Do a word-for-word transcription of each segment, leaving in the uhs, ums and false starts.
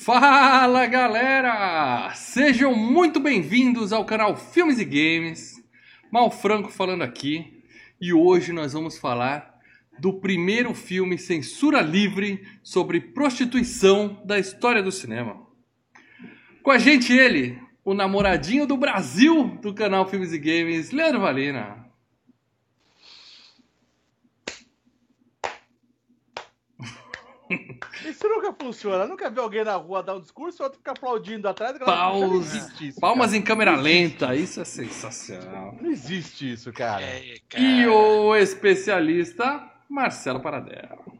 Fala galera! Sejam muito bem-vindos ao canal Filmes e Games. Mal Franco falando aqui. E hoje nós vamos falar do primeiro filme censura livre sobre prostituição da história do cinema. Com a gente ele, o namoradinho do Brasil do canal Filmes e Games, Leandro Valina. Isso nunca funciona. Nunca vi alguém na rua dar um discurso e outro ficar aplaudindo atrás. Paus... Isso, Palmas cara. Em câmera lenta. Isso é sensacional. Não existe isso, cara. É, cara. E o especialista Marcelo Paradela.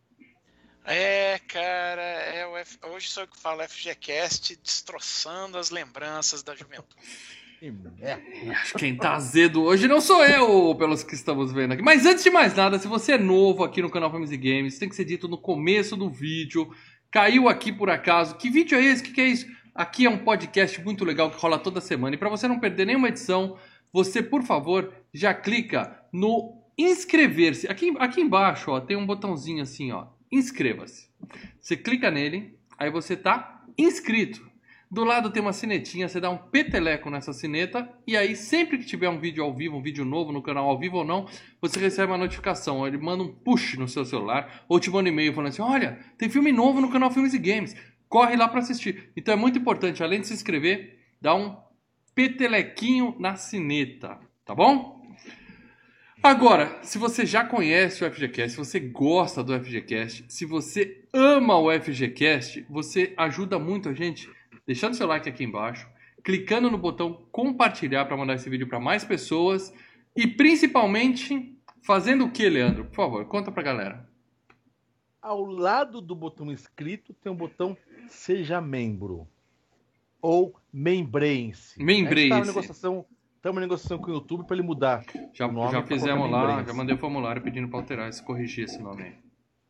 É, cara, é o F... hoje sou eu que falo F G Cast destroçando as lembranças da juventude. É. Acho que quem tá azedo hoje não sou eu, pelos que estamos vendo aqui. Mas antes de mais nada, se você é novo aqui no canal Filmes e Games, tem que ser dito no começo do vídeo. Caiu aqui por acaso. Que vídeo é esse? O que, que é isso? Aqui é um podcast muito legal que rola toda semana. E para você não perder nenhuma edição, você, por favor, já clica no inscrever-se. Aqui, aqui embaixo, ó, tem um botãozinho assim, ó. Inscreva-se. Você clica nele, aí você tá inscrito. Do lado tem uma sinetinha, você dá um peteleco nessa sineta e aí sempre que tiver um vídeo ao vivo, um vídeo novo no canal ao vivo ou não, você recebe uma notificação, ele manda um push no seu celular ou te manda um e-mail falando assim, olha, tem filme novo no canal Filmes e Games, corre lá para assistir. Então é muito importante, além de se inscrever, dá um petelequinho na sineta, tá bom? Agora, se você já conhece o F G Cast, se você gosta do F G Cast, se você ama o F G Cast, você ajuda muito a gente deixando seu like aqui embaixo, clicando no botão compartilhar para mandar esse vídeo para mais pessoas e principalmente fazendo o que, Leandro? Por favor, conta pra galera. Ao lado do botão inscrito tem um botão seja membro ou membrem-se. Membrem-se. Estamos em negociação, estamos em negociação com o YouTube para ele mudar. Já, o nome já fizemos lá, já mandei o formulário pedindo para alterar, se corrigir esse nome aí.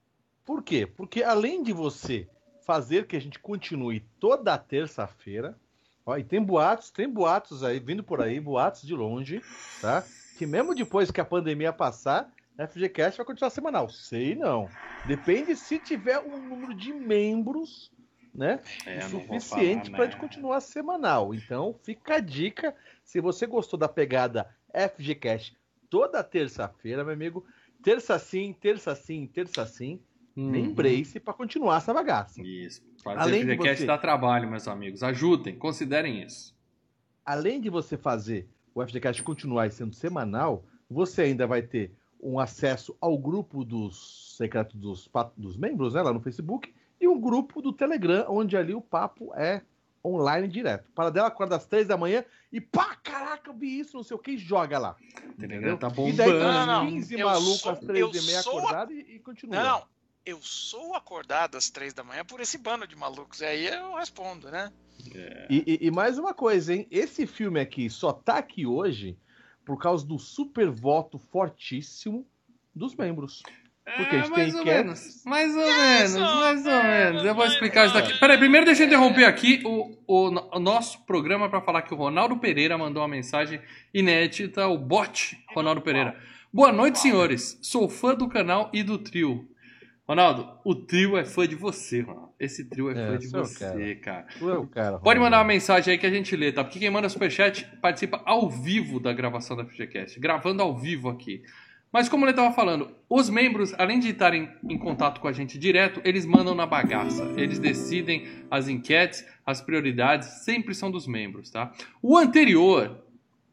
Por quê? Porque além de você fazer que a gente continue toda terça-feira. Ó, e tem boatos, tem boatos aí, vindo por aí, boatos de longe, tá? Que mesmo depois que a pandemia passar, a F G Cast vai continuar semanal. Sei não. Depende se tiver um número de membros, né? É, suficiente para né? continuar semanal. Então, fica a dica. Se você gostou da pegada F G Cast toda terça-feira, meu amigo, terça sim, terça sim, terça sim. Uhum. Lembrei-se para continuar essa bagaça. Isso. Fazer F G Cast você... dá trabalho, meus amigos. Ajudem, considerem isso. Além de você fazer o F G Cast continuar sendo semanal, você ainda vai ter um acesso ao grupo dos secretos dos, dos membros, né, lá no Facebook, e um grupo do Telegram, onde ali o papo é online direto. Para dela acorda às três da manhã e pá, caraca, eu vi isso, não sei o que, e joga lá. O Telegram tá bombando. E daí não, não, quinze malucos às três e meia acordado a... e, e continua. Não, não. Eu sou acordado às três da manhã por esse bando de malucos. E aí eu respondo, né? É. E, e, e mais uma coisa, hein? Esse filme aqui só tá aqui hoje por causa do super voto fortíssimo dos membros. Porque é, a gente mais tem ou quer... menos. Mais ou menos, mais ou menos. Eu vou explicar isso daqui. Peraí, primeiro deixa eu interromper aqui o, o, o nosso programa para falar que o Ronaldo Pereira mandou uma mensagem inédita, o bot Ronaldo Pereira. Boa noite, senhores. Sou fã do canal e do trio. Ronaldo, o trio é fã de você, Ronaldo. Esse trio é, é fã de você, cara. cara. cara Pode mandar uma mensagem aí que a gente lê, tá? Porque quem manda superchat participa ao vivo da gravação da F G Cast. Gravando ao vivo aqui. Mas como ele estava falando, os membros, além de estarem em contato com a gente direto, eles mandam na bagaça. Eles decidem as enquetes, as prioridades, sempre são dos membros, tá? O anterior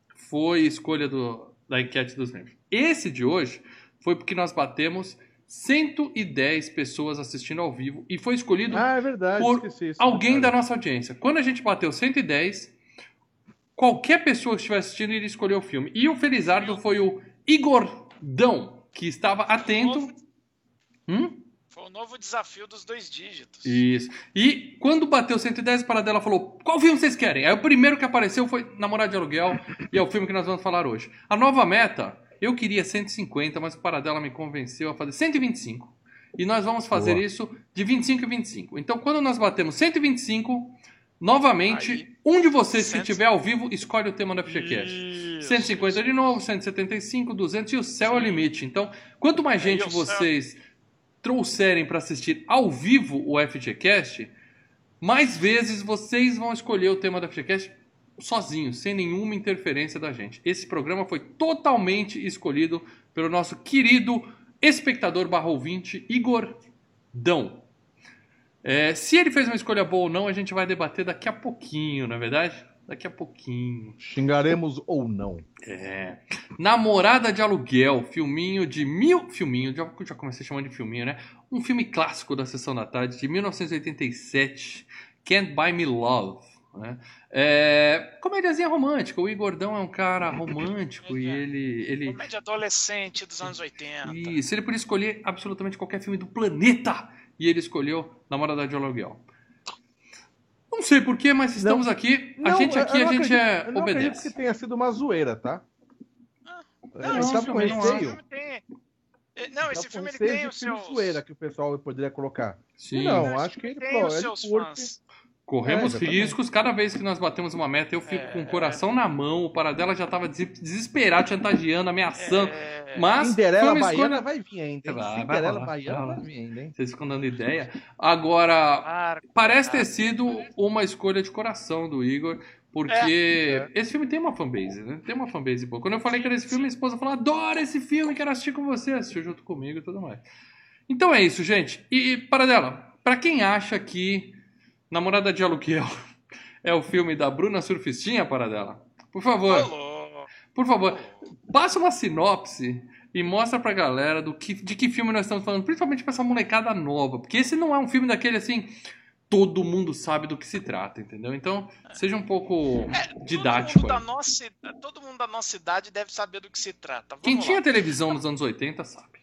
foi escolha do, da enquete dos membros. Esse de hoje foi porque nós batemos cento e dez pessoas assistindo ao vivo e foi escolhido ah, é verdade, por isso, alguém verdade. da nossa audiência. Quando a gente bateu cento e dez, qualquer pessoa que estiver assistindo iria escolher o filme. E o Felizardo foi o Igordão, que estava atento. Foi o novo, hum? Foi o novo desafio dos dois dígitos. Isso. E quando bateu cento e dez, a Paradela falou, qual filme vocês querem? Aí o primeiro que apareceu foi Namorado de Aluguel e é o filme que nós vamos falar hoje. A nova meta... Eu queria cento e cinquenta, mas o Paradela me convenceu a fazer cento e vinte e cinco. E nós vamos fazer Boa. isso de vinte e cinco em vinte e cinco. Então, quando nós batemos cento e vinte e cinco, novamente, aí, um de vocês cento... que estiver ao vivo, escolhe o tema do F G Cast. cento e cinquenta de novo, cento e setenta e cinco, duzentos e o céu Sim. é o limite. Então, quanto mais gente vocês céu. trouxerem para assistir ao vivo o F G Cast, mais vezes vocês vão escolher o tema da FGCast sozinhos, sem nenhuma interferência da gente. Esse programa foi totalmente escolhido pelo nosso querido espectador barra ouvinte, Igor Dão. É, se ele fez uma escolha boa ou não, a gente vai debater daqui a pouquinho, não é verdade? Daqui a pouquinho. Xingaremos ou não. É. Namorada de Aluguel, filminho de mil... Filminho, já, já comecei chamando de filminho, né? Um filme clássico da Sessão da Tarde, de mil novecentos e oitenta e sete. Can't Buy Me Love. Né? É... Comédiazinha romântica. O Igor Dão é um cara romântico e ele... ele... Comédia adolescente dos anos oitenta. Isso, ele podia escolher absolutamente qualquer filme do planeta. E ele escolheu Namorada de Aluguel. Não sei porquê, mas estamos não, aqui. Não, a gente aqui, a gente acredito, é, eu não obedece. acredito que tenha sido uma zoeira, tá? Ah, não, não, esse tava filme, com esse receio. filme tem... Não, esse Tava filme com ele receio tem de os filme seus... zoeira que o pessoal poderia colocar. Sim. Não, Não, acho que ele, tem pô, os ele seus curte. fãs. Corremos É, exatamente. riscos. Cada vez que nós batemos uma meta, eu fico É. com o coração na mão. O Paradela já estava desesperado, chantageando, ameaçando. É... Mas Cinderela foi uma Baiana escolha... vai vir ainda, hein? Vai, vai Cinderela rolar, Baiana vai vai rolar. vir ainda, hein? Vocês ficam dando ideia. Agora, Claro, parece ter claro. sido uma escolha de coração do Igor. Porque É. esse filme tem uma fanbase, né? Tem uma fanbase boa. Quando eu falei que era esse filme, minha esposa falou: adoro esse filme, quero assistir com você. Assistiu junto comigo e tudo mais. Então é isso, gente. E, Paradela, pra quem acha que Namorada de Aluguel é o filme da Bruna Surfistinha, Paradela, por favor, Alô. por favor, passa uma sinopse e mostra pra galera do que, de que filme nós estamos falando, principalmente pra essa molecada nova. Porque esse não é um filme daquele assim... Todo mundo sabe do que se trata, entendeu? Então, seja um pouco É, didático. Todo mundo, da aí. nossa, todo mundo da nossa idade deve saber do que se trata. Vamos Quem lá. tinha televisão nos anos oitenta sabe.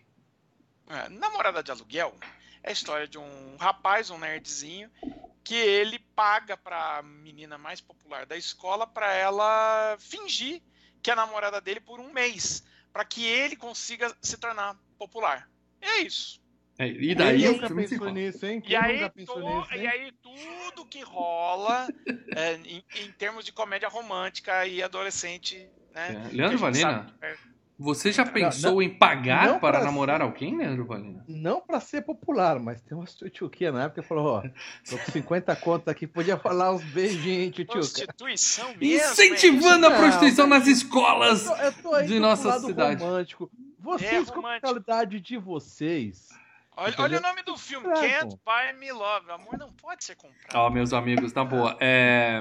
É, Namorada de Aluguel é a história de um rapaz, um nerdzinho, que ele paga pra menina mais popular da escola pra ela fingir que é namorada dele por um mês, pra que ele consiga se tornar popular. É isso. É, e daí Quem o nunca filme se pensou enrola. nisso, hein? Quem E aí, nunca pensou to- nisso, e hein? aí tudo que rola é, em, em termos de comédia romântica e adolescente, né? É. que a Leandro gente Valina, sabe que é- você já Não, pensou não, em pagar não para pra namorar ser- alguém, Leandro Valina? Não pra ser popular, mas tem uma tchutchuquinha na época que falou, ó, tô com cinquenta contas aqui, podia falar uns beijinhos, tchutchuca. Prostituição mesmo. Incentivando é a Não, prostituição mas- nas escolas! Eu tô, eu tô aí de pro nossa lado cidade. romântico. É Vocês, com a romântico. qualidade de vocês... Olha, Entendeu? olha o nome do filme, Claro. Can't Buy Me Love. Amor não pode ser comprado. Ó, meus amigos, na boa. É...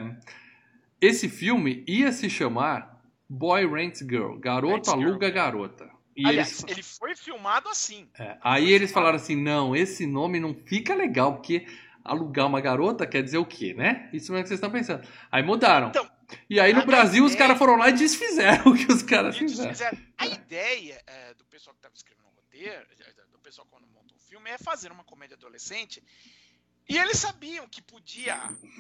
Esse filme ia se chamar Boy Rents Girl. Garoto Rents Girl. aluga garota. E Aliás, eles... ele foi filmado assim. É, aí eles falaram assim, não, esse nome não fica legal, porque alugar uma garota quer dizer o quê, né? Isso mesmo que vocês estão pensando. Aí mudaram. Então, e aí no a Brasil os ideia- caras foram lá e desfizeram o que os caras e eles fizeram. fizeram- a ideia é, do pessoal que estava escrevendo o roteiro, do pessoal quando montou o filme, é fazer uma comédia adolescente. E eles sabiam que podia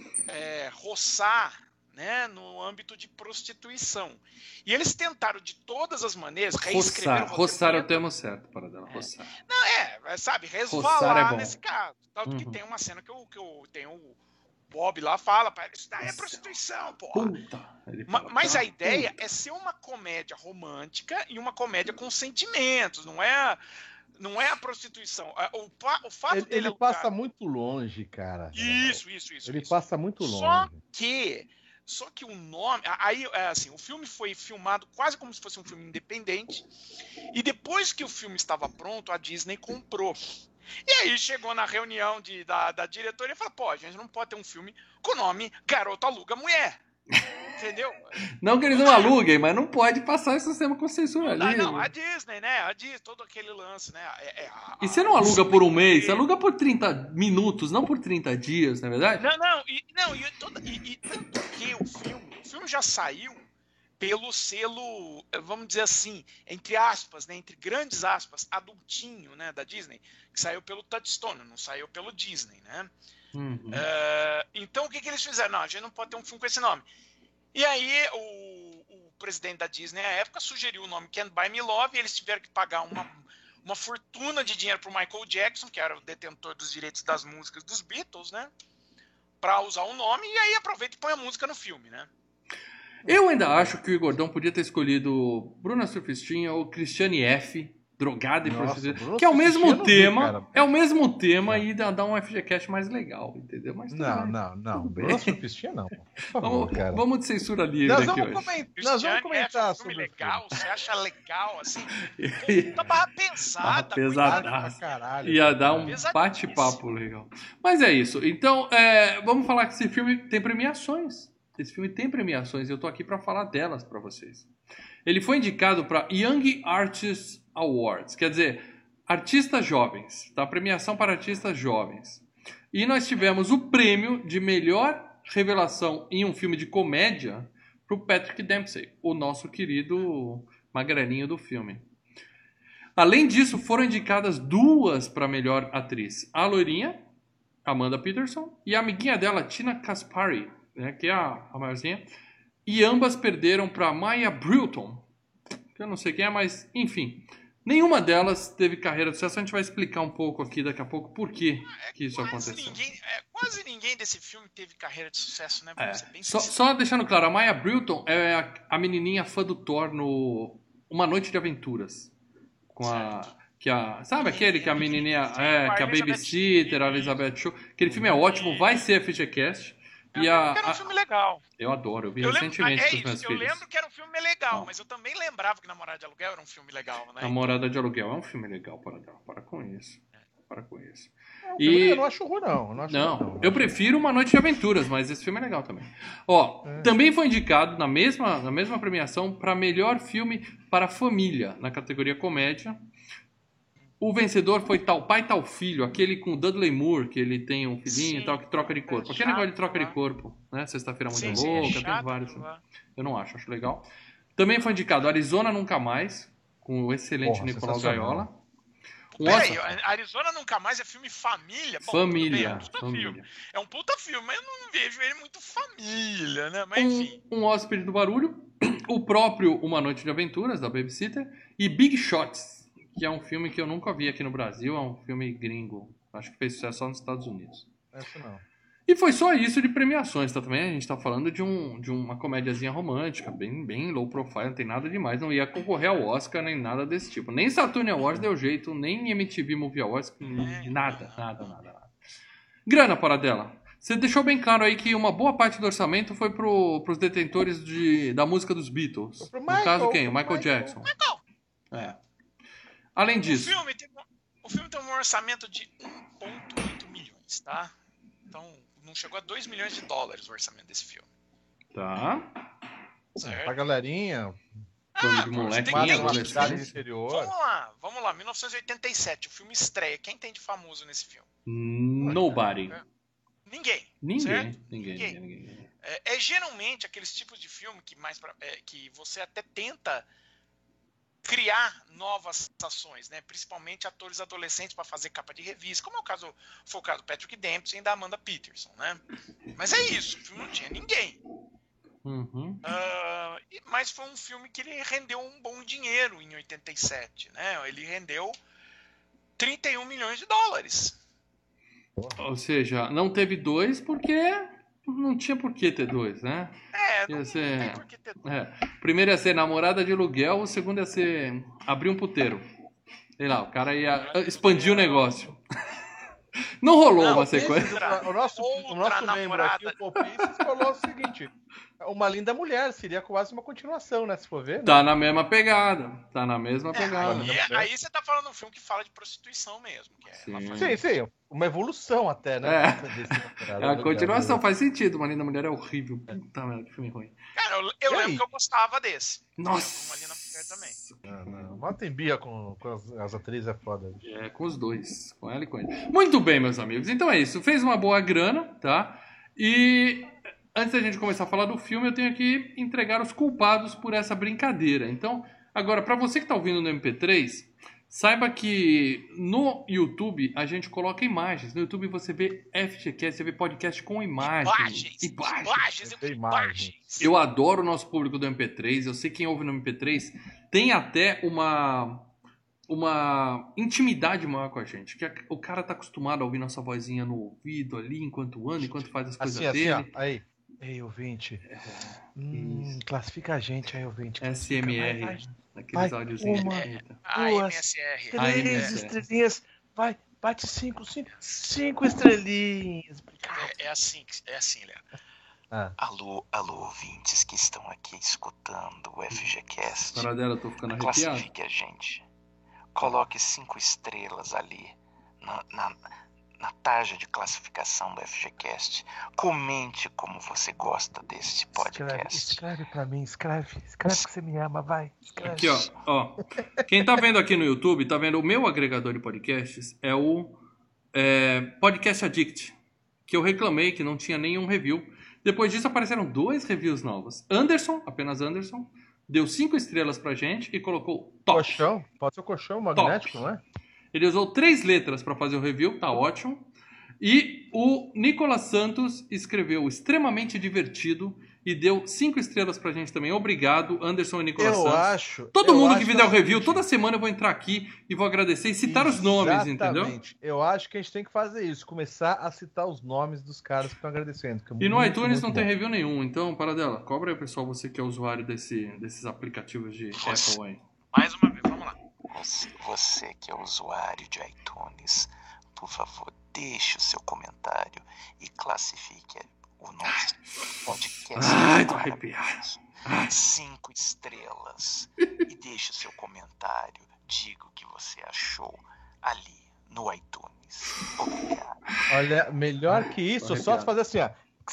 é, roçar, né, no âmbito de prostituição. E eles tentaram de todas as maneiras reescrever Roçar, o roçar é o roteiro. termo certo, para dela, roçar. Não, é, é, sabe, Roçar resvalar é bom. nesse caso. Tanto que Uhum. tem uma cena que eu, que eu tenho o Bob lá fala, "Pai, isso daí é prostituição, porra." Puta. Ele Ma- fala, Mas tá, a ideia puta. é ser uma comédia romântica e uma comédia com sentimentos, não é, não é a prostituição. É, O, pa- o fato Ele, dele ele alugar- passa muito longe, cara. Isso, isso, isso. Ele isso. passa muito Só longe. que, só que o nome, aí, é assim, o filme foi filmado quase como se fosse um filme independente. E depois que o filme estava pronto, a Disney comprou. E aí chegou na reunião de, da, da diretoria e falou, pô, a gente não pode ter um filme com o nome Garoto Aluga Mulher. Entendeu? Não que eles não aluguem, mas não pode passar esse sistema com censura Não, ali. não, a Disney, né? A Disney, todo aquele lance, né? É, é, a- E você a não aluga Disney- por um mês, você aluga por trinta minutos, não por trinta dias, não é verdade? Não, não, e, não, e, toda, e, e tanto que o filme, o filme já saiu pelo selo, vamos dizer assim, entre aspas, né, entre grandes aspas, adultinho, né, da Disney, que saiu pelo Touchstone, não saiu pelo Disney, né? Uhum. É, então o que, que eles fizeram? Não, a gente não pode ter um filme com esse nome. E aí o, o presidente da Disney à época sugeriu o nome Can't Buy Me Love e eles tiveram que pagar uma, uma fortuna de dinheiro pro Michael Jackson, que era o detentor dos direitos das músicas dos Beatles, né? Pra usar o nome, e aí aproveita e põe a música no filme, né? Eu ainda acho que o Igordão podia ter escolhido Bruna Surfistinha ou Cristiane F. drogada e Nossa, prostituída. Bruno Que é o Surfistinha mesmo eu não vi, tema, cara. é o mesmo tema Não. e dá, dá um F G Cast mais legal, entendeu? Mas tudo Não, bem. não, não. Tudo bem. Bruno Surfistinha não. Por favor, Vamos, cara. vamos de censura livre Nós aqui vamos, hoje. coment... Nós Cristiane vamos comentar é um filme sobre legal, o filme. você acha legal, assim? Puta barra Barra pesada. pesada. coitada. Pra caralho. Ia dar um Pesadíssimo. bate-papo legal. Mas é isso. Então, é, vamos falar que esse filme tem premiações. Esse filme tem premiações e eu tô aqui para falar delas para vocês. Ele foi indicado para Young Artists Awards, quer dizer, artistas jovens, tá? Premiação para artistas jovens. E nós tivemos o prêmio de melhor revelação em um filme de comédia pro Patrick Dempsey, o nosso querido magrelinho do filme. Além disso, foram indicadas duas para melhor atriz. A loirinha, Amanda Peterson, e a amiguinha dela, Tina Kaspari, né, que é a, a maiorzinha. E ambas perderam para Maya Brilton, que eu não sei quem é, mas enfim. Nenhuma delas teve carreira de sucesso. A gente vai explicar um pouco aqui daqui a pouco por que, É que isso quase aconteceu. Ninguém, é, quase ninguém desse filme teve carreira de sucesso, né? É, Vamos ser bem só, sinceros. só deixando claro, a Maya Brilton é a, a menininha fã do Thor no Uma Noite de Aventuras. Com a... Que a, sabe aquele que a menininha... Sim, É, com a que a Elizabeth babysitter, a Shue. Elizabeth Shue. Aquele filme é ótimo, vai ser F G Cast. E a, Era um a- filme legal. eu adoro, eu vi Eu lembro, recentemente é com os meus isso, eu filhos. lembro que era um filme legal, Não. mas eu também lembrava que Namorada de Aluguel era um filme legal, né? Namorada de Aluguel é um filme legal, para, para com isso. Para com isso. Não, E- Eu não acho ruim, não. Eu não, acho Não, ruim, não. eu prefiro Uma Noite de Aventuras, mas esse filme é legal também. Ó, É. também foi indicado na mesma, na mesma premiação para melhor filme para família, na categoria comédia. O vencedor foi Tal Pai, Tal Filho, aquele com o Dudley Moore, que ele tem um filhinho Sim. e tal, que troca de corpo. Aquele Chato, negócio de troca de lá. corpo, né? Sexta-feira muito Sim, sim, é louca, tem chato vários. aquilo lá. Eu não acho, acho legal. Também foi indicado Arizona Nunca Mais, com o excelente Porra, Nicolau sensacional. Gaiola. Um Peraí, Oscar- Arizona Nunca Mais é filme família? Bom, Família, tudo bem, é um puta família. filme. É um puta filme, mas eu não vejo ele muito família, né? Mas Um, enfim. um Hóspede do Barulho, o próprio Uma Noite de Aventuras, da Babysitter, e Big Shots, que é um filme que eu nunca vi aqui no Brasil, é um filme gringo. Acho que fez sucesso só nos Estados Unidos. Essa não. E foi só isso de premiações, tá? Também a gente tá falando de, um, de uma comédiazinha romântica, bem, bem low profile, não tem nada demais, não ia concorrer ao Oscar nem nada desse tipo. Nem Saturn Awards deu jeito, nem M T V Movie Awards, nada, nada, nada, nada. Grana, Paradela. Você deixou bem claro aí que uma boa parte do orçamento foi pro, pros detentores de, da música dos Beatles. Foi pro No Michael, caso, quem? O pro Michael Michael. Jackson. Michael, É. Além o disso, filme, tem, o filme tem um orçamento de um vírgula oito milhões, tá? Então, não chegou a dois milhões de dólares o orçamento desse filme. tá? Certo? Pra galerinha, Coisa de pô, você tem que molequinha, entender uma que- cidade do adolescente. interior. Vamos lá, vamos lá, mil novecentos e oitenta e sete, o filme estreia. Quem tem de famoso nesse filme? Nobody. Ninguém. Ninguém. certo? Ninguém, Ninguém. ninguém, ninguém. É, é geralmente aqueles tipos de filme que mais pra- é, que você até tenta criar novas ações, né? Principalmente atores adolescentes para fazer capa de revista, como é o caso foi o caso do Patrick Dempsey e da Amanda Peterson, né? Mas é isso, o filme não tinha ninguém. Uhum. Ah, e- mas foi um filme que ele rendeu um bom dinheiro em oitenta e sete, né? Ele rendeu trinta e um milhões de dólares. Ou seja, não teve dois porque não tinha por que ter dois, né? É, não, Ia ser- não tem por que ter. É. O primeiro ia ser namorada de aluguel, o segundo ia ser abrir um puteiro. Sei lá, o cara ia expandir o negócio. Não rolou Não, uma esse- sequência. Outra- O nosso, o outra nosso membro aqui, namorada. o Popinces, falou o seguinte: Uma Linda Mulher seria quase uma continuação, né? Se for ver. Né? Tá na mesma pegada. Tá na mesma É, pegada. aí, aí você tá falando de um filme que fala de prostituição mesmo. Que é Sim. La Família. Sim, sim. Uma evolução até, né? É. desse temporada. É a continuação, faz sentido. Uma Linda Mulher é horrível. Puta merda, que filme ruim. Cara, eu, eu E lembro aí? que eu gostava desse. Nossa! Uma Linda Mulher também. Não, não. Mas tem birra com, com as, as atrizes, é foda. bicho. É, com os dois, com ela e com ele. Muito bem, meus amigos. Então é isso. Fez uma boa grana, tá? E antes da gente começar a falar do filme, eu tenho que entregar os culpados por essa brincadeira. Então, agora, pra você que tá ouvindo no M P três, saiba que no YouTube a gente coloca imagens. No YouTube você vê F G Cast, você vê podcast com imagens. Imagens. Imagens. Imagens. Tem eu- imagem. Imagens. Eu adoro o nosso público do M P três. Eu sei quem ouve no M P três tem até uma uma intimidade maior com a gente. Que o cara tá acostumado a ouvir nossa vozinha no ouvido ali enquanto anda, enquanto faz as coisas Assim, assim, dele. ó. Aí. Ei, ouvinte. Hum, classifica a gente aí, ouvinte. S M R. Vai, vai. Aqueles Vai, áudiozinhos. uma, de- A duas, M S R. A M três S R. estrelinhas. Vai, bate cinco, cinco, cinco estrelinhas. É, é assim, que- é assim, Léo. Ah, Alô, alô, ouvintes que estão aqui escutando o F G Cast. Para dela, eu tô ficando arrepiado. Classifique a gente. Coloque cinco estrelas ali na, na, na tarja de classificação do F G Cast. Comente como você gosta deste escreve, podcast. escreve pra mim, escreve. Escreve que você me ama, vai. Escreve. Aqui, ó, ó. Quem tá vendo aqui no YouTube, tá vendo o meu agregador de podcasts, é o é, Podcast Addict, que eu reclamei que não tinha nenhum review. Depois disso apareceram dois reviews novos. Anderson, apenas Anderson, deu cinco estrelas pra gente e colocou top. Colchão? Pode ser o colchão magnético, não é? Ele usou três letras para fazer o review, tá ótimo. E o Nicolas Santos escreveu extremamente divertido e deu cinco estrelas pra gente também. Obrigado, Anderson e Nicolas Eu Santos. acho. Todo eu mundo acho que fizer é o review, seguinte, toda semana eu vou entrar aqui e vou agradecer e citar os nomes, entendeu? Exatamente. Eu acho que a gente tem que fazer isso, começar a citar os nomes dos caras que estão agradecendo. que é E no muito, iTunes muito não bom. tem review nenhum, então, para dela. Cobra aí, pessoal, você que é usuário desse, desses aplicativos de Você- Apple aí. Mais uma vez, vamos lá. Você, você que é usuário de iTunes, por favor, deixe o seu comentário e classifique o nosso podcast. Ai, tô arrepiado. Cinco estrelas. E deixe o seu comentário. Diga o que você achou ali no iTunes. Obrigado. Olha, melhor que isso, Tô só arrepiado. fazer assim, ó.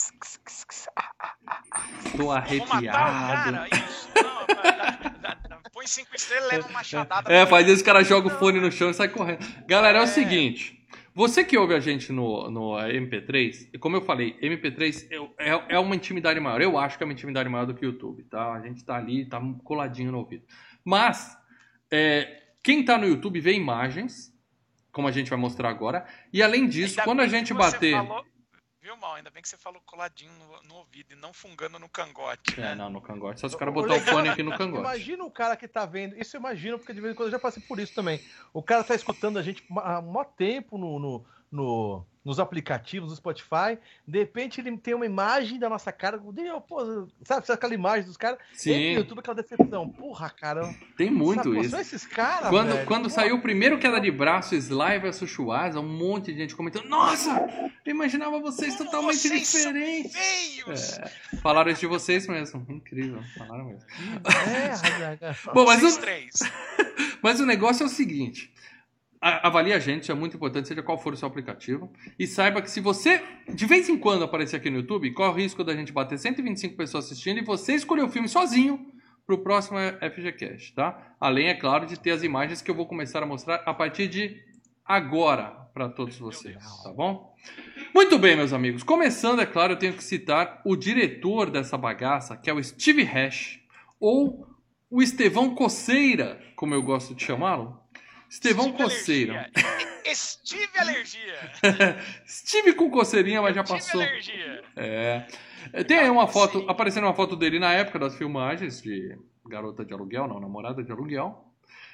Tô Vou matar o arrepiado. cara. Isso. Não, dá- dá- dá- põe cinco estrelas e leva uma machadada. É, faz isso, o cara joga o fone no chão e sai correndo. Galera, é o É. seguinte. Você que ouve a gente no, no M P três, e como eu falei, M P três é, é, é uma intimidade maior. Eu acho que é uma intimidade maior do que o YouTube, tá? A gente tá ali, tá coladinho no ouvido. Mas, é, quem tá no YouTube vê imagens, como a gente vai mostrar agora. E além disso, Ainda quando a bem que gente você bater... falou- Viu, Mal? Ainda bem que você falou coladinho no, no ouvido e não fungando no cangote. É, né? não, no cangote. Só se o cara O botar o legal- fone aqui no cangote. Imagina o cara que tá vendo. Isso eu imagino, porque de vez em quando eu já passei por isso também. O cara tá escutando a gente há um maior tempo no, no, no- nos aplicativos do Spotify. De repente ele tem uma imagem da nossa cara. Deus, pô, sabe, sabe aquela imagem dos caras? Sim. E no YouTube aquela decepção. Porra, cara. Tem muito sacou? isso. São esses caras, Quando, velho. quando Pô, saiu o primeiro queda de braço, Sly versus Schwarza, um monte de gente comentando: Nossa, eu imaginava vocês Como totalmente vocês são diferentes. feios! É, falaram isso de vocês mesmo. Incrível, falaram mesmo. É, Razaga. Bom, mas Vocês o, três. mas o negócio é o seguinte: a- avalie a gente, isso é muito importante, seja qual for o seu aplicativo. E saiba que se você, de vez em quando, aparecer aqui no YouTube, corre o risco da gente bater cento e vinte e cinco pessoas assistindo e você escolher o filme sozinho pro próximo F G Cast, tá? Além, é claro, de ter as imagens que eu vou começar a mostrar a partir de agora para todos vocês, tá bom? Muito bem, meus amigos. Começando, é claro, eu tenho que citar o diretor dessa bagaça, que é o Steve Hash, ou o Estevão Coceira, como eu gosto de chamá-lo. Estevão Estive Coceira. alergia. Estive alergia. Estive com coceirinha, mas já Tive passou. alergia. É. Tem aí uma foto, Sim. aparecendo uma foto dele na época das filmagens de Garota de Aluguel, não, Namorada de Aluguel.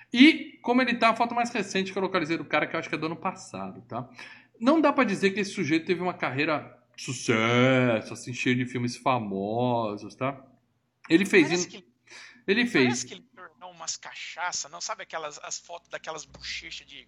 E como ele tá, a foto mais recente que eu localizei do cara, que eu acho que é do ano passado, tá? Não dá pra dizer que esse sujeito teve uma carreira de sucesso, assim, cheio de filmes famosos, tá? Ele fez... Parece in- que, Ele parece fez... que ele tornou umas cachaça, não sabe aquelas as fotos daquelas bochechas de.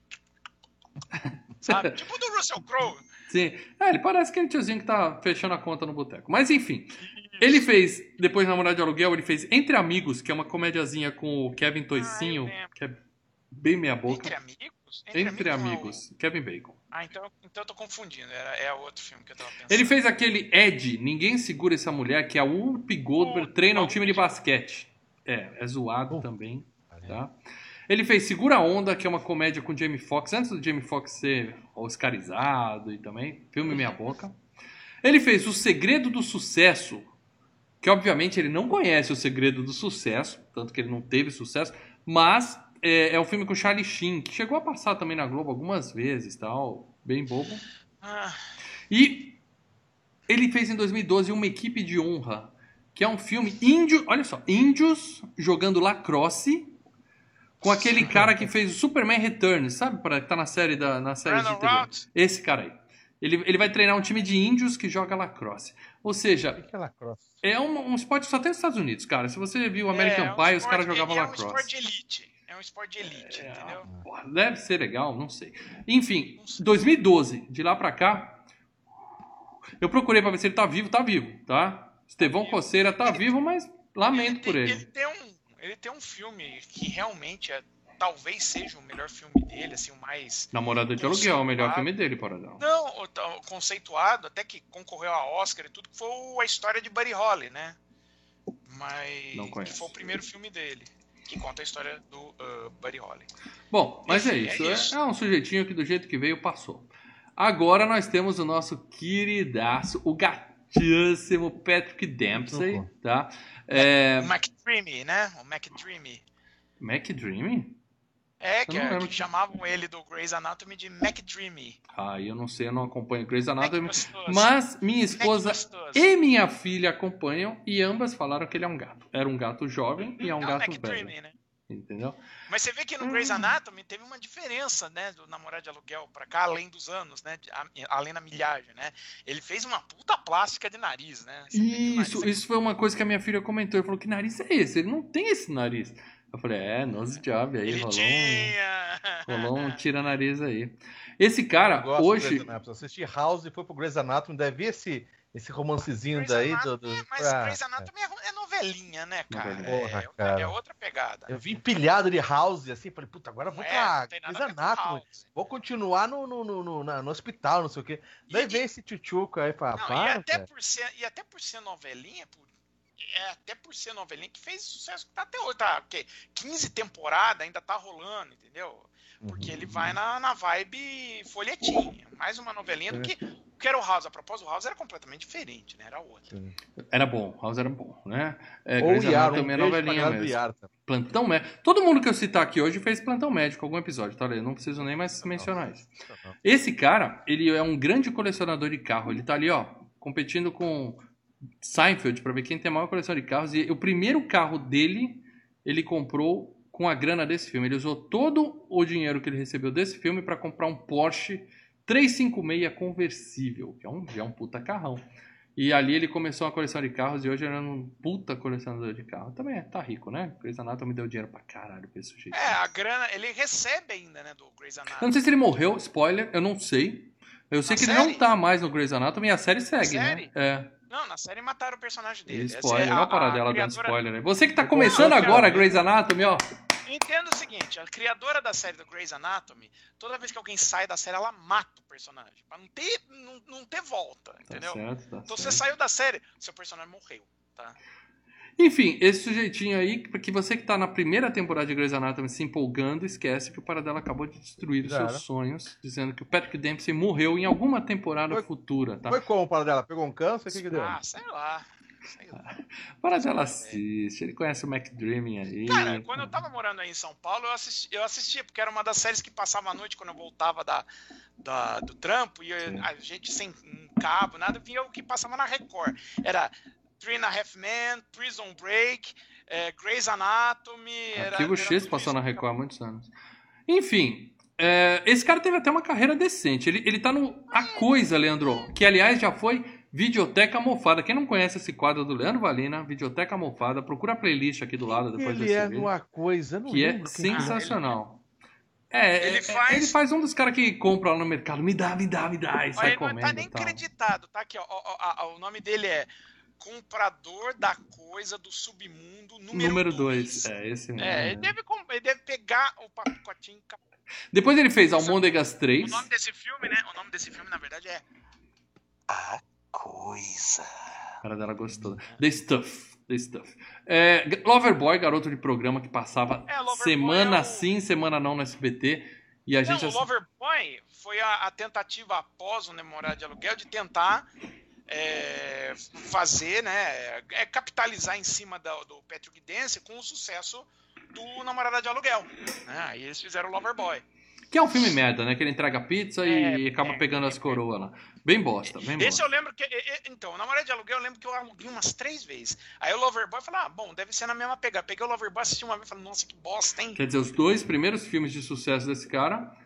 Sabe? Tipo do Russell Crowe. Sim. É, ele parece aquele tiozinho que tá fechando a conta no boteco. Mas enfim, ele fez, depois de Namorada de Aluguel, ele fez Entre Amigos, que é uma comediazinha com o Kevin Toicinho, Ah, eu lembro. que é bem meia boca. Entre amigos? Entre não é o- Amigos, Kevin Bacon. Ah, então, então eu tô confundindo. Era, é outro filme que eu tava pensando. Ele fez aquele Ed, Ninguém Segura Essa Mulher, que é a Whoopi Goldberg Oh, treina um bom. time de basquete. É, é zoado Oh. também, tá? Ele fez Segura a Onda, que é uma comédia com Jamie Foxx, antes do Jamie Foxx ser oscarizado e também, filme meia boca. Ele fez O Segredo do Sucesso, que obviamente ele não conhece O Segredo do Sucesso, tanto que ele não teve sucesso, mas é, é um filme com Charlie Sheen, que chegou a passar também na Globo algumas vezes, tal, bem bobo. Ah, E ele fez em dois mil e doze Uma Equipe de Honra, que é um filme índio, olha só, índios jogando lacrosse com aquele cara que fez o Superman Returns, sabe? Para que tá na série da na série de Brandon T V. Routh. Esse cara aí. Ele, ele vai treinar um time de índios que joga lacrosse. Ou O seja, que que é lacrosse? é um, um esporte que só tem nos Estados Unidos, cara. Se você viu o American é um Pie, os caras esporte- jogavam é um lacrosse. esporte de elite. É um esporte de elite, É, entendeu? porra, deve ser legal, não sei. Enfim, Não sei. dois mil e doze, de lá pra cá, eu procurei pra ver se ele tá vivo, tá vivo, tá? Estevão vivo. Coceira tá Ele- vivo, mas lamento por tem, ele. ele tem um, ele tem um filme que realmente é, talvez seja o melhor filme dele, assim, o mais Namorada de Aluguel, o melhor conceituado. filme dele, Paradão. Não, o, o conceituado, até que concorreu a Oscar e tudo, que foi o- a história de Buddy Holly, né? Mas Não que conheço. foi o primeiro filme dele, que conta a história do uh, Buddy Holly. Bom, mas é Enfim, é isso. É, isso. é um sujeitinho que do jeito que veio, passou. Agora nós temos o nosso queridaço, o gatíssimo Patrick Dempsey, tá? É... O McDreamy, né? O McDreamy. McDreamy? É, Eu que, não é- lembro que que- chamavam ele do Grey's Anatomy de McDreamy. Ah, eu não sei, eu não acompanho Grey's Mac Anatomy. gostoso. Mas minha esposa Mac gostoso. e minha filha acompanham e ambas falaram que ele é um gato. Era um gato jovem e é um É o gato McDreamy, velho. né? Entendeu? Mas você vê que no Hum. Grey's Anatomy teve uma diferença, né, do Namorado de Aluguel pra cá, além dos anos, né, de- a- além da milhagem, né? Ele fez uma puta plástica de nariz, né? Você vê que o Isso, nariz isso foi uma coisa que a minha filha comentou. Ele falou, que nariz é esse? Ele não tem esse nariz. Eu falei, é, nose job aí, Ele rolou um, tinha. rolou um tira-nariz aí. Esse Eu cara, gosto do hoje... Grey's Anatomy. Assisti House e foi pro Grey's Anatomy. Deve ver esse, esse romancezinho Grey's daí. Anatomy, Do, do... Mas Ah, Grey's Anatomy é, é novelinha, né, cara? Novelinha. É, Porra, é- cara. é outra pegada. Eu vim pilhado de House, assim, falei, puta, agora eu vou É, pra não tem nada Grey's a ver com Anatomy. House. Vou continuar no, no, no, no, na- no hospital, não sei o quê. Daí E- vem esse tchutchuco aí e fala, Não, e, para, até velho. por ser, e até por ser novelinha, por- é até por ser novelinha que fez sucesso que tá até hoje, tá? Porque quinze temporadas ainda tá rolando, entendeu? Porque Uhum. ele vai na, na vibe folhetim. Mais uma novelinha do que o que era o House. A propósito, o House era completamente diferente, né? Era outra. Era bom, House era bom, né? É, Ou Grey's Yara, um Anatomy é beijo pra novelinha galera do mesmo. Yara também. Plantão médico. Todo mundo que eu citar aqui hoje fez plantão médico, algum episódio, tá? Eu não preciso nem mais mencionar isso. Esse cara, ele é um grande colecionador de carro. Ele tá ali, ó, competindo com Seinfeld pra ver quem tem a maior coleção de carros. E o primeiro carro dele, ele comprou com a grana desse filme. Ele usou todo o dinheiro que ele recebeu desse filme pra comprar um Porsche trezentos e cinquenta e seis conversível, que é um, já é um puta carrão. E ali ele começou uma coleção de carros e hoje ele é um puta colecionador de carro. Também é, tá rico, né? Grey's Anatomy deu dinheiro pra caralho pra esse sujeito. É, a grana, ele recebe ainda, né, do Grey's Eu não Anatomy. sei se ele morreu, spoiler, eu não sei. Eu sei Na que ele série? não tá mais no Grey's Anatomy e a série segue, série? né? É. Não, na série mataram o personagem Ele dele. Essa spoiler, é olha a- a parada a dela dando criadora- spoiler aí. Você que tá Eu começando gosto, agora cara. Grey's Anatomy, ó. Entenda o seguinte, a criadora da série do Grey's Anatomy, toda vez que alguém sai da série, ela mata o personagem. Pra não ter, não, não ter volta, Tá entendeu? certo, tá Então você certo. saiu da série, seu personagem morreu, tá? Enfim, esse sujeitinho aí, que você que tá na primeira temporada de Grey's Anatomy se empolgando, esquece que o Paradela acabou de destruir os Já seus era. sonhos, dizendo que o Patrick Dempsey morreu em alguma temporada Foi- futura, tá? Foi como para dela? Pegou um câncer? O que que deu? Ah, sei lá. Sei lá. Paradela assiste, ele conhece o McDreamy aí. Cara, quando eu tava morando aí em São Paulo, eu, assisti, eu assistia, porque era uma das séries que passava à noite quando eu voltava da, da- do trampo, e eu- Sim. a gente sem um cabo, nada, vinha o que passava na Record. Era Three and a Half Men, Prison Break, é, Grey's Anatomy... Era, Arquivo era X tudo passou isso. na Record há muitos anos. Enfim, é, esse cara teve até uma carreira decente. Ele, ele tá no A Coisa, Leandro, que aliás já foi Videoteca Mofada. Quem não conhece esse quadro do Leandro Valina, Videoteca Mofada, procura a playlist aqui do lado depois Ele desse é vídeo, numa coisa, eu não que é lembro quem que é. sensacional. É, Ele é, faz- ele faz um dos caras que compra lá no mercado, me dá, me dá, me dá, e Olha, sai ele não comendo tá e nem tal. acreditado, tá aqui, ó, ó, ó, ó, o nome dele é Comprador da Coisa do Submundo número Número dois. dois, é esse mesmo. É, ele deve, com- ele deve pegar o pacotinho. Depois ele fez Almôndegas O três. nome desse filme, né? O nome desse filme, na verdade, é A coisa. A cara dela gostou. The Stuff. The Stuff. É, Loverboy, garoto de programa que passava É, Loverboy semana é o- sim, semana não no S B T. E a Não, gente. o Loverboy foi a, a tentativa após o Namorado de Aluguel de tentar é, fazer, né, é, capitalizar em cima da- do Patrick Dempsey com o sucesso do Namorada de Aluguel. Né? Aí eles fizeram o Loverboy. Que é um filme merda, né? Que ele entrega pizza e É, acaba é, pegando as coroas lá. Bem bosta, bem Esse bosta. eu lembro que. e- e- Então, o Namorado de Aluguel eu lembro que eu aluguei umas três vezes. Aí o Loverboy eu falei, ah, bom, deve ser na mesma pegada. Peguei o Loverboy, assisti uma vez e falei, nossa, que bosta, hein? Quer dizer, os dois primeiros filmes de sucesso desse cara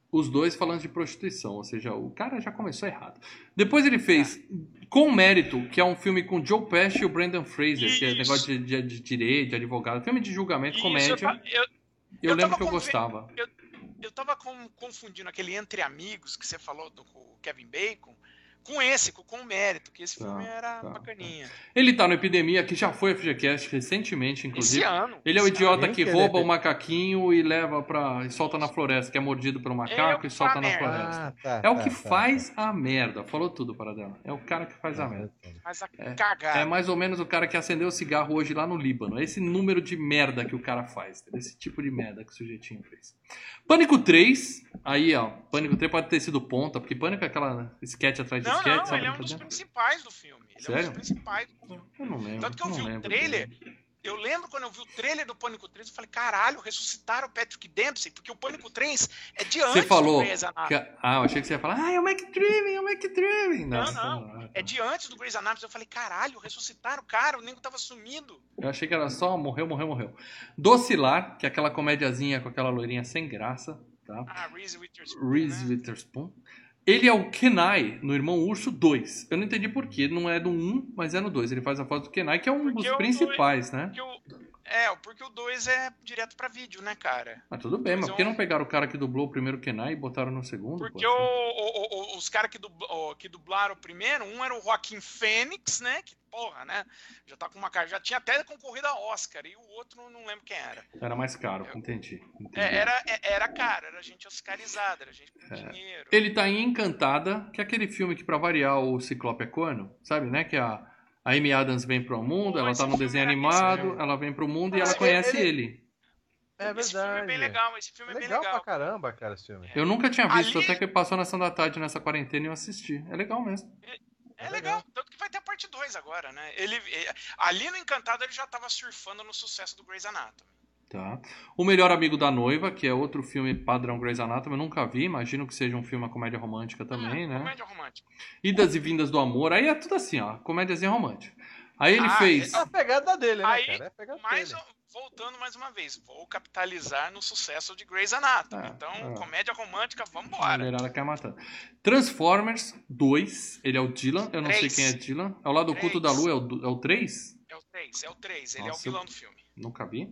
Os dois falando de prostituição, ou seja, o cara já começou errado. Depois ele fez Com Mérito, que é um filme com Joe Pesci e o Brendan Fraser, que é Isso. negócio de, de, de direito, de advogado. Filme de julgamento, Isso, comédia. eu, ta- eu, Eu, eu lembro tava que eu conven- gostava. eu tava com- confundindo aquele Entre Amigos que você falou do com o Kevin Bacon com esse, com Com Mérito, que esse Tá, filme era tá, bacaninha. Ele tá no Epidemia, que já foi a F G Cast recentemente, inclusive. Esse ano. Ele é o esse idiota ano. que Quem rouba que ele é? o macaquinho e leva pra. E solta na floresta, que é mordido pelo macaco É e solta uma na merda. floresta. Ah, tá, É o tá, que tá, faz a merda. Falou tudo, Paradela. É o cara que faz tá. a merda. Mas a É cagada. mais ou menos o cara que acendeu o cigarro hoje lá no Líbano. É esse número de merda que o cara faz. Entendeu? Esse tipo de merda que o sujeitinho fez. Pânico três. Aí, ó. Pânico três pode ter sido ponta, porque Pânico é aquela sketch atrás de Não, sketch. não, sabe? ele é um dos Brincadeira? principais do filme. Ele é um Sério? dos principais do filme. Eu não lembro. Tanto que eu não vi o lembro trailer, dele. eu lembro quando eu vi o trailer do Pânico três, eu falei, caralho, ressuscitaram o Patrick Dempsey, porque o Pânico três é de antes Você falou. do Grey's Anatomy. que- Ah, eu achei que você ia falar. Ah, é o McDreamy, é o McDreamy. Não, Não, não, tá. é de antes do Grey's Anatomy. Eu falei, caralho, ressuscitaram o cara, o nego tava sumido. Eu achei que era só morreu, morreu, morreu. Docilar, que é aquela comediazinha com aquela loirinha sem graça, tá? Ah, Reese Witherspoon, Reese né? Witherspoon. Ele é o Kenai no Irmão Urso dois. Eu não entendi porquê, não é do um, mas é no dois. Ele faz a voz do Kenai, que é um Porque dos o principais, né? Porque o, é, porque o dois é direto pra vídeo, né, cara? Mas tudo bem, Mas mas por que é um- não pegaram o cara que dublou o primeiro Kenai e botaram no segundo? Porque pô? o- o- o- os caras que, dubl- o- que dublaram o primeiro, um era o Joaquim Fênix, né? Que porra, né? Já tá com uma cara. Já tinha até concorrido a Oscar, e o outro não lembro quem era. Era mais caro, entendi. entendi. É, era, é- era caro, era gente oscarizada, era gente com É. dinheiro. Ele tá em Encantada, que é aquele filme que, pra variar, o Ciclope é corno, sabe, né? Que a, a Amy Adams vem pro mundo, Pô, ela esse tá no filme desenho era animado, esse, ela vem pro mundo e Ah, ela ele- conhece ele- ele. É Esse filme é verdade. bem legal, esse filme é, bem Legal legal. pra caramba, cara, esse filme. Eu nunca tinha visto, Ali- até que passou na Ação da Tarde nessa quarentena e eu assisti. É legal mesmo. É É legal, legal. tanto que vai ter a parte dois agora, né? Ele, é, ali no Encantado ele já tava surfando no sucesso do Grey's Anatomy. Tá. O Melhor Amigo da Noiva, que é outro filme padrão Grey's Anatomy, eu nunca vi, imagino que seja um filme, uma comédia romântica também, Hum, né? Comédia romântica. Idas e Vindas do Amor, aí é tudo assim, ó, comédiazinha romântica. Aí ele Ah, fez... É a pegada dele, né, Aí, cara? É a pegada mais, dele. voltando mais uma vez, vou capitalizar no sucesso de Grey's Anatomy. Ah, então, ah. comédia romântica, A vambora. mulherada cai matando. Transformers dois, ele é o Dylan, eu não Três. sei quem é Dylan. Ao lado oculto da Três. lua, é o, do- é o três? É o três, é o três, ele Nossa, é o vilão do filme. Nunca vi.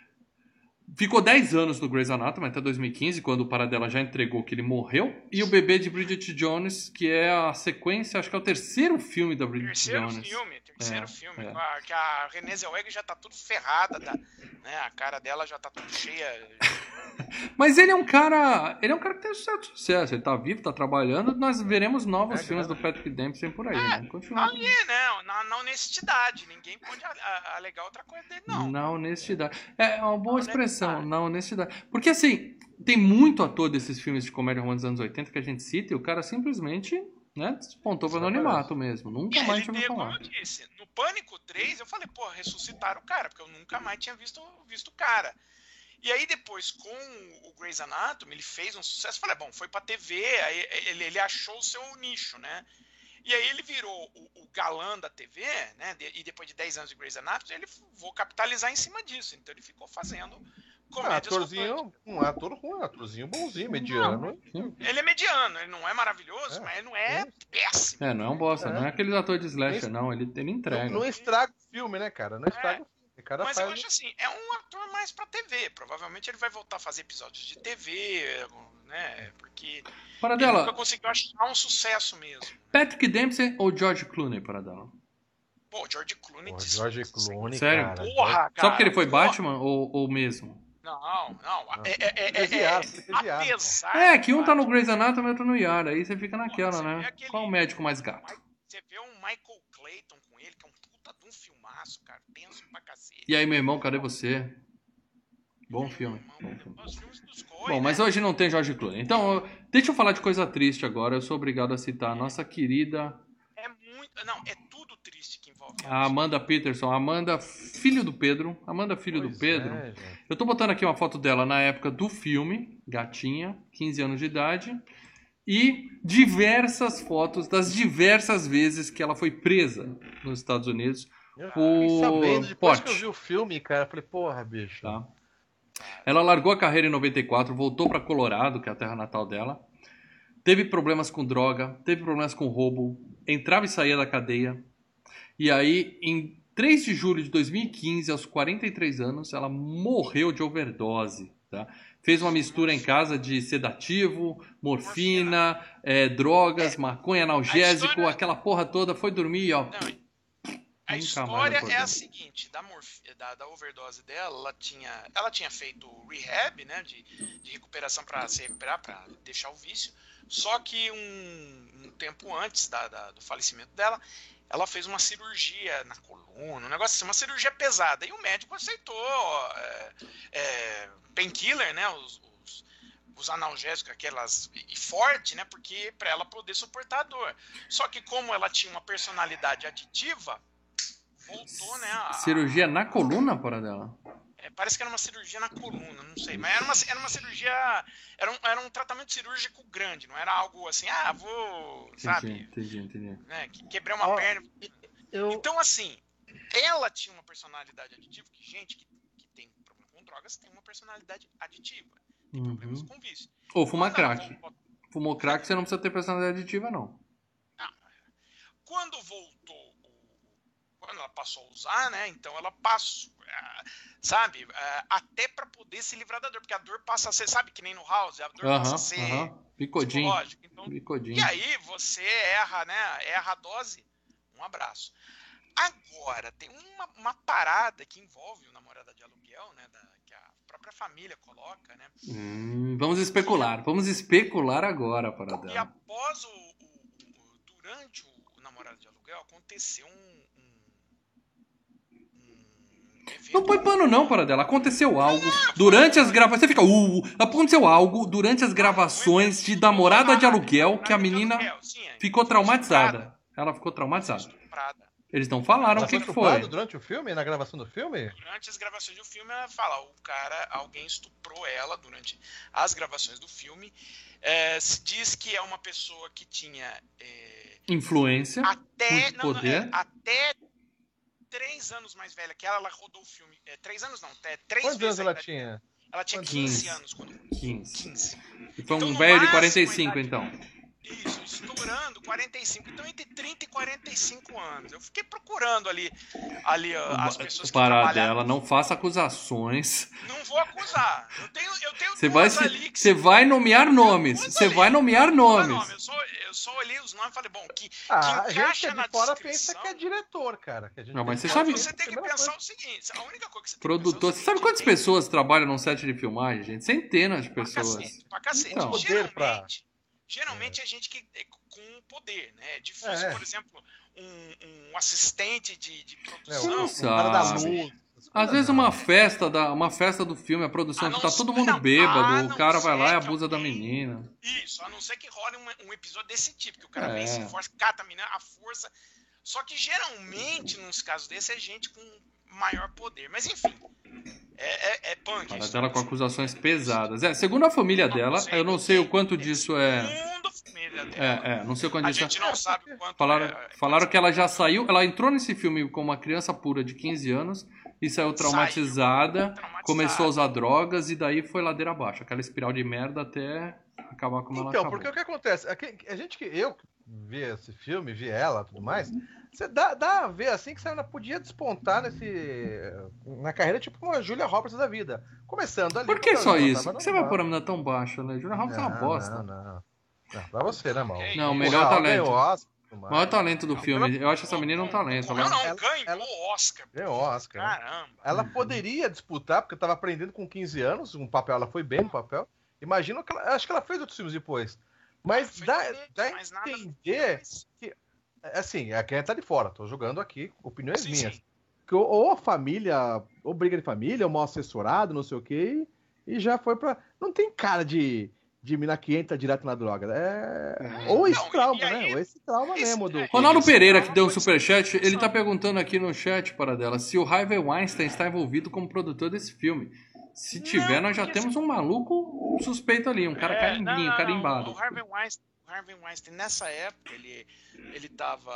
Ficou dez anos no Grey's Anatomy, até dois mil e quinze, quando o Paradela já entregou que ele morreu. E o Bebê de Bridget Jones, que é a sequência, acho que é o terceiro filme da Bridget Terceiro Jones. filme, terceiro É, filme. é. com a- que a Renée Zellweger já tá tudo ferrada, tá, né? A cara dela já tá tudo cheia. Mas ele é um cara. Ele é um cara que tem certo sucesso. Ele tá vivo, tá trabalhando. Nós veremos novos É, filmes cara. do Patrick Dempsey por aí, É, né? Continua. Ali, né? Na, na honestidade. Ninguém pode a- a- alegar outra coisa dele, não. Na honestidade. É uma boa Na expressão, honestidade. na honestidade. Porque assim, tem muito ator desses filmes de comédia romântica dos anos oitenta que a gente cita e o cara simplesmente, né, despontou pro Desaparece. anonimato mesmo. Nunca mais a gente Ele ouviu deu, falar. como eu disse, no Pânico três, eu falei, pô, ressuscitaram o cara, porque eu nunca mais tinha visto, visto o cara. E aí depois, com o Grey's Anatomy, ele fez um sucesso, falei, bom, foi pra T V, aí ele, ele achou o seu nicho, né? E aí ele virou o, o galã da T V, né? De- e depois de dez anos de Grey's Anatomy, ele vou capitalizar em cima disso. Então ele ficou fazendo Um comédias atorzinho, românticas. um ator ruim, um atorzinho bonzinho, mediano. Ele é mediano, ele não é maravilhoso, É, mas ele não é, é. péssimo. É, não é um bosta, É. não é aquele ator de slasher, Não- não. Ele, ele entrega. Não, não estraga o filme, né, cara? Não estraga o filme. O cara Mas faz. eu acho assim, é um ator mais pra T V. Provavelmente ele vai voltar a fazer episódios de T V, né? Porque ele nunca Paradela, conseguiu achar um sucesso mesmo. Patrick Dempsey ou George Clooney, Paradela? Pô, George Clooney Pô, diz- George Clooney, Sério? cara. Porra, cara. Só porque ele foi porra. Batman ou, ou mesmo? Não, não. Não. É, é, é, Ele fez é, Yara, ele fez Yara, apesar É, que um tá no Batman, Grey's Anatomy e outro no Yara. Aí você fica naquela, Você né? vê aquele- Qual o médico mais gato? Você vê um Michael Clayton com ele, que é um puta de um filmaço, cara. Tenso pra cacete. E aí, meu irmão, cadê você? Bom filme. Bom filme. Os filmes dos Coen, Bom, mas né? hoje não tem George Clooney. Então, ó, deixa eu falar de coisa triste agora. Eu sou obrigado a citar a nossa querida É muito. Não, é tudo triste que envolve. a Amanda Peterson. Amanda, filho do Pedro. Amanda, filho do Pois Pedro. é, gente. Eu tô botando aqui uma foto dela na época do filme, gatinha, quinze anos de idade. E diversas fotos das diversas vezes que ela foi presa nos Estados Unidos. Eu Por fiquei sabendo, depois que eu porte. vi o filme, cara, eu falei, porra, bicho. Tá? Ela largou a carreira em noventa e quatro, voltou para Colorado, que é a terra natal dela. Teve problemas com droga, teve problemas com roubo, entrava e saía da cadeia. E aí, em três de julho de dois mil e quinze, aos quarenta e três anos, ela morreu de overdose. Tá? Fez uma mistura em casa de sedativo, morfina, é, drogas, maconha, analgésico, história... aquela porra toda. Foi dormir, ó. Não, a história é a seguinte, da, morf... da, da overdose dela, ela tinha, ela tinha feito rehab, né, de, de recuperação para se recuperar, para deixar o vício. Só que um, um tempo antes da, da, do falecimento dela, ela fez uma cirurgia na coluna, um negócio assim, uma cirurgia pesada. E o médico aceitou é, é, painkiller, né, os, os, os analgésicos, aquelas, e forte, né, porque para ela poder suportar a dor. Só que como ela tinha uma personalidade aditiva, voltou, né? A, cirurgia na coluna, para dela? É, parece que era uma cirurgia na coluna, não sei. Mas era uma, era uma cirurgia. Era um, era um tratamento cirúrgico grande, não era algo assim, ah, vou. Entendi, sabe? Entendi, entendi. Né, quebrei uma Ó, perna. eu- Então, assim, ela tinha uma personalidade aditiva, que gente que, que tem problema com drogas tem uma personalidade aditiva. Tem Uhum. problemas com vício. Ou fuma Quando ela crack. voltou- Fumou crack, você não precisa ter personalidade aditiva, não. Quando voltou, o- quando ela passou a usar, né? Então ela passou, ah, sabe, ah, até pra poder se livrar da dor, porque a dor passa a ser, sabe, que nem no House, a dor passa Aham, a ser aham. Picodinho. psicológica. Então, Picodinho. e aí você erra, né? Erra a dose. Um abraço. Agora, tem uma, uma parada que envolve o namorado de aluguel, né? Da, que a própria família coloca, né? Hum, vamos especular. Vamos especular agora, para E dela. após o, o- o- durante o, o namorado de aluguel aconteceu um, um, um evento. Não põe pano não, para dela. Aconteceu algo durante as gravações. Você fica, uh, uh, aconteceu algo durante as gravações de namorada de aluguel que a menina Sim, é, ficou foi traumatizada. Ela ficou estuprada, traumatizada. foi estuprada. Eles não falaram Ela o que, foi que estuprada foi. durante o filme, na gravação do filme? Durante as gravações do filme, ela fala, o cara, alguém estuprou ela durante as gravações do filme. É, se diz que é uma pessoa que tinha é, Influência, até, muito não, não, poder. é, até três anos mais velha que ela, ela rodou o filme. É, três anos não, é, três Quantos vezes anos ela a idade tinha? dela. Ela tinha Quantos? quinze quinze. anos quando. quinze. quinze. E foi Então, um no velho de máximo, quarenta e a cinco, idade- então. Isso, estourando quarenta e cinco. Então, entre trinta e quarenta e cinco anos. Eu fiquei procurando ali, ali ó, as pessoas que Parar trabalharam. dela, não faça acusações. Não vou acusar. Eu tenho, eu tenho Você vai, duas se- ali que você vai nomear nomes. duas Você ali. vai nomear Não é nomes. nome, Eu só, eu só olhei os nomes e falei, bom, que, Ah, que a gente que encaixa é na de fora descrição. pensa que é diretor, cara. Que a gente Não, mas tem você que- sabe- Você tem que Primeira pensar coisa. o seguinte, a única coisa que você tem Produtor. que Você pensar é o sabe seguinte, quantas tem pessoas trabalham num set de filmagem, gente? Centenas de pra pessoas. cacete, pra cacete. Então. Poder pra- Geralmente, geralmente é gente que é com poder, né? É difícil, É. por exemplo, um, um assistente de, de É, produção. o, o cara da sabe. luz. essas Às coisas vezes não. uma festa, da, uma festa do filme, a produção A que não tá ser- todo mundo não, bêbado, a o não cara vai lá e ser que abusa da alguém- menina. Isso, a não ser que role um, um episódio desse tipo, que o cara É. vem, se força, cata a menina, a força. Só que geralmente, nos casos desses, é gente com maior poder. Mas enfim, é, é, é punk. Para isso, dela né? com acusações pesadas. É, segundo a família dela, eu não sei o quanto disso é. Segundo a família dela. É, é, não sei o quanto A disso é. gente não sabe o quanto Falaram, é, falaram que ela já saiu, ela entrou nesse filme como uma criança pura de quinze anos e saiu traumatizada, traumatizada. começou a usar drogas e daí foi ladeira abaixo, aquela espiral de merda até acabar como ela Então, acabou. porque o que acontece? A, que- a gente que. Eu que vi esse filme, vi ela e tudo mais. Você dá, dá a ver assim que ela podia despontar nesse. Na carreira, tipo uma Julia Roberts da vida. Começando ali. Por que quando só ela isso? tava Por que você vai normal. pôr a menina tão baixa, né? Julia Roberts é uma Não, bosta. Não, não. Não, pra você, né, irmão? Ok. Não, Pô, melhor ela talento. ganhou Oscar, tudo O mais. maior talento do filme. Eu acho essa Pô, menina um pô, talento. pô, Ela- Não, não, Ela- ganhou ela- o Oscar. Ganhou Oscar. né? Caramba. Ela Uhum. poderia disputar, porque estava aprendendo com quinze anos, um papel, ela foi bem no papel. Imagina que ela, acho que ela fez outros filmes depois. Mas Foi dá, talento, dá mas a nada- entender, mas- assim, é quem tá de fora, tô jogando aqui, opiniões Sim, minhas. sim. Que ou, ou a família, ou briga de família, ou mal assessorado, não sei o quê, e, e já foi pra. Não tem cara de, de mina que entra direto na droga. É... Ou esse Não, e- trauma, e aí- né? Ou esse trauma esse- mesmo do. é, Ronaldo Isso, Pereira, é que uma deu um coisa superchat, que- ele tá perguntando aqui no chat para dela se o Harvey Weinstein está envolvido como produtor desse filme. Se tiver, Não, nós já porque temos um maluco suspeito ali, um cara É, carimbinho, não, não, carimbado. não. O Harvey Weinstein, Harvey Weinstein, nessa época, ele ele estava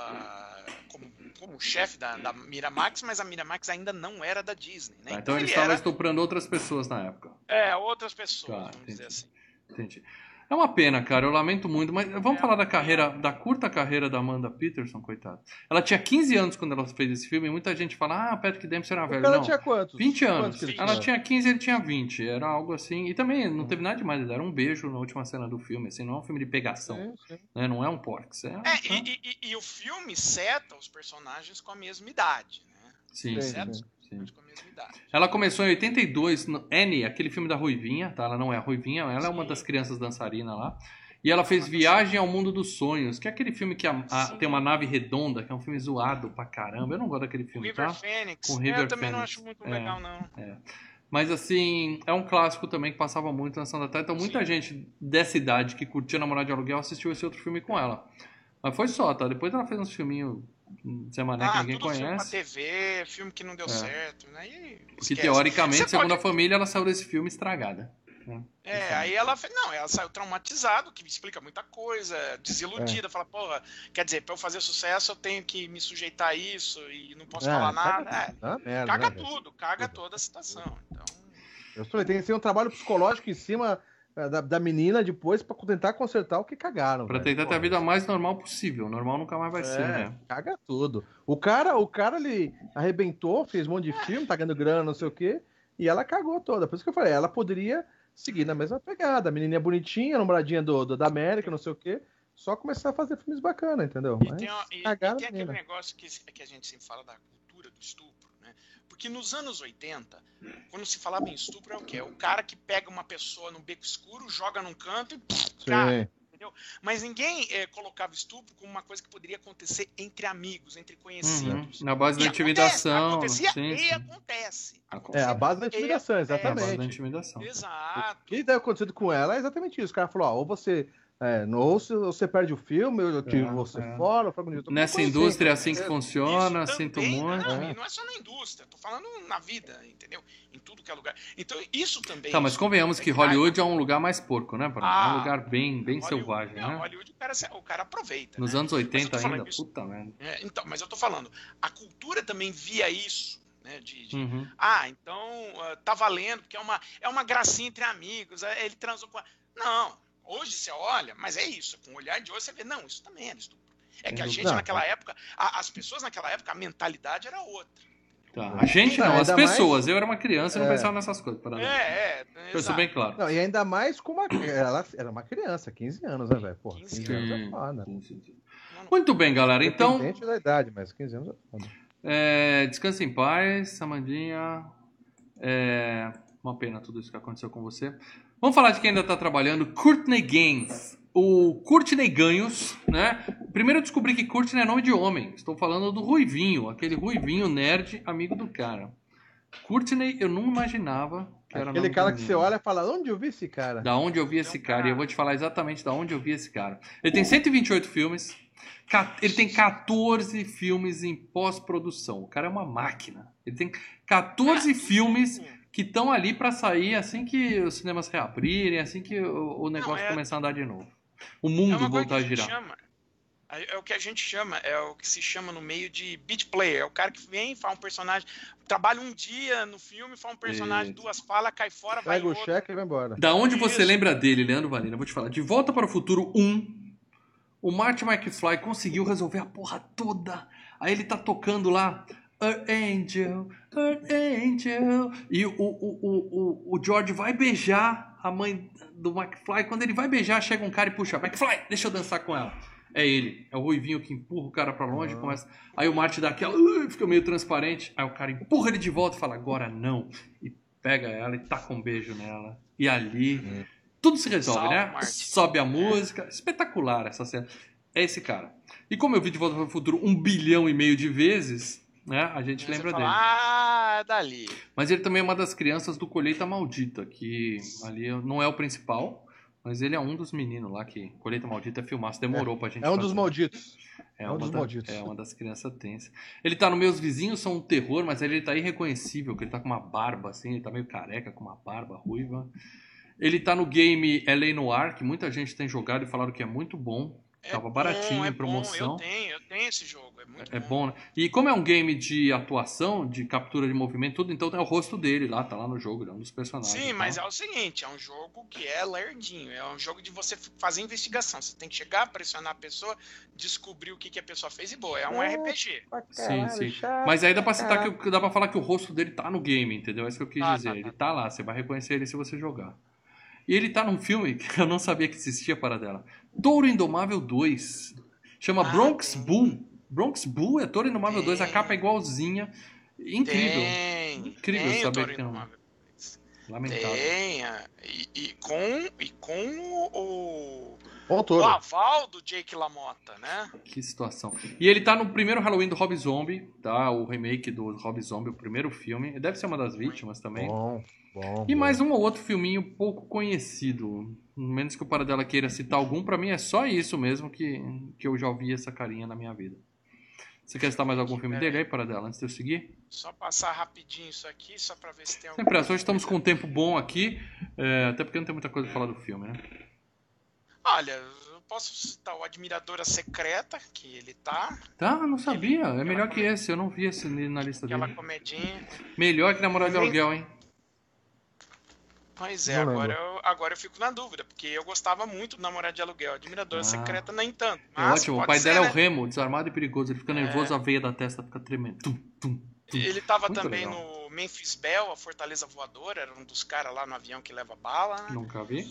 como, como chefe da, da Miramax, mas a Miramax ainda não era da Disney, né? Ah, então ele ele estava era, estuprando outras pessoas na época. é, outras pessoas, Tá, vamos entendi. dizer assim. Entendi. É uma pena, cara, eu lamento muito, mas vamos É, falar da é. carreira, da curta carreira da Amanda Peterson, coitada. Ela tinha quinze anos quando ela fez esse filme, e muita gente fala, ah, Patrick Dempsey era O velho. cara Não, tinha quantos? vinte Quantos anos. que ele Ela tinha? tinha quinze e ele tinha vinte, era algo assim. E também não teve nada demais, eles deram um beijo na última cena do filme, assim, não é um filme de pegação, Sim, sim. né? Não é um porcs. É, É, né? e, e- e- e o filme seta os personagens com a mesma idade, né? Sim, Sim, sim, Seta os sim. personagens com a mesma idade. Ela começou em oitenta e dois, no Annie, aquele filme da Ruivinha, tá? Ela não é a Ruivinha, ela é uma Sim. das crianças dançarinas lá. E ela fez Viagem ao Mundo dos Sonhos, que é aquele filme que a- a- Sim. tem uma nave redonda, que é um filme zoado pra caramba. Eu não gosto daquele O filme, River tá? Phoenix, Com é, River eu também não Phoenix. acho muito É. legal, não. Mas assim, é um clássico também que passava muito na Sessão da Tarde. Então muita Sim. gente dessa idade que curtia Namorado de Aluguel assistiu esse outro filme com ela. Mas foi só, tá? Depois ela fez uns filminhos Zé Mané que Ah, ninguém tudo filme pra conhece. T V, filme que não deu É. certo, né? E Porque esquece. teoricamente, Você segundo pode- a família, ela saiu desse filme estragada. né? É, aí ela fez. Não, ela saiu traumatizada, que explica muita coisa, desiludida, fala, porra, quer dizer, pra eu fazer sucesso eu tenho que me sujeitar a isso e não posso É, falar caga nada. É, tudo, tá uma merda, caga né, velho? tudo, caga toda a situação. Então. Eu falei, tem que ser um trabalho psicológico em cima eh, da, da menina depois pra tentar consertar o que cagaram. Pra velho. tentar ter a Porra, vida mais normal possível. Normal nunca mais vai ser, É, né? caga tudo. O cara, o cara, ele arrebentou, fez um monte de filme, tá ganhando grana, não sei o quê, e ela cagou toda. Por isso que eu falei, ela poderia seguir na mesma pegada. A menininha bonitinha, namoradinha do, do- da América, não sei o quê, só começar a fazer filmes bacanas, entendeu? E Mas tem, uma- e- e cagaram tem a aquele menina. negócio que, que a gente sempre fala da cultura do estupro, né? Porque nos anos oitenta, quando se falava em estupro, é o quê? É o cara que pega uma pessoa no beco escuro, joga num canto e pff, cara, Sim. entendeu? Mas ninguém eh, colocava estupro como uma coisa que poderia acontecer entre amigos, entre conhecidos. Uhum. Na base E da intimidação. Acontece, acontecia sim, e sim. acontece. É, a base da E intimidação, acontece. Na base da exatamente. intimidação. Exato. O que deve acontecer com ela é exatamente isso. O cara falou, ó, ou você, é, não- ou se você perde o filme, eu tiro É, você é. fora, eu falo com Nessa assim. indústria é assim que É, funciona, Isso sinto também- muito. Não, É. e não é só na indústria, tô falando na vida, entendeu? Em tudo que é lugar. Então, isso também. Tá, mas isso convenhamos é que grave. Hollywood é um lugar mais porco, né, Bruno? É um Ah, lugar bem, bem Hollywood- selvagem, não, né? Hollywood o cara, se- o cara aproveita. Nos né? anos Mas eu oitenta tô falando ainda, isso- puta merda. É, então, mas eu tô falando, a cultura também via isso, né? De, de, Uhum. ah, então ah, tá valendo, porque é uma, é uma gracinha entre amigos, é, ele transou com a... Não, hoje você olha, mas é isso, com o olhar de hoje você vê, não, isso também era estupro. É que a Não, gente não. naquela época, a- as pessoas naquela época, a mentalidade era outra. Tá. A gente Não, não, as ainda mais- pessoas. Eu era uma criança e não É. pensava nessas coisas. Para É, é, Isso exato. bem claro. Não, e ainda mais com uma. Ela era uma criança, quinze anos, né, velho? Porra, quinze quinze anos é Sim, foda. sim, sim, sim. Muito bem, galera. Então, Independente da idade, mas quinze anos é foda. é, descanse em paz, Samandinha. É, uma pena tudo isso que aconteceu com você. Vamos falar de quem ainda tá trabalhando. Courtney Gaines. O Courtney Ganhos, né? Primeiro eu descobri que Courtney é nome de homem. Estou falando do Ruivinho, aquele Ruivinho nerd, amigo do cara. Courtney, eu não imaginava que era Aquele nome cara de que menino. você olha e fala, onde eu vi esse cara? Da onde eu vi esse cara, e eu vou te falar exatamente da onde eu vi esse cara. Ele tem cento e vinte e oito filmes, ca- ele tem catorze filmes em pós-produção. O cara é uma máquina. Ele tem catorze filmes que estão ali pra sair assim que os cinemas reabrirem, assim que o, o negócio é- começar a andar de novo. O É mundo uma coisa que voltar a a gente girar. chama, é o que a gente chama, é o que se chama no meio de beat player. É o cara que vem, faz um personagem, trabalha um dia no filme, faz um personagem, Isso. duas falas, cai fora, vai Pega o outro. cheque e vai embora. Da onde você Isso. lembra dele, Leandro Valina? Eu vou te falar. De Volta para o Futuro um, o Marty McFly conseguiu resolver a porra toda. Aí ele tá tocando lá Earth Angel, Earth Angel. E o, o, o, o, o George vai beijar a mãe do McFly. Quando ele vai beijar, chega um cara e puxa, McFly, deixa eu dançar com ela. É ele, é o Ruivinho que empurra o cara pra longe. Ah. Começa... Aí o Marty dá aquela, uh, fica meio transparente. Aí o cara empurra ele de volta e fala, agora não. E pega ela e taca um beijo nela. E ali, Hum. tudo se resolve, Salve, né? Marty. Sobe a música. Espetacular essa cena. É esse cara. E como eu vi de Volta para o Futuro um bilhão e meio de vezes, né? A gente Aí você lembra fala, dele. Ah, é dali. Mas ele também é uma das crianças do Colheita Maldita, que ali não é o principal, mas ele é um dos meninos lá que Colheita Maldita é filmaço. Demorou pra gente É um dos fazer. malditos. É, É um uma dos da- malditos. É uma das crianças tensas. Ele tá no Meus Vizinhos São um Terror, mas ele tá irreconhecível, que ele tá com uma barba assim, ele tá meio careca, com uma barba ruiva. Ele tá no game L A Noire, que muita gente tem jogado e falaram que é muito bom. É Tava bom, baratinho, é em promoção. Bom. Eu tenho, eu tenho esse jogo. É muito É bom. bom, né? E como é um game de atuação, de captura de movimento, tudo, então tem o rosto dele lá, tá lá no jogo, ele é um dos personagens. Sim, tá? mas é o seguinte, é um jogo que é lerdinho, é um jogo de você fazer investigação. Você tem que chegar, pressionar a pessoa, descobrir o que, que a pessoa fez e boa. É um R P G. Sim, sim. Mas aí dá pra citar que dá pra falar que o rosto dele tá no game, entendeu? É isso que eu quis Tá, dizer. tá, Ele tá. tá lá, você vai reconhecer ele se você jogar. E ele tá num filme que eu não sabia que existia para dela. Touro Indomável dois. Chama Ah, Bronx tem. Bull. Bronx Bull é Touro Indomável Tem. dois, a capa é igualzinha. Incrível. Tem. Incrível tem o saber Toro que tem um. Indomável. Lamentável. Tem. ah, E, e com, e com o, Bom o touro. aval do Jake LaMotta, né? Que situação. E ele tá no primeiro Halloween do Rob Zombie, tá? O remake do Rob Zombie, o primeiro filme. Deve ser uma das vítimas também. Bom, bom. E bom. mais um ou outro filminho pouco conhecido. Menos que o Paradela queira citar algum, pra mim é só isso mesmo que, que eu já ouvi essa carinha na minha vida. Você quer citar mais algum filme dele aí, Paradela, antes de eu seguir? Só passar rapidinho isso aqui, só pra ver se tem alguma Sem pressa, coisa. hoje estamos com um tempo bom aqui, é, até porque não tem muita coisa pra falar do filme, né? Olha, eu posso citar o Admiradora Secreta, que ele tá. Tá, não sabia. É Aquela melhor que comédia. esse, eu não vi esse na lista Aquela dele. comedinha. Melhor que Namorado de Aluguel, hein? Pois é, Não agora lembro. eu, agora eu fico na dúvida, porque eu gostava muito do Namorado de Aluguel. Admiradora Ah. Secreta, nem tanto. É Mas ótimo, o pode pai ser, dela é né? o Remo, desarmado e perigoso. Ele fica nervoso, a veia da testa fica tremendo. Tum, tum, tum. Ele tava Muito também legal. no Memphis Belle, a Fortaleza Voadora, era um dos caras lá no avião que leva bala, né? Nunca vi.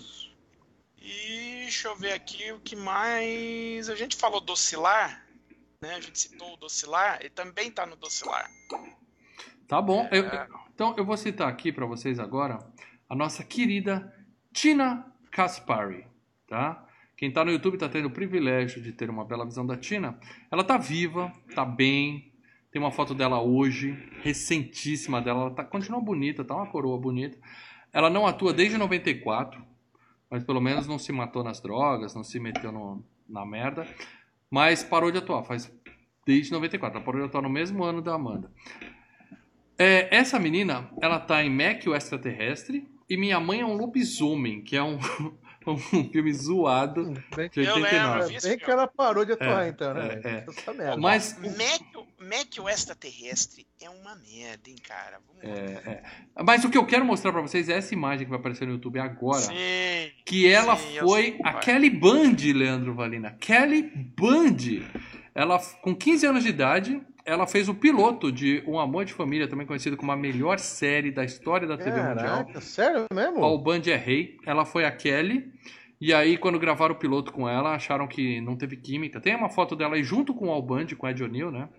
E deixa eu ver aqui o que mais. A gente falou Docilar, né? A gente citou o Docilar, ele também tá no Docilar. Tá bom. Eu- eu- então eu vou citar aqui pra vocês agora a nossa querida Tina Kaspari, tá? Quem tá no YouTube tá tendo o privilégio de ter uma bela visão da Tina. Ela tá viva, tá bem. Tem uma foto dela hoje, recentíssima dela. Ela tá, continua bonita, tá uma coroa bonita. Ela não atua desde noventa e quatro, mas pelo menos não se matou nas drogas, não se meteu no- na merda. Mas parou de atuar, faz desde noventa e quatro. Ela parou de atuar no mesmo ano da Amanda. É, essa menina, ela tá em Mac, o Extraterrestre, e Minha Mãe é um Lobisomem, que é um, um filme zoado Bem, de Eu lembro, oitenta e nove. vi esse bem que filme. ela parou de atuar, É, então, né? é, é. Essa merda. Mas Mac, Mac o Extraterrestre é uma merda, hein, cara? Vamos lá. É, é. Mas o que eu quero mostrar pra vocês é essa imagem que vai aparecer no YouTube agora. Sim. Que ela Sim, eu foi sei, a vai. Kelly Bundy, Leandro Valina. Kelly Bundy. Ela, com quinze anos de idade, ela fez o piloto de Um Amor de Família, também conhecido como a melhor série da história da T V Mundial. Caraca, sério mesmo? Paul Bundy é rei. Ela foi a Kelly. E aí, quando gravaram o piloto com ela, acharam que não teve química. Tem uma foto dela aí junto com o Al Bundy, com a Ed O'Neill, né?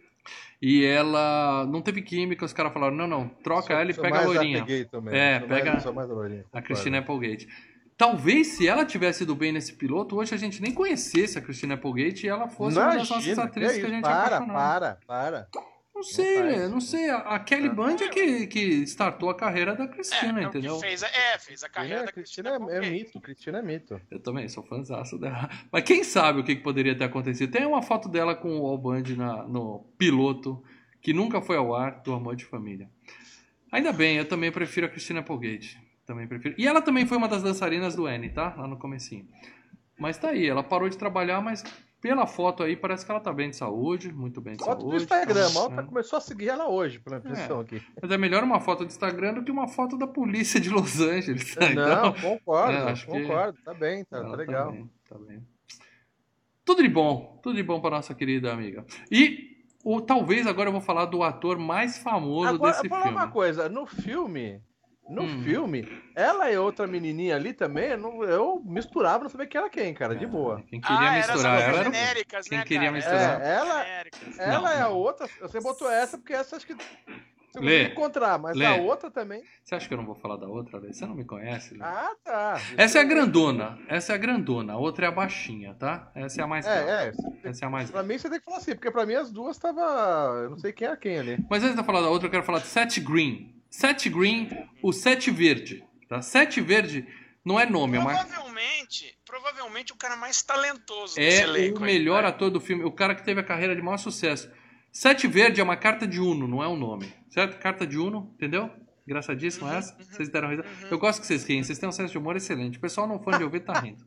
E ela não teve química, os caras falaram, não, não, troca Sou- ela e sou pega a mais loirinha. Applegate também. É, Sou pega mais- sou mais loirinha, a concordo. Christina Applegate. Talvez se ela tivesse ido bem nesse piloto, hoje a gente nem conhecesse a Christina Applegate e ela fosse uma das nossas Imagina, atrizes que que a isso? gente é para, apaixonado. para, para. Não sei, Não né? faz. Não sei. A a Kelly Bundy é que, que startou a carreira da Cristina, É, é o entendeu? que fez, a- é, fez a carreira Cristina, da Cristina Cristina é, é Applegate. mito, Cristina é mito. Eu também sou fãzaço dela. Mas quem sabe o que, que poderia ter acontecido? Tem uma foto dela com o Al Bundy na, no piloto, que nunca foi ao ar, do Amor de Família. Ainda bem, eu também prefiro a Christina Applegate. Também prefiro. E ela também foi uma das dançarinas do Annie, tá? Lá no comecinho. Mas tá aí, ela parou de trabalhar, mas pela foto aí parece que ela tá bem de saúde, muito bem de Foto saúde. do Instagram, tá, a Malta né? começou a seguir ela hoje, pela impressão aqui. Mas é melhor uma foto do Instagram do que uma foto da polícia de Los Angeles, tá? Não, Então, concordo, é, acho que- concordo, tá bem, tá, ela tá legal. Tá bem, tá bem. Tudo de bom, tudo de bom pra nossa querida amiga. E o, talvez agora eu vou falar do ator mais famoso Agora, desse vou falar filme. uma coisa, no filme, no Hum. filme, ela e outra menininha ali também, eu, não- eu misturava, não sabia quem era quem, cara, de boa. Quem queria Ah, misturar eram ela as era o- genéricas, quem né, queria cara? misturar. É, ela, Genéricas. ela Não, é a não. outra, você botou essa porque essa acho que você Lê. conseguiu encontrar, mas Lê. a outra também. Você acha que eu não vou falar da outra, Lê? Você não me conhece, Lê? Ah, tá. Essa é a grandona, essa é a grandona, a outra é a baixinha, tá? Essa é a mais grande. É, é. Essa é a mais Pra mim você tem que falar assim, porque pra mim as duas tava. Eu não sei quem era quem ali. Mas antes de eu falar da outra, eu quero falar de Seth Green. Seth Green, o Seth Verde. Tá? Seth Verde não é nome, é uma... Provavelmente, provavelmente o cara mais talentoso desse é elenco o aí, melhor né? ator do filme, o cara que teve a carreira de maior sucesso. Sete Verde é uma carta de Uno, não é um nome. Certo? Carta de Uno, entendeu? Engraçadíssima Uhum, essa? uhum, Vocês deram risada? uhum. Eu gosto que vocês riem, vocês têm um senso de humor excelente. O pessoal não fã de ouvir tá rindo.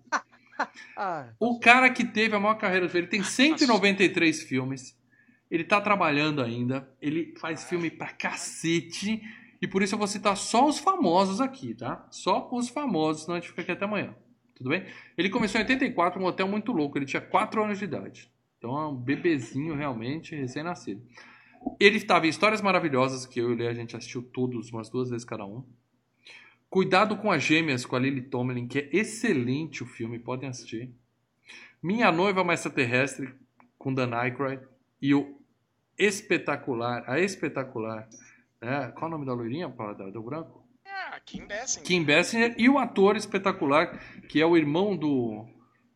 Ah, O cara que teve a maior carreira dele tem cento e noventa e três filmes. Ele tá trabalhando ainda. Ele faz filme pra cacete. E por isso eu vou citar só os famosos aqui, tá? Só os famosos, senão a gente fica aqui até amanhã. Tudo bem? Ele começou em oitenta e quatro, um hotel muito louco. Ele tinha quatro anos de idade. Então é um bebezinho realmente recém-nascido. Ele estava em Histórias Maravilhosas, que eu e o Lê, a gente assistiu todos, umas duas vezes cada um. Cuidado com as Gêmeas, com a Lily Tomlin, que é excelente o filme, podem assistir. Minha Noiva Uma Extraterrestre, com Dan Aykroyd. E o espetacular, a espetacular, né? Qual é o nome da loirinha, Paladar? Do branco? Ah, Kim Basinger. Kim Basinger. E o ator espetacular, que é o irmão do...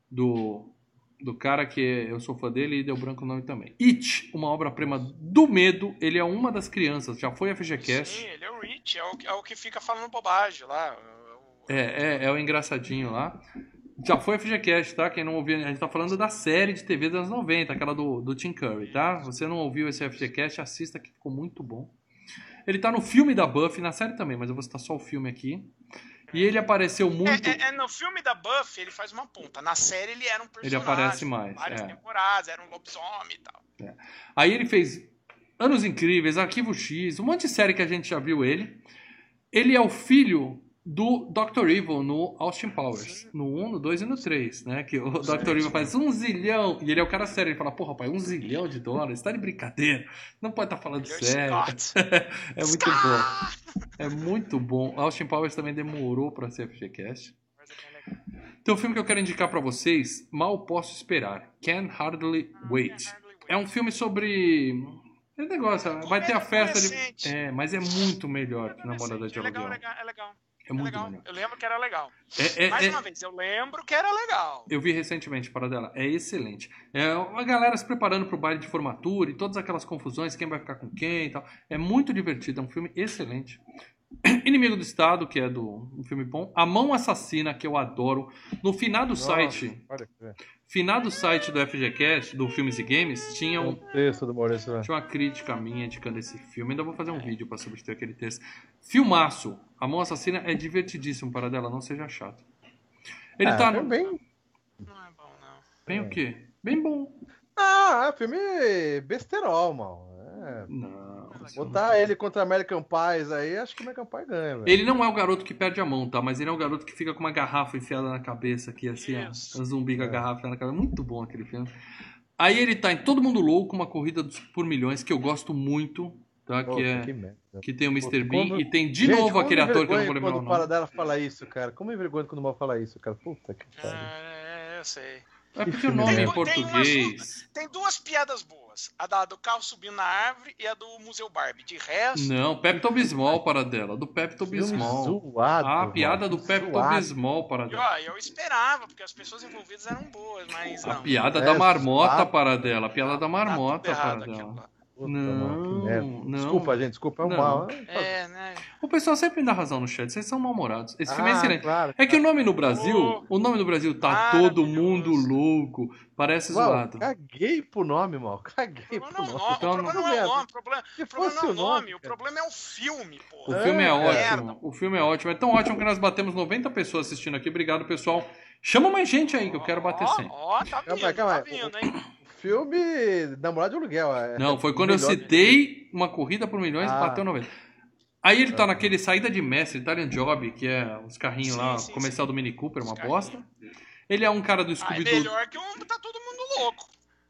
do do cara que eu sou fã dele e deu branco o nome também. It, uma obra-prima do medo. Ele é uma das crianças, já foi F G Cast. Sim, ele é o Rich, é o, é o que fica falando bobagem lá. É, é, é o engraçadinho lá. Já foi F G Cast, tá? Quem não ouviu, a gente tá falando da série de T V dos anos noventa, aquela do, do Tim Curry, tá? Você não ouviu esse F G Cast, assista que ficou muito bom. Ele tá no filme da Buffy, na série também, mas eu vou citar só o filme aqui. E ele apareceu muito... É, é, é, no filme da Buffy ele faz uma ponta. Na série ele era um personagem. Ele aparece mais, Várias é. temporadas, era um lobisomem e tal. É. Aí ele fez Anos Incríveis, Arquivo X, um monte de série que a gente já viu ele. Ele é o filho do doutor Evil no Austin Powers. Sim. No um, no dois e no três, né? Que o doutor Evil faz um zilhão. E ele é o cara sério. Ele fala, porra, pai, um zilhão de dólares? Você tá de brincadeira. Não pode estar tá falando Ele é o sério. Scott. É muito bom. É muito bom. Austin Powers também demorou pra ser F G Cast. Então, o filme que eu quero indicar pra vocês, Mal Posso Esperar. Can Hardly Wait. É um filme sobre... É negócio, vai ter a festa de... É, mas é muito melhor que Namorada de É legal, Aluguel. legal, é legal. É muito legal. melhor. Eu lembro que era legal. É, é, Mais é... uma vez, eu lembro que era legal. Eu vi recentemente para dela. É excelente. É uma galera se preparando para o baile de formatura e todas aquelas confusões, quem vai ficar com quem e tal. É muito divertido, é um filme excelente. Inimigo do Estado, que é do um filme bom. A Mão Assassina, que eu adoro. No finado Nossa, site, olha que ver. finado site do F G Cast, do Filmes e Games, tinha um, texto do Maurício, né? tinha uma crítica minha indicando esse filme. Ainda vou fazer um vídeo para substituir aquele texto. Filmaço. A Mão Assassina é divertidíssimo para dela, não seja chato. Ele Ah, tá é no... bem... Não é bom, não. Bem o quê? Bem bom. Ah, é filme besterol, mano. É. Não. Botar ele contra American Pies aí, acho que American Pie ganha, velho. Ele não é o garoto que perde a mão, tá? Mas ele é o garoto que fica com uma garrafa enfiada na cabeça aqui, assim, Isso. ó. Um zumbi com a garrafa enfiada na cabeça. Muito bom aquele filme. Aí ele tá em Todo Mundo Louco, uma corrida dos- por milhões, que eu gosto muito, tá? Pô, Que é... que merda. Que tem o mister Pô, Bean como- e tem de Gente, novo como aquele me ator que eu não envergonha vou lembrar o quando o nome. Paradela fala isso, cara. Como me envergonha quando o mal fala isso, cara. Puta que pariu. É, eu sei. É porque o filme nome é em merda. Tem português. Tem duas piadas boas. A da, do carro subindo na árvore e a do Museu Barbie. De resto... Não, Pepto Bismol para dela, do Pepto Filme Bismol. zoado, Ah, a mano. piada do Pepto Zoado. Bismol para E, dela. ó, eu esperava, porque as pessoas envolvidas eram boas, mas A não. piada É, da marmota zoado. para dela, a piada da Tá marmota tudo errado para aquilo dela. lá. Puta, Não, mano, que merda. não. Desculpa, gente, desculpa, é um Não. mal. É, né? O pessoal sempre dá razão no chat, vocês são mal-humorados. Esse filme é Ah, excelente. claro. É que o nome no Brasil, o nome no Brasil tá Todo Mundo Maravilhoso. Louco, parece Uau, zoado. caguei pro nome, mal. O Caguei problema pro não, é o nome. nome, Então, o problema não é o nome, o problema, Se o problema não é o fosse o nome, nome, o cara. problema é o filme, pô. O filme é É, ótimo, merda. o filme é ótimo. É tão ótimo que nós batemos noventa pessoas assistindo aqui. Obrigado, pessoal. Chama mais gente aí que eu quero bater Ó, cem. Ó, tá Calma vindo, aí, calma tá aí. vindo, hein? Filme Namorado de Aluguel. É Não, foi quando eu melhor- citei uma corrida por milhões e Ah. bateu noventa. Aí ele tá Ah. naquele Saída de Mestre, Italian Job, que é os carrinhos Sim, lá, sim, comercial do Mini Cooper, uma Os bosta. Ele é um cara do Ah, é Scooby-Doo. melhor que um Tá Todo Mundo Louco.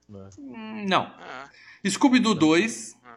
Hum, Não. Ah, Scooby-Doo dois. ah.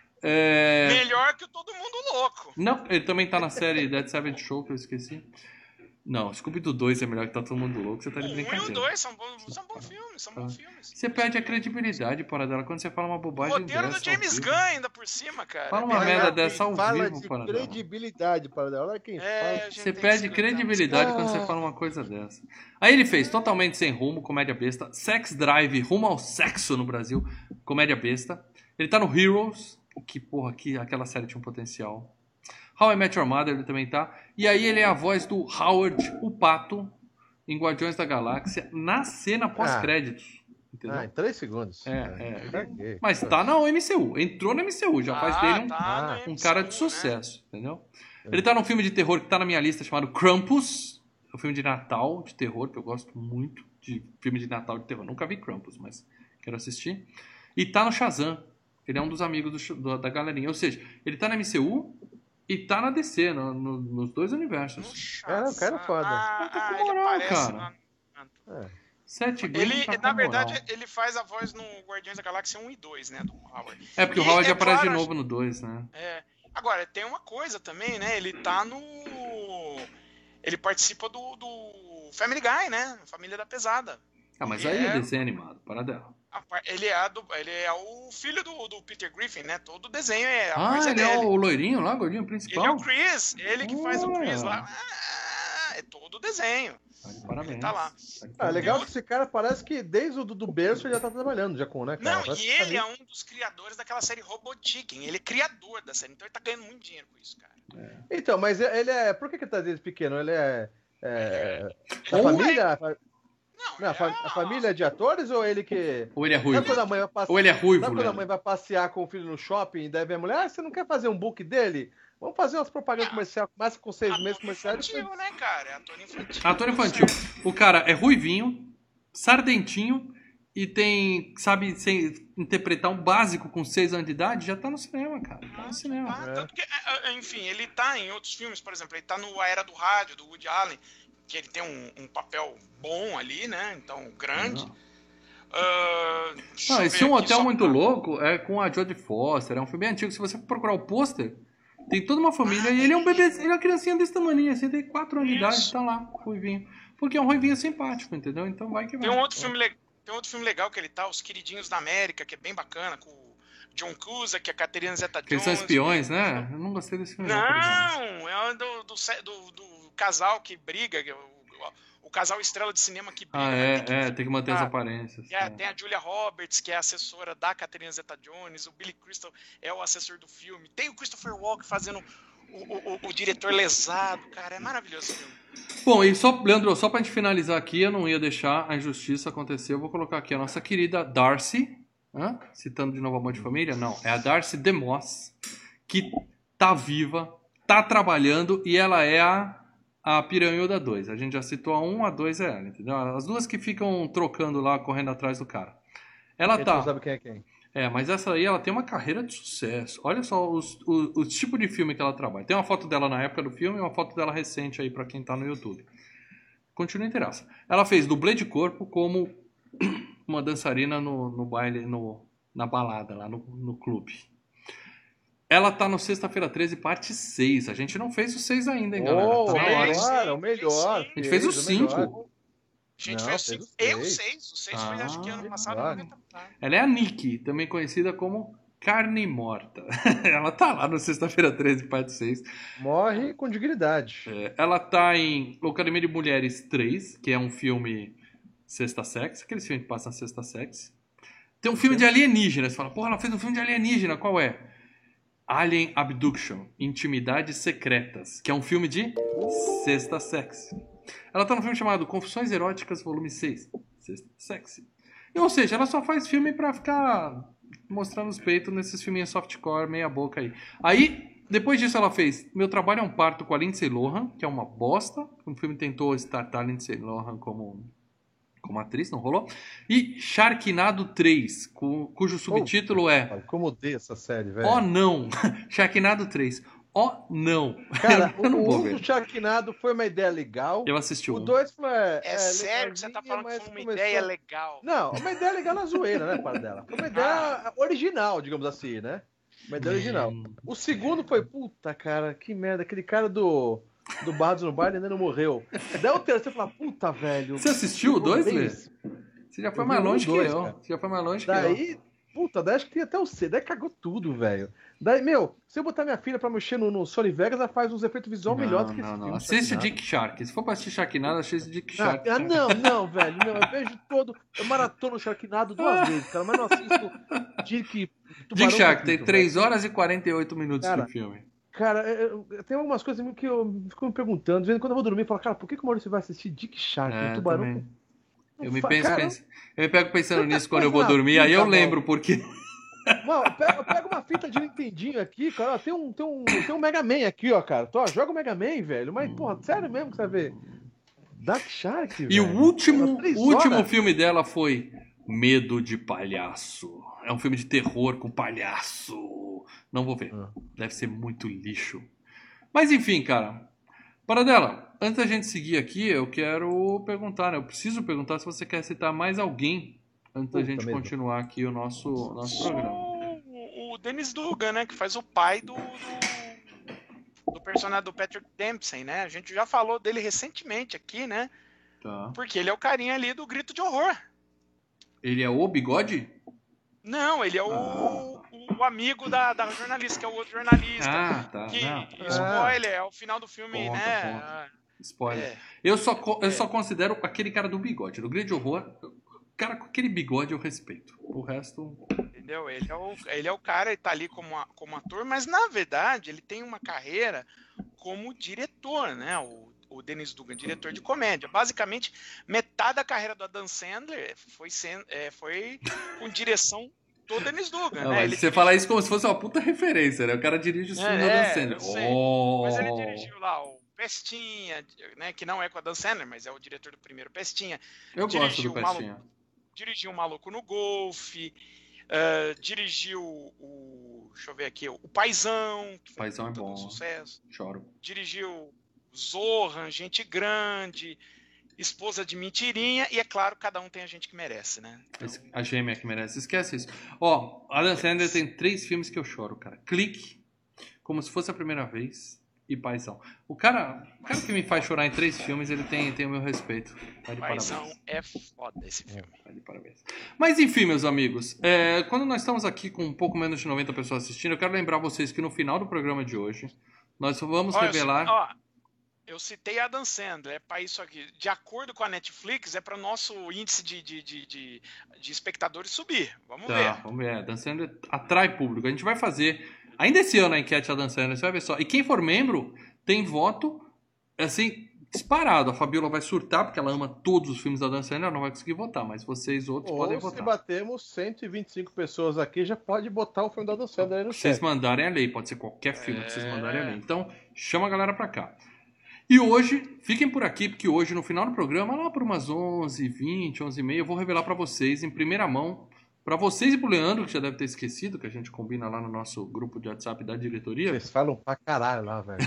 É... Melhor que o Todo Mundo Louco. Não, ele também tá na série Dead Seven Show, que eu esqueci. Não, Scooby-Doo dois é melhor que Tá Todo Mundo Louco, você tá de O um e o brincadeira. dois são bons, são bons filmes, são bons Ah. filmes. Você perde a credibilidade, para dela, quando você fala uma O bobagem roteiro do dessa. ao James vivo. Gunn ainda por cima, cara. Fala uma É, merda Olha dessa quem ao fala vivo, de Paradela. credibilidade, Paradela. Olha quem É, fala. a gente Você tem que perde escutar. credibilidade quando você fala uma coisa dessa. Aí ele fez Totalmente Sem Rumo, comédia besta. Sex Drive, Rumo ao Sexo no Brasil, comédia besta. Ele tá no Heroes, que porra, que aquela série tinha um potencial. How I Met Your Mother, ele também tá. E aí ele é a voz do Howard, o Pato, em Guardiões da Galáxia, na cena pós-créditos. Entendeu? Ah, em três segundos. É, é. Caguei. Mas tá na M C U, entrou na M C U, já faz Ah, dele um, tá no um cara de M C U, né? sucesso, entendeu? Ele tá num filme de terror que tá na minha lista chamado Krampus, é um filme de Natal de terror, que eu gosto muito de filme de Natal de terror. Nunca vi Krampus, mas quero assistir. E tá no Shazam, ele é um dos amigos do, do, da galerinha, ou seja, ele tá na M C U e tá na D C, no, no, nos dois No universos. Cara, o cara é foda. Ah, Tá com ah, ele moral, aparece cara. no- É. Sete Green Ele, tá com na moral. verdade, ele faz a voz no Guardiões da Galáxia um e dois, né, do Howard. É porque o E, Howard é aparece claro, de novo no dois, né? É. Agora, tem uma coisa também, né? Ele tá no. Ele participa do, do Family Guy, né? Família da Pesada. Ah, mas Ele aí é é- desenho animado, para dela. a par- Ele é, a do- ele é o filho do, do Peter Griffin, né? Todo o desenho é a Ah, voz é ele é dele. o loirinho lá, o gordinho Ele principal? é o Chris, ele que faz o Chris Olha. lá. Ah, é todo o desenho. Tá de parabéns. Ele tá lá. Tá de Ah, é parabéns. legal que esse cara parece que desde o do, do berço ele já tá trabalhando já com, né, cara? Não, Parece e que tá ele é ali. um dos criadores daquela série Robot Chicken. Ele é criador da série, então ele tá ganhando muito dinheiro com isso, cara. Então, mas ele é... Por que que ele tá desde pequeno? Ele é... é... Da Ou família? Não, Não, a, é fa- a família é de atores ou ele que... Ou ele é Sabe ruivo? quando a mãe vai passear... Ou ele é ruivo, Sabe quando a Leandro? mãe vai passear com o filho no shopping e daí vem a mulher, ah, você não quer fazer um book dele? Vamos fazer umas propagandas comerciais, começa com seis meses ator comerciais. infantil, né, cara? É ator infantil. Ator infantil. O cara é ruivinho, sardentinho e tem, sabe, sem interpretar um básico com seis anos de idade, já tá no cinema, cara. Tá no cinema. Ah, É. tanto que, é, é, enfim, ele tá em outros filmes, por exemplo, ele tá no A Era do Rádio, do Woody Allen, que ele tem um, um papel bom ali, né? Então, grande. Não. Ah, deixa Não, eu esse ver Um aqui Hotel só Muito pra- Louco é com a Jodie Foster, é um filme bem antigo. Se você for procurar o pôster, tem toda uma família e ele é um bebê, ele é uma criancinha desse tamanho, assim, tem quatro anos de idade, Isso. tá lá, ruivinho. Porque é um ruivinho simpático, entendeu? Então vai que vai. Tem um outro filme, le- tem um outro filme legal que ele tá, Os Queridinhos da América, que é bem bacana, com o John Cusack, a Catherine Zeta-Jones. Porque eles são espiões, né? Eu não gostei desse filme. por exemplo. Não, é o do, do, se- do- do casal que briga, que é o, o casal estrela de cinema que briga. Ah, né? é, Tem que- é, tem que manter as Ah, aparências. E a- é. tem a Julia Roberts, que é a assessora da Catherine Zeta-Jones, o Billy Crystal é o assessor do filme, tem o Christopher Walken fazendo o, o, o- o diretor lesado, cara, é maravilhoso o filme. Bom, e só, Leandro, só pra gente finalizar aqui, eu não ia deixar a injustiça acontecer. Eu vou colocar aqui a nossa querida Darcy, hã? Citando de novo Amor de Família. Não, é a Darcy DeMoss, que tá viva, tá trabalhando e ela é a, a Piranhuda dois. A gente já citou a um, a dois é ela, entendeu? As duas que ficam trocando lá, correndo atrás do cara. Ela A gente tá. não sabe quem é quem. É, mas essa aí ela tem uma carreira de sucesso. Olha só os, os, os tipos de filme que ela trabalha. Tem uma foto dela na época do filme e uma foto dela recente aí pra quem tá no YouTube. Continua interessa. Ela fez dublê de corpo como uma dançarina no, no baile, no, na balada, lá no, no clube. Ela tá no Sexta-feira treze, parte seis. A gente não fez o seis ainda, hein, galera? Oh, Tá o na hora, hein? melhor, é o melhor. A gente fez o o cinco. melhor. A gente Não, fez o fez cinco o e o seis. seis, o seis foi acho que ano Ah, passado, claro. noventa passado. Ela é a Nikki, também conhecida como Carne Morta. Ela tá lá no Sexta-feira treze, parte seis. Morre com dignidade. É, ela tá em O Academia de Mulheres três, que é um filme Sexta Sex, aquele filme que passa na Sexta Sex. Tem um filme de alienígena. Você fala, porra, ela fez um filme de alienígena, qual é? Alien Abduction, Intimidades Secretas, que é um filme de Sexta Sex. Ela tá num filme chamado Confissões Eróticas, volume seis, Sexta Sex. E, ou seja, ela só faz filme pra ficar mostrando os peitos nesses filminhos softcore, meia boca aí. Aí, depois disso ela fez Meu Trabalho é um Parto com a Lindsay Lohan, que é uma bosta. O filme tentou startar a Lindsay Lohan como, como atriz, não rolou. E Sharknado três, cu, cujo subtítulo é Cara, como odeio essa série, velho. Oh não! Sharknado três. Oh não! Cara, eu não o vou um ver. do Sharknado foi uma ideia legal. Eu assisti O um. dois foi. É, É, sério que você tá legalzinho, falando que mas foi uma começou- ideia legal? Não, uma ideia legal na zoeira, né, para dela. Foi uma ideia original, digamos assim, né? Uma ideia original. Hum. O segundo foi, puta, cara, que merda. Aquele cara do, do Bardos no Baile ainda não morreu. Daí o terceiro fala, puta, velho. Você assistiu o dois, Lê? Isso. Você já foi Eu mais vi um longe que dois, eu. cara. Você já foi mais longe que eu. Daí, puta, daí acho que tem até o C. Daí cagou tudo, velho. Daí, meu, se eu botar minha filha pra mexer no, no Sony Vegas, ela faz uns efeitos visuais melhores que esse Não, não, filme. não. Assiste Sharknado. Dick Shark. Se for pra assistir Sharknado, assiste Dick Ah, Shark. ah, não, não, velho. Não, eu vejo todo. Eu maratono o Sharknado duas vezes, cara, mas não assisto Dick. Dick Shark tem Conflito, três velho. horas e quarenta e oito minutos Cara, de filme. Cara, eu- eu- tem algumas coisas que eu fico me perguntando. De vez em quando eu vou dormir e falo, cara, por que, que o Maurício vai assistir Dick Shark? É, um tubarão também. com Eu me, Fa- penso, cara, penso- eu me pego pensando nisso quando eu vou Coisa dormir, aí eu linda, lembro, porque. Mano, eu pego, eu pego uma fita de Nintendinho aqui, cara. Ó, tem um, tem, um, tem um Mega Man aqui, ó, cara. Tô, ó, joga o Mega Man, velho. Mas, porra, sério mesmo que você vai ver? Dark Shark, E velho. o último, Porra, três o último horas. filme dela foi Medo de Palhaço. É um filme de terror com palhaço. Não vou ver. Ah. Deve ser muito lixo. Mas enfim, cara. Paradela, antes da gente seguir aqui, eu quero perguntar, né? Eu preciso perguntar se você quer citar mais alguém antes da Puta gente merda. continuar aqui o nosso, nosso programa. O, o Dennis Dugan, né? Que faz o pai do, do, do personagem do Patrick Dempsey, né? A gente já falou dele recentemente aqui, né? Tá. Porque ele é o carinha ali do Grito de Horror. Ele é o Bigode? Não, ele é o, o amigo da, da jornalista, que é o outro jornalista. Ah, tá. que, Não. spoiler, é o final do filme, Conta, né? conta. Ah, Spoiler. é. Eu, só, co- eu só considero aquele cara do bigode. No Grande Horror, o cara com aquele bigode eu respeito. O resto. Entendeu? Ele é o, ele é o cara, ele tá ali como, a- como ator, mas na verdade ele tem uma carreira como diretor, né? O, o Dennis Dugan, diretor de comédia. Basicamente, metade da carreira do Adam Sandler foi, sen- é, foi com direção do Dennis Dugan, Não, né? mas Ele você fala isso como se fosse uma puta referência, né? O cara dirige os É, filmes da é, Dan Sandler. eu sei. Oh. Mas ele dirigiu lá o Pestinha, né? Que não é com a Dan Sandler, mas é o diretor do primeiro Pestinha. Eu gosto do dirigiu o Maluco. Pestinha. Dirigiu o Maluco no Golfe. ah, dirigiu o. Deixa eu ver aqui. O Paizão. Que foi Paizão é um puta de um bom. sucesso. Choro. Dirigiu Zorra, Gente Grande. Esposa de Mentirinha. E é claro, cada um tem a gente que merece, né? Então, Esse- A gêmea que merece. Esquece isso. Ó, Adam Sandler tem três filmes que eu choro, cara. Clique, Como se fosse a primeira vez e Paizão. O cara, o cara que me faz chorar em três filmes, ele tem, tem o meu respeito. Tá de Paizão parabéns. é foda esse filme. Tá de parabéns. Mas enfim, meus amigos, é, quando nós estamos aqui com um pouco menos de noventa pessoas assistindo, eu quero lembrar vocês que no final do programa de hoje, nós vamos Ó, eu revelar... ci- ó, eu citei Adam Sandler, é para isso aqui. De acordo com a Netflix, é para o nosso índice de, de, de, de, de espectadores subir. Vamos Tá, ver. vamos ver. A Dan Sandler atrai público. A gente vai fazer ainda esse ano a enquete da Dan Sandler, você vai ver só. E quem for membro tem voto, assim, disparado. A Fabiola vai surtar, porque ela ama todos os filmes da Dan Sandler, ela não vai conseguir votar, mas vocês outros podem Ou se votar. batemos cento e vinte e cinco pessoas aqui, já pode botar o filme da Dan Sandler aí no Se vocês chat. mandarem a lei, pode ser qualquer filme que vocês É. mandarem a lei. Então, chama a galera pra cá. E hoje, fiquem por aqui, porque hoje, no final do programa, lá por umas onze e vinte, onze e meia, eu vou revelar pra vocês, em primeira mão, pra vocês e pro Leandro, que já deve ter esquecido, que a gente combina lá no nosso grupo de WhatsApp da diretoria. Vocês falam pra caralho lá, velho.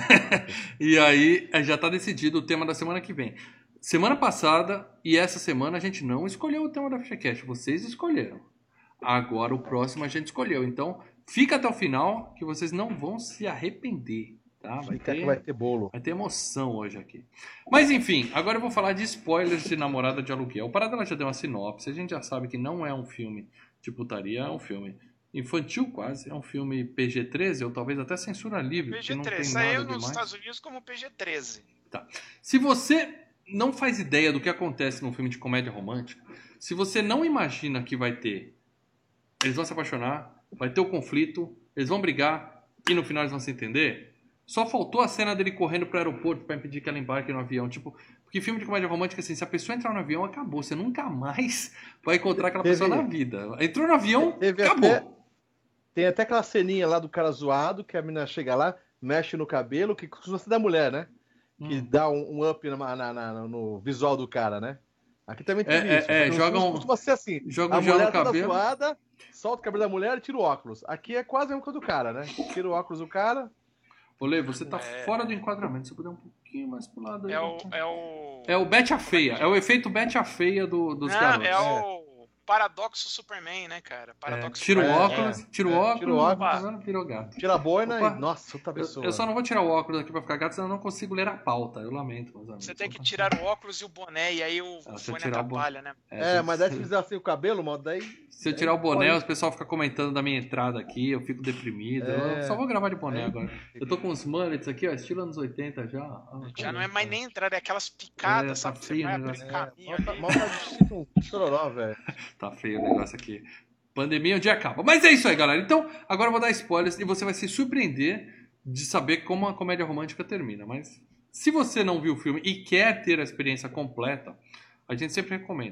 E aí, já tá decidido o tema da semana que vem. Semana passada e essa semana a gente não escolheu o tema da FichaCast, vocês escolheram. Agora o próximo a gente escolheu. Então, fica até o final, que vocês não vão se arrepender, tá? Vai Fica que ter... vai ter bolo. Vai ter emoção hoje aqui. Mas enfim, agora eu vou falar de spoilers de Namorada de Aluguel. O Paradela já deu uma sinopse, a gente já sabe que não é um filme de putaria, é um filme infantil quase, é um filme P G treze ou talvez até censura livre, porque não tem P G treze. nada Saiu demais. nos Estados Unidos como P G treze. Se você não faz ideia do que acontece num filme de comédia romântica, se você não imagina que vai ter, eles vão se apaixonar, vai ter o conflito, eles vão brigar e no final eles vão se entender, só faltou a cena dele correndo pro aeroporto pra impedir que ela embarque no avião. Tipo, porque filme de comédia romântica, assim, se a pessoa entrar no avião, acabou. Você nunca mais vai encontrar aquela Teve- pessoa na vida. Entrou no avião, Teve acabou. até- Tem até aquela ceninha lá do cara zoado, que a menina chega lá, mexe no cabelo, que costuma ser da mulher, né? Que Hum. dá um, um up na- na- na- no visual do cara, né? Aqui também tem É, isso. é, é, Nos joga filmes um- Costuma ser assim. joga a um gel mulher no toda cabelo. zoada, solta o cabelo da mulher e tira o óculos. Aqui é quase a mesma coisa do cara, né? Tira o óculos do cara. Olê, você tá É. fora do enquadramento. Se puder um pouquinho mais pro lado aí. É o. É o, É o Betty a Feia. É o efeito Betty a Feia do, dos Não, garotos. é o paradoxo Superman, né, cara? É, Paradoxo tira o É, óculos, é, tira o é, óculos, tira o óculos. tá vendo? Virou gato. Tira a boina Opa. e. Nossa, outra Eu, pessoa. eu só não vou tirar o óculos aqui pra ficar gato, senão eu não consigo ler a pauta. Eu lamento, meus amigos. Você tem que tirar o óculos e o boné, e aí o Ah, se eu fone tirar o boné- atrapalha, né? É, se- mas daí se se, fizer assim o cabelo, mano, daí. se eu tirar o boné, Pode- o pessoal fica comentando da minha entrada aqui, eu fico deprimido. É. Eu só vou gravar de boné É. agora. Eu tô com os mullets aqui, ó, estilo anos oitenta já. Ah, Já cara, não é mais nem entrar, é aquelas É, picadas, tá sabe? Você feio vai o abrir negócio. caminho Mal tá, ali. mal tá vestido um chororó, velho. Tá feio o negócio aqui. Pandemia um dia acaba. Mas é isso aí, galera. Então, agora eu vou dar spoilers e você vai se surpreender de saber como a comédia romântica termina. Mas se você não viu o filme e quer ter a experiência completa, a gente sempre recomenda.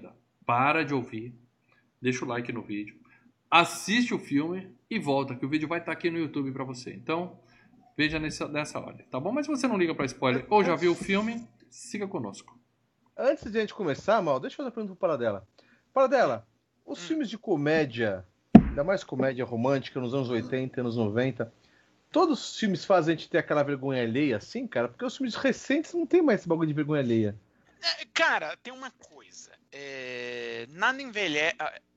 para de ouvir, deixa o like no vídeo, assiste o filme e volta, que o vídeo vai estar aqui no YouTube pra você. Então, veja nessa, nessa ordem, tá bom? Mas se você não liga pra spoiler ou já viu o filme, siga conosco. Antes de a gente começar, Mal, deixa eu fazer uma pergunta para Paradela. Paradela, os Hum. filmes de comédia, ainda mais comédia romântica nos anos oitenta, anos noventa, todos os filmes fazem a gente ter aquela vergonha alheia assim, cara? Porque os filmes recentes não tem mais esse bagulho de vergonha alheia. É, cara, tem uma coisa. É, nada envelhece.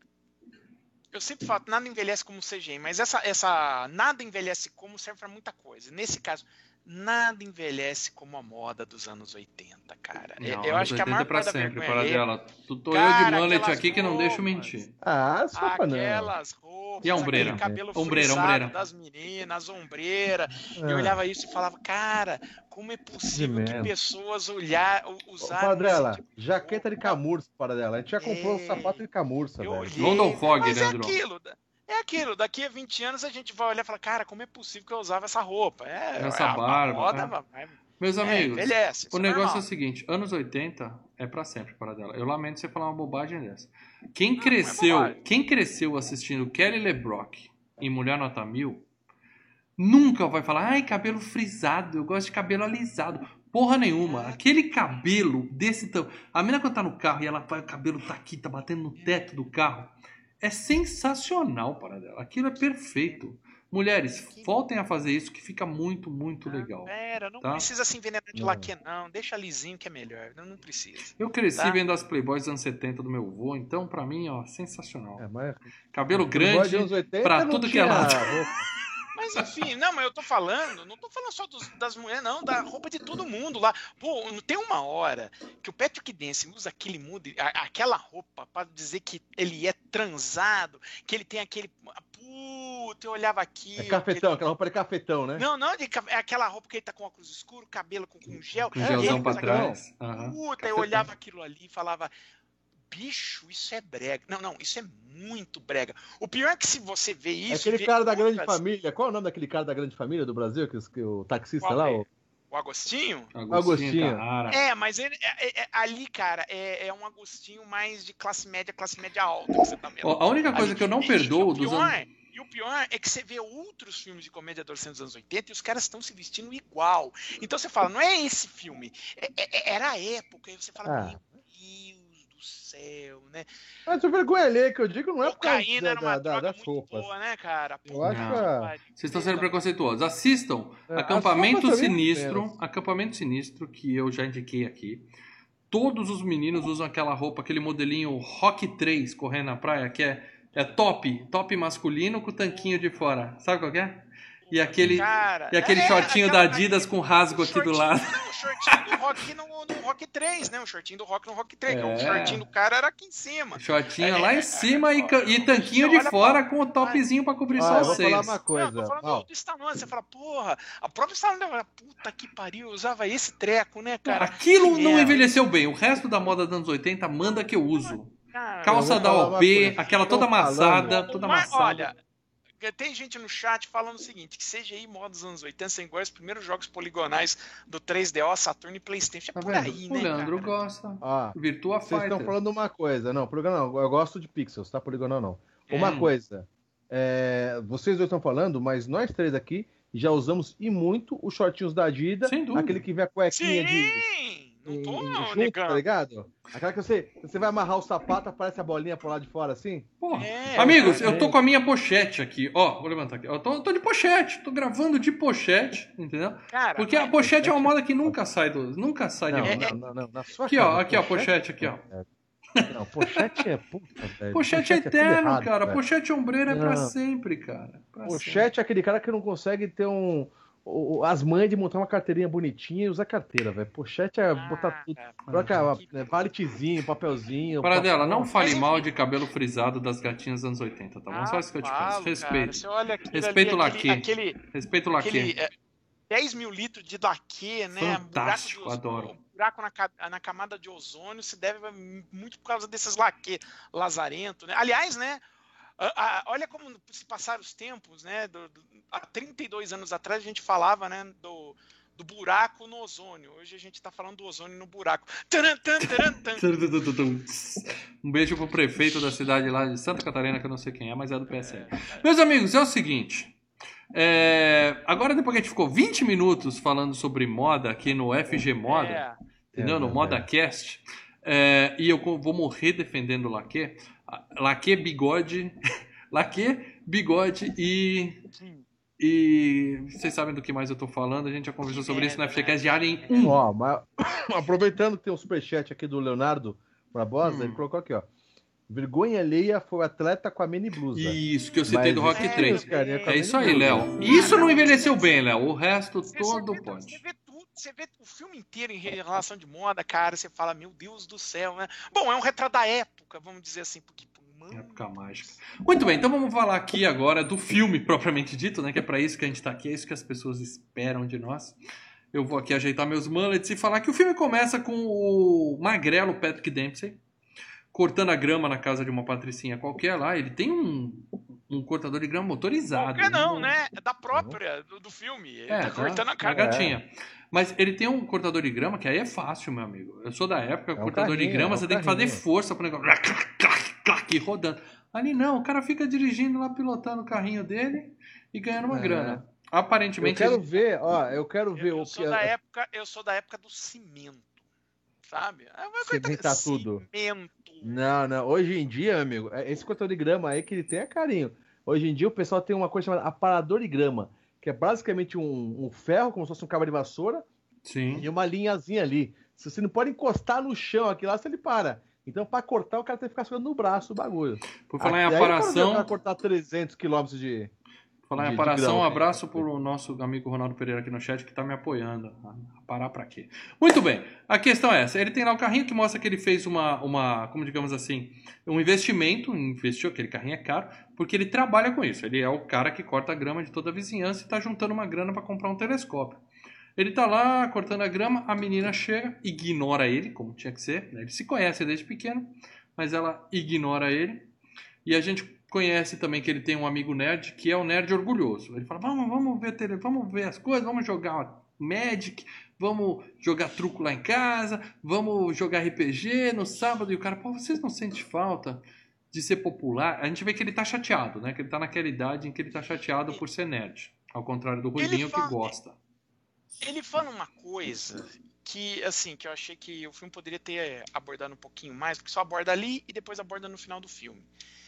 Eu sempre falo, nada envelhece como C G I, mas essa, essa nada envelhece como serve pra muita coisa. Nesse caso, nada envelhece como a moda dos anos oitenta, cara. Não, eu anos acho que a oitenta maior é pra parte da sempre, vergonha para alheia- dela. Tu tô eu Cara, de mullet aquelas aqui que não deixa eu roupas. mentir. Ah, só pra não. Aquelas roupas, E a ombreira? aquele cabelo Ombreira, frisado ombreira. das meninas, ombreira. Ah. Eu olhava isso e falava, cara, como é possível que merda. pessoas olhar, Ô, usarem Paradela, esse tipo de jaqueta de roupa? camurça, Paradela. A gente já comprou um É. sapato de camurça, Eu velho. olhei, London Fog, mas né, é Andrão? aquilo, é aquilo, daqui a vinte anos a gente vai olhar e falar, cara, como é possível que eu usava essa roupa? É, Essa é a barba, moda, é. vai- Meus é, amigos, envelhece, isso o é negócio normal. é o seguinte, anos oitenta é pra sempre, para dela. Eu lamento você falar uma bobagem dessa. Quem Não, não é cresceu, bobagem. quem cresceu assistindo Kelly LeBrock em Mulher Nota Mil, nunca vai falar, ai, cabelo frisado, eu gosto de cabelo alisado. Porra nenhuma. Aquele cabelo desse tamanho. A menina quando tá no carro e ela vai, o cabelo tá aqui, tá batendo no teto do carro. É sensacional, para dela. Aquilo é perfeito. Mulheres, voltem a fazer isso que fica muito, muito legal. Pera, não tá? precisa se envenenar de Não. laque, não. Deixa lisinho que é melhor. Não, não precisa. Eu cresci Tá. vendo as Playboys dos anos setenta do meu avô, então pra mim, ó, sensacional. É, mas... Cabelo Playboy grande de anos oitenta pra não tudo que tinha é lado. roupa. Mas enfim, não, mas eu tô falando, não tô falando só dos- das mulheres, não, da roupa de todo mundo lá. Pô, não tem uma hora que o Patrick Dempsey usa aquele mude, a- aquela roupa pra dizer que ele é transado, que ele tem aquele. Puta, eu olhava aqui. É cafetão, aquela roupa de cafetão, né? Não, não, de ca- é aquela roupa que ele tá com óculos escuro, cabelo com, com gel. Com e gelzão ele pra faz aquela- trás. Aham. Puta, eu Cafetão. olhava aquilo ali e falava, bicho, isso é brega. Não, não, isso é muito brega. O pior é que se você vê É isso... aquele vê cara da grande outras- família. Qual é o nome daquele cara da grande família do Brasil? Que, que o taxista Qual lá? é? O... O Agostinho? Agostinho, Agostinho. Carrara. É, mas ele, é- é- ali, cara, é, é um Agostinho mais de classe média, classe média alta que você tá vendo. Ó, a única coisa Ali, que eu não e- perdoo e o dos pior, anos... E o pior é que você vê outros filmes de comédia adolescente dos anos oitenta e os caras estão se vestindo igual. Então você fala, não é esse filme, é- é- era a época. E você fala, Ah. meu Deus do céu, né? Mas o vergonha alheia que eu digo não é por causa Cocaína da, era uma da, da, droga das muito roupas. boa, né, cara? Eu acho Não. que a- pariu. Vocês estão sendo preconceituosos. Assistam É, Acampamento as roupas também Sinistro, menos. Acampamento Sinistro, que eu já indiquei aqui. Todos os meninos usam aquela roupa, aquele modelinho Rock três correndo na praia, que é, é top, top masculino com o tanquinho de fora. Sabe qual que é? E aquele, Cara, e aquele é, shortinho aquela- da Adidas com rasgo aqui do shortinho- lado. Não, o shortinho do Rock no, no Rock três, né? O shortinho do Rock no Rock três. É. O shortinho do cara era aqui em cima. Shortinho É, lá é, em cima e, ca- e tanquinho você de olha fora pra- com o topzinho pra cobrir Ah, só eu vou vocês. falar uma Não, coisa. eu tô falando Mal, do, do Stallone. Você fala, porra, a própria Stallone, puta que pariu, eu usava esse treco, né, cara? Aquilo Que não merda. envelheceu bem. O resto da moda dos anos oitenta manda que eu uso. Cara, Calça eu vou da falar uma O P, coisa. aquela Tô toda amassada, falando- toda Mas, amassada. olha, tem gente no chat falando o seguinte, que C G I moda dos anos oitenta são iguais aos primeiros jogos poligonais do três D O, Saturno e Playstation. É Tá por vendo? aí, O né, Leandro cara? gosta. ah, Virtua vocês estão Fighter. falando uma coisa. Não, poligonal não. Eu gosto de pixels, tá? Poligonal não. Uma Hum. coisa. é, vocês dois estão falando, mas nós três aqui já usamos e muito os shortinhos da Adidas. Sem dúvida. Aquele que vem a cuequinha de. Sim! Não tô em- não, junto, negando. tá ligado? Aquela que você, você vai amarrar o sapato, aparece a bolinha por lá de fora assim. Porra. É, Amigos, cara, eu tô com a minha pochete aqui. Ó, vou levantar aqui. Eu tô, tô de pochete. Tô gravando de pochete, entendeu? Cara, Porque a mas- pochete é uma moda que nunca sai do. Nunca sai Não, de é- moda. não, não, não, na sua Aqui, ó, casa, aqui, ó, pochete aqui, ó. Não, pochete é puta, velho. Pochete é tudo eterno, errado, cara. velho. Pochete ombreira é pra Não. sempre, cara. Pra sempre. Pochete é aquele cara que não consegue ter um. o- As mães de montar uma carteirinha bonitinha e usar carteira, velho. Pochete é botar tudo. Ah, Coloca que- é, valetezinho, papelzinho. Para dela, papel. não fale Mas, mal enfim. de cabelo frisado das gatinhas dos anos oitenta, tá bom? Só isso que eu te peço. falo, Respeito. Cara, você olha aquilo Respeito o ali, laque. aquele, aquele, Respeito o laque. aquele é, dez mil litros de laque, né? Fantástico, buraco de ozônio, adoro. buraco na, ca- na camada de ozônio se deve muito por causa desses laque lazarento, né? Aliás, né? a- a- olha como se passaram os tempos, né? do- do- há trinta e dois anos atrás a gente falava, né? Do, do buraco no ozônio. Hoje a gente tá falando do ozônio no buraco. Taran, tan, taran, tan. Um beijo pro prefeito da cidade lá de Santa Catarina, que eu não sei quem é, mas é do P S L. Meus amigos, é o seguinte. É... Agora, depois que a gente ficou vinte minutos falando sobre moda aqui no F G Moda, É. entendeu? É, No é, ModaCast, é... e eu vou morrer defendendo o Laquê. Laquê, bigode, Laquê, bigode e... E vocês sabem do que mais eu tô falando, a gente já conversou sobre isso no F G Cast diário em um. Ó, mas, aproveitando que tem um superchat aqui do Leonardo Barbosa, Hum. ele colocou aqui, ó. Vergonha alheia foi o atleta com a mini blusa. Isso, que eu citei Mas do Rock isso três. os carinha com a É isso mini aí, blusa. Léo. Isso não envelheceu bem, Léo. O resto Você- todo você vê, pode. Você vê tudo, você vê o filme inteiro em relação de moda, cara, você fala, meu Deus do céu, né? Bom, é um retrato da época, vamos dizer assim, porque, mano, Época mágica. Muito bem, então vamos falar aqui agora do filme propriamente dito, né? Que é pra isso que a gente tá aqui, é isso que as pessoas esperam de nós. Eu vou aqui ajeitar meus mullets e falar que o filme começa com o magrelo Patrick Dempsey cortando a grama na casa de uma patricinha qualquer lá. Ele tem um, um cortador de grama motorizado. qualquer não, Um- né? É da própria, do, do filme. Ele É, tá cortando a a cara. gatinha. Mas ele tem um cortador de grama que aí é fácil, meu amigo. Eu sou da época, É um cortador de carrinho, grama, é um você tem que fazer carrinho. força pro negócio. Clac, clac, clac, e rodando. Ali não, o cara fica dirigindo lá, pilotando o carrinho dele e ganhando uma É. grana. Eu Aparentemente. quero ele- ver, ó, eu quero ver Eu, eu o sou que da época, eu sou da época do cimento, sabe? É uma coisa- Cimentar tudo. Cimento. Não, não. Hoje em dia, amigo, é- esse cortador de grama aí que ele tem é carinho. Hoje em dia o pessoal tem uma coisa chamada aparador de grama, que é basicamente um, um ferro, como se fosse um cabo de vassoura, Sim. e uma linhazinha ali. Se você não pode encostar no chão aqui lá, se ele para. Então, pra cortar, o cara tem que ficar segurando no braço o bagulho. Por falar em Até aí eu quero ver o aparação. cara cortar trezentos quilômetros de. Falar em de- de aparação, um grão. abraço pro nosso amigo Ronaldo Pereira aqui no chat que tá me apoiando. A parar pra quê? Muito bem, a questão é essa. Ele tem lá o carrinho que mostra que ele fez uma, uma como digamos assim, um investimento, investiu, aquele carrinho é caro, porque ele trabalha com isso. Ele é o cara que corta a grama de toda a vizinhança e tá juntando uma grana pra comprar um telescópio. Ele tá lá cortando a grama, a menina chega, ignora ele, como tinha que ser, né? Ele se conhece desde pequeno, mas ela ignora ele. E a gente conhece também que ele tem um amigo nerd, que é o nerd orgulhoso. Ele fala, vamos, vamos ver tele, vamos ver as coisas, vamos jogar Magic, vamos jogar truco lá em casa, vamos jogar R P G no sábado. E o cara, pô, vocês não sentem falta de ser popular? A gente vê que ele tá chateado, né? Que ele tá naquela idade em que ele tá chateado por ser nerd. Ao contrário do Ruivinho, que fala- gosta. Ele fala uma coisa que, assim, que eu achei que o filme poderia ter abordado um pouquinho mais, porque só aborda ali e depois aborda no final do filme.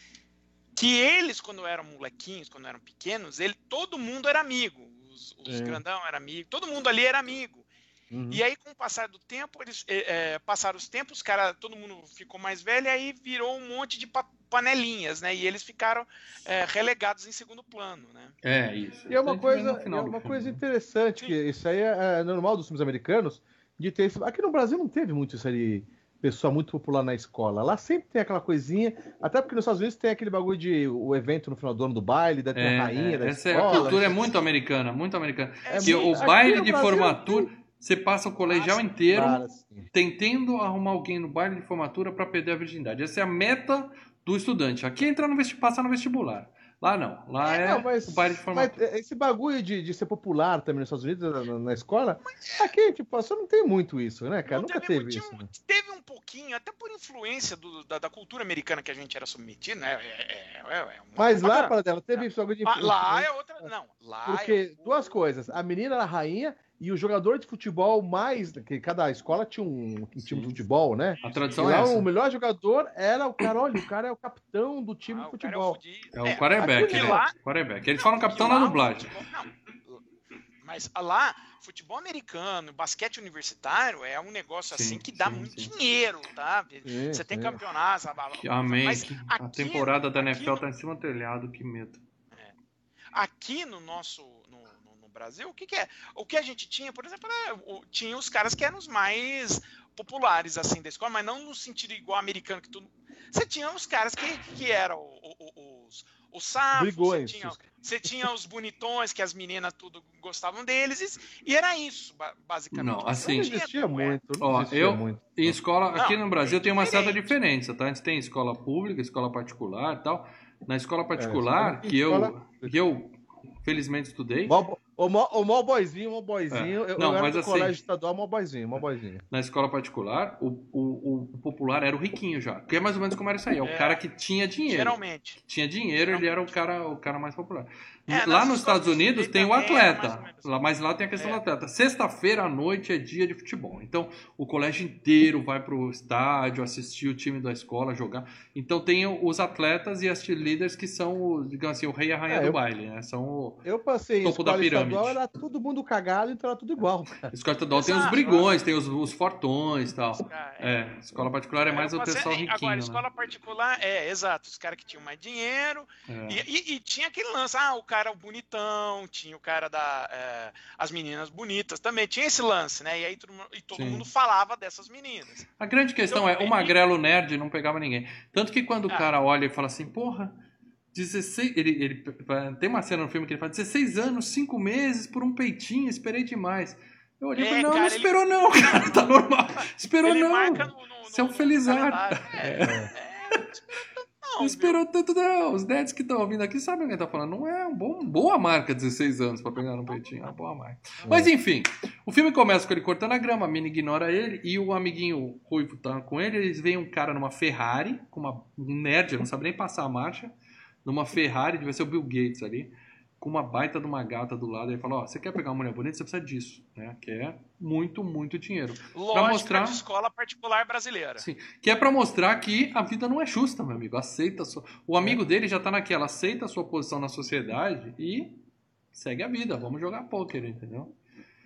Que eles, quando eram molequinhos, quando eram pequenos, ele, todo mundo era amigo. Os, os É. grandão era amigo, todo mundo ali era amigo. Uhum. E aí, com o passar do tempo, eles é, é, passaram os tempos, cara, todo mundo ficou mais velho, e aí virou um monte de pa- panelinhas, né? E eles ficaram é, relegados em segundo plano, né? É, isso. E é uma Isso a gente vê coisa, no final é do uma filme, coisa né? interessante, que isso aí é, é normal dos filmes americanos, de ter isso. Aqui no Brasil não teve muito isso aí, pessoa muito popular na escola. Lá sempre tem aquela coisinha, até porque nos Estados Unidos tem aquele bagulho de o evento no final do ano do baile, da tem É, a rainha é, da essa é, escola. a cultura é muito americana, muito americana. É, Que o aqui baile no de Brasil formatura, você passa o colegial Nossa, inteiro Cara, assim. tentando arrumar alguém no baile de formatura para perder a virgindade. Essa é a meta do estudante. Aqui é entrar no vesti- passar no vestibular. Lá não. Lá é, Não, mas, o baile de formatura. mas esse bagulho de, de ser popular também nos Estados Unidos, na, na escola, aqui, tipo, só não tem muito isso, né, cara? Não Nunca teve, teve tinha isso. um- Né? teve um pouquinho, até por influência do- da, da cultura americana que a gente era submetido, né? É, é, é, é uma- Mas lá, uma- para dela, teve esse bagulho de. Ah, lá é outra. Não, lá Porque é duas coisas. A menina era a rainha e o jogador de futebol mais. Que cada escola tinha um, um time de futebol, né? A E tradição é lá essa. o melhor jogador era o cara, olha, o cara é o capitão do time Ah, de o cara é o futebol. fudido. É o É, quarterback, aqui né? lá- Quarterback. Eles não, falam capitão que na lá o dublagem. futebol- não, mas lá, futebol americano, basquete universitário é um negócio Sim, assim que dá sim, muito sim. dinheiro, tá? Sim, Você tem sim. campeonatos, blá, blá, blá. Que- Amém. Mas que a aqui- temporada da N F L aqui- tá em cima do telhado, que medo. Aqui no nosso no, no- no Brasil, o que, que é? O que a gente tinha, por exemplo, era, o- tinha os caras que eram os mais populares assim da escola, mas não no sentido igual americano que tudo. Você tinha os caras que, que eram o- o- os os safos, você Brigões. tinha, você tinha os bonitões que as meninas tudo gostavam deles e, e era isso, ba- basicamente. Não, Você assim- Não tinha existia como é. muito. Não Ó, existia eu- muito. Em escola, aqui Não, no Brasil é tem uma certa diferente. diferença, tá? A gente tem escola pública, escola particular e tal. Na escola particular, escola- que, eu, escola- que eu felizmente estudei, Igual, O, mo, o mó boyzinho, o mó boyzinho. É. Eu, Não, eu era mas do assim- colégio estadual, mó boyzinho, mó boyzinho. Na escola particular, o, o, o popular era o riquinho já. Que é mais ou menos como era isso aí. É o É. cara que tinha dinheiro. Geralmente. Tinha dinheiro, ele era o cara, o cara mais popular. É, lá nas nos Estados escolas Unidos de tem o também era mais ou atleta. menos. Lá, mas lá tem a questão É. do atleta. Sexta-feira à noite é dia de futebol. Então, o colégio inteiro vai pro estádio assistir o time da escola jogar. Então, tem os atletas e as cheerleaders que são, o, digamos assim, o rei e a rainha É, do eu- baile, né? São o... Eu passei em Topo da escola pirâmide. estadual, era todo mundo cagado, então era tudo igual, cara. Escola estadual tem os Exato. brigões, tem os, os fortões e tal. Cara, É, escola particular é mais eu o passei- pessoal é, riquinho, Agora, né? escola particular, é, exato. Os caras que tinham mais dinheiro. É. E, e- e tinha aquele lance, ah, o cara bonitão, tinha o cara da. é, as meninas bonitas também. Tinha esse lance, né? E aí todo, mundo- e todo Sim. mundo falava dessas meninas. A grande questão Então, é, o e- magrelo nerd não pegava ninguém. Tanto que quando o Ah. cara olha e fala assim, porra, dezesseis... Ele, ele, tem uma cena no filme que ele fala, dezesseis anos, cinco meses, por um peitinho, esperei demais. Eu olhei e É, falei, não, cara, não ele- esperou não, cara, tá normal. Esperou Ele não. marca no. no Você é um no- no felizardo. calendário. É, é, não esperou tanto, não. Não esperou tanto não. Os nerds que estão ouvindo aqui sabem o que ele tá falando. Não é uma bom, boa marca dezesseis anos pra pegar no peitinho. É uma boa marca. Mas enfim, o filme começa com ele cortando a grama, a mina ignora ele e o amiguinho ruivo tá com ele. Eles veem um cara numa Ferrari, com uma, um nerd, não sabe nem passar a marcha, numa Ferrari, devia ser o Bill Gates ali, com uma baita de uma gata do lado. Ele fala, ó, você quer pegar uma mulher bonita, você precisa disso, né? Que é muito, muito dinheiro. Lógica mostrar- de escola particular brasileira. Sim, que é pra mostrar que a vida não é justa, meu amigo. Aceita a sua... O amigo dele já tá naquela, aceita a sua posição na sociedade e segue a vida. Vamos jogar pôquer, entendeu?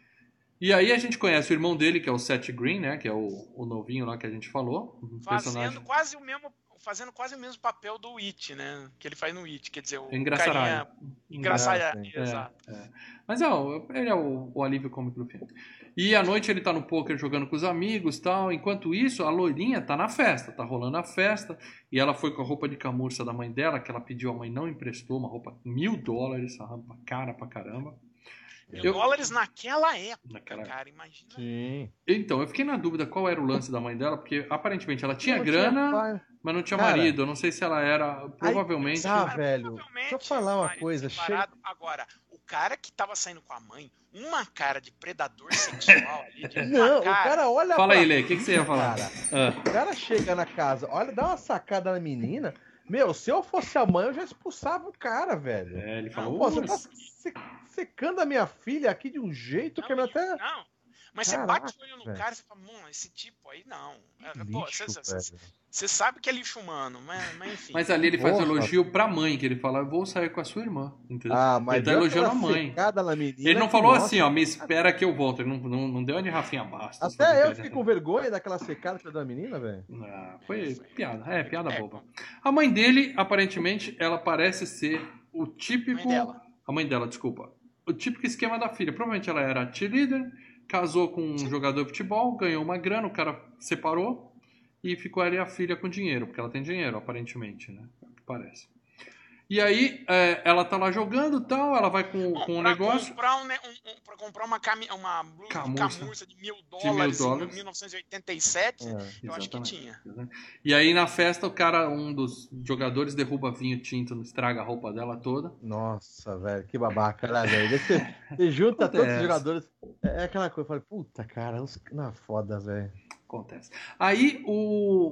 E aí a gente conhece o irmão dele, que é o Seth Green, né? Que é o, o novinho lá que a gente falou. Um personagem Fazendo quase o mesmo. Fazendo quase o mesmo papel do It, né? Que ele faz no It. Quer dizer, o engraçaralho. carinha engraçaralho. Engraçaralho. Exato. É. Mas é, o- ele é o, o alívio cômico do filme. E à noite ele tá no poker jogando com os amigos e tal. Enquanto isso, a loirinha tá na festa, tá rolando a festa. E ela foi com a roupa de camurça da mãe dela, que ela pediu, a mãe não emprestou, uma roupa mil dólares, uma roupa cara pra caramba. Mil Eu- dólares naquela época, Naquela- cara, imagina. Sim. Então, eu fiquei na dúvida qual era o lance da mãe dela, porque aparentemente ela tinha Não grana, pai. mas não tinha Cara, marido. Eu não sei se ela era. Provavelmente. Ah, Cara, velho, provavelmente, deixa eu falar uma marido coisa, separado. Agora, o cara que tava saindo com a mãe, uma cara de predador sexual ali, de Não, uma o cara olha Fala pra aí, Lê, o que, que você ia falar? Cara, Ah, o cara chega na casa, olha, dá uma sacada na menina. Meu, se eu fosse a mãe, eu já expulsava o cara, velho. é, ele Não, falou. Pô, você "Ui, tá se- secando a minha filha aqui de um jeito que eu Não, até. não. Mas Caraca, você bate o olho no velho. cara e você fala, mano, esse tipo aí não. É, Que Pô, lixo, você- você- velho. você sabe que é lixo humano, mas, mas enfim. Mas ali ele faz um Porra. elogio pra mãe, que ele fala, eu vou sair com a sua irmã. Entendeu? Ah, mas ele tá deu elogiando a aquela mãe. secada na menina Ele não que, falou nossa, assim, ó, me espera que eu volto. Ele não, não, não deu uma de Rafinha Bastos. pra Até eu brincar, fiquei né? com vergonha daquela secada que eu dei da menina, velho. Ah, foi piada, é, piada É. boba. A mãe dele, aparentemente, ela parece ser o típico... Mãe dela. A mãe dela, desculpa. O típico esquema da filha. Provavelmente ela era cheerleader, casou com um jogador de futebol, ganhou uma grana, o cara separou e ficou ali a filha com dinheiro, porque ela tem dinheiro, aparentemente, né? É o que parece. E aí, é, ela tá lá jogando e tal, ela vai com, Bom, com um pra negócio... Comprar um, ne- um, um, pra comprar uma, cami uma blusa Camurça. de camurça de mil mil dólares, dólares. em mil novecentos e oitenta e sete, É, eu acho que exatamente. tinha. E aí, na festa, o cara, um dos jogadores, derruba vinho tinto, estraga a roupa dela toda. Nossa, velho, que babaca, né, velho? Você, você junta todos Acontece. os jogadores. É, é aquela coisa, eu falei, puta, cara, os... não, foda, velho. Acontece. Aí o,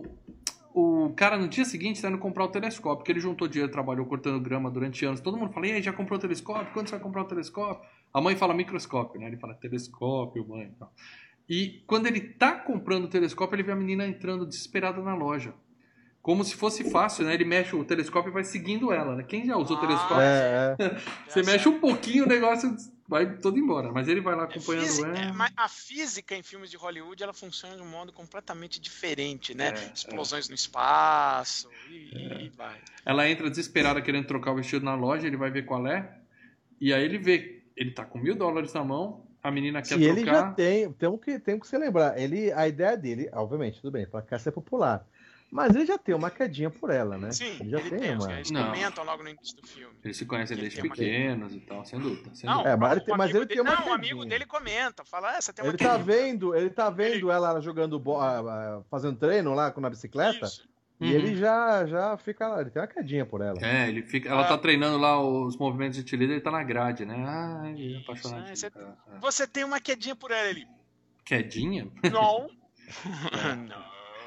o cara no dia seguinte tá indo comprar o telescópio, porque ele juntou dinheiro, trabalhou cortando grama durante anos. Todo mundo fala, e aí, já comprou o telescópio? Quando você vai comprar o telescópio? A mãe fala microscópio, né? Ele fala telescópio, mãe. Tal. E quando ele tá comprando o telescópio, ele vê a menina entrando desesperada na loja. Como se fosse fácil, né? Ele mexe o telescópio e vai seguindo ela, né? Quem já usou o Ah, telescópio? É, é. Você mexe um pouquinho, o negócio vai todo embora. Mas ele vai lá acompanhando Física- é, ela. mas a física em filmes de Hollywood ela funciona de um modo completamente diferente, né? É, Explosões no espaço e, e vai. Ela entra desesperada querendo trocar o vestido na loja, ele vai ver qual é. E aí ele vê, ele tá com mil dólares na mão, a menina quer E ele já trocar. tem, tem que, tem que se lembrar, ele, a ideia dele, obviamente, tudo bem, pra cá ser popular. Mas ele já tem uma quedinha por ela, né? Sim, ele já ele tem, tem, uma. eles Não. comentam logo no início do filme. Eles se conhecem Ele desde tem uma- pequenos e tal, sem dúvida. Sem Não, dúvida. É, mas ele o tem- mas amigo ele tem uma dele, não, o amigo quedinha. dele comenta, fala, ah, você tem uma Ele tá quedinha. vendo, ele tá vendo ela jogando bo- ah, ah, fazendo treino lá com na bicicleta. Isso. E ele já, já fica lá, ele tem uma quedinha por ela. É, ele fica, ela Ah. tá treinando lá os movimentos de cheerleader, ele tá na grade, né? Ai, Isso, apaixonadinho. né? Você, É, é. você tem uma quedinha por ela ali. Quedinha? Não. Não.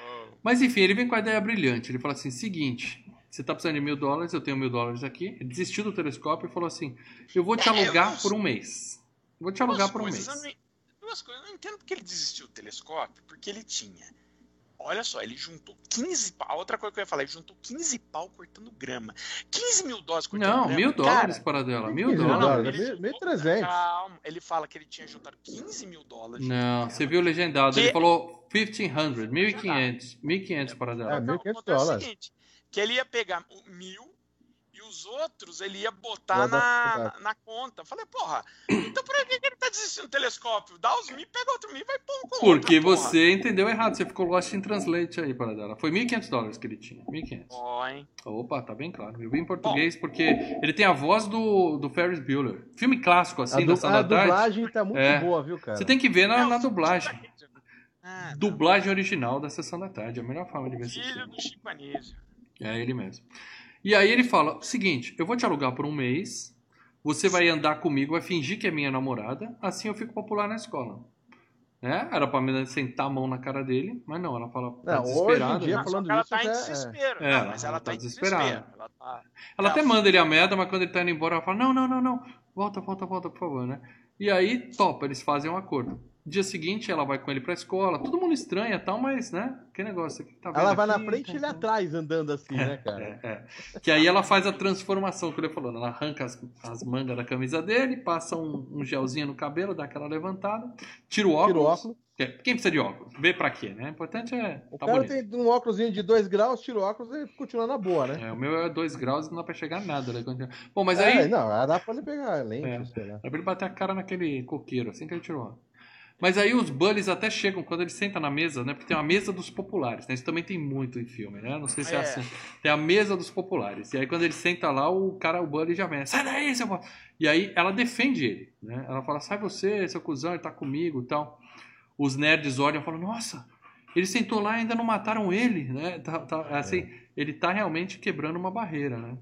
Mas enfim, ele vem com a ideia brilhante. Ele fala assim: seguinte, você tá precisando de mil dólares, eu tenho mil dólares aqui. Ele desistiu do telescópio e falou assim: eu vou te É, alugar eu- por um mês. Vou te alugar Duas por um coisas, mês. eu não, duas coisas. Eu não entendo porque ele desistiu do telescópio, porque ele tinha. Olha só, ele juntou quinze pau. A outra coisa que eu ia falar, ele juntou quinze pau cortando grama. quinze mil dólares cortando Não, grama. mil dólares Cara, para dela, mil quinze mil dólares. dólares. ele mil- juntou- mil e trezentos. Calma, ele fala que ele tinha juntado quinze mil dólares. Não, junto você com viu o legendado. Que- Ele falou quinze hundred, mil e quinhentos. mil e quinhentos para É, dela. mil e Então, quinhentos o ponto é o dólares. seguinte, que ele ia pegar o mil e os outros ele ia botar Vai dar na, faculdade. na, na conta. Falei, porra, então por que que ele tá desistindo do telescópio? Dá os mil, pega outro mil e vai pôr um com Porque outra, porra. você entendeu errado, você ficou lost in translate aí para dela. Foi mil e quinhentos dólares que ele tinha, mil e quinhentos. Ó, hein? Opa, tá bem claro. Eu vi em português porque ele tem a voz do, do Ferris Bueller. Filme clássico A, assim, du- da a Sandra Tarde. dublagem tá muito É. boa, viu, cara? Você tem que ver na, É, na o dublagem. Chico Anísio. Ah, não. Dublagem original da Sessão da Tarde. É a melhor forma de ver esse Filho filme. do Chico Anísio. É ele mesmo. E aí ele fala: seguinte, eu vou te alugar por um mês. Você vai andar comigo, vai fingir que é minha namorada. Assim eu fico popular na escola. Né? Era pra me sentar a mão na cara dele, mas não, ela fala: tá Não, hoje em desesperada. dia, né? Só falando que ela isso, tá em já é- desespero. É, Não, ela- mas ela ela tá tá em desesperada. desespero. Ela tá... Ela É, até o manda ele a merda, mas quando ele tá indo embora, ela fala: não, não, não, não. Volta, volta, volta, por favor, né? E aí, topa, eles fazem um acordo. Dia seguinte, ela vai com ele pra escola. Todo mundo estranha e tal, mas, né? Que negócio aqui. Tá vendo Ela vai aqui, na frente e tá- ele atrás, andando assim, né, cara? É, é. Que aí ela faz a transformação que ele falou. Ela arranca as, as mangas da camisa dele, passa um, um gelzinho no cabelo, dá aquela levantada, tira o óculos. Tira o óculos. Que- Quem precisa de óculos? Vê pra quê, né? O importante é. O Tá cara bonito. tem um óculos de dois graus, tira o óculos e continua na boa, né? É, o meu é dois graus e não dá pra chegar nada. Né? Bom, mas É, aí. não, dá pra ele pegar lente, É. sei lá. Era pra ele bater a cara naquele coqueiro, assim que ele tirou. Mas aí os bullies até chegam quando ele senta na mesa, né? Porque tem uma mesa dos populares, né? Isso também tem muito em filme, né? Não sei se é, É. assim. Tem a mesa dos populares. E aí quando ele senta lá, o cara, o bully já vem. Sai daí, seu... bo-" E aí ela defende ele, né? Ela fala, sai você, seu cuzão, ele tá comigo e tal. Os nerds olham e falam, nossa, ele sentou lá e ainda não mataram ele, né? Tá, tá, assim, ele tá realmente quebrando uma barreira, né?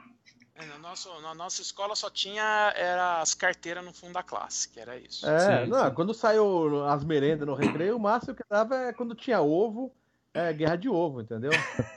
É, no nosso, na nossa escola só tinha era as carteiras no fundo da classe, que era isso. É, Sim, não, sim. quando saiu as merendas no recreio, o máximo que dava é quando tinha ovo, é guerra de ovo, entendeu?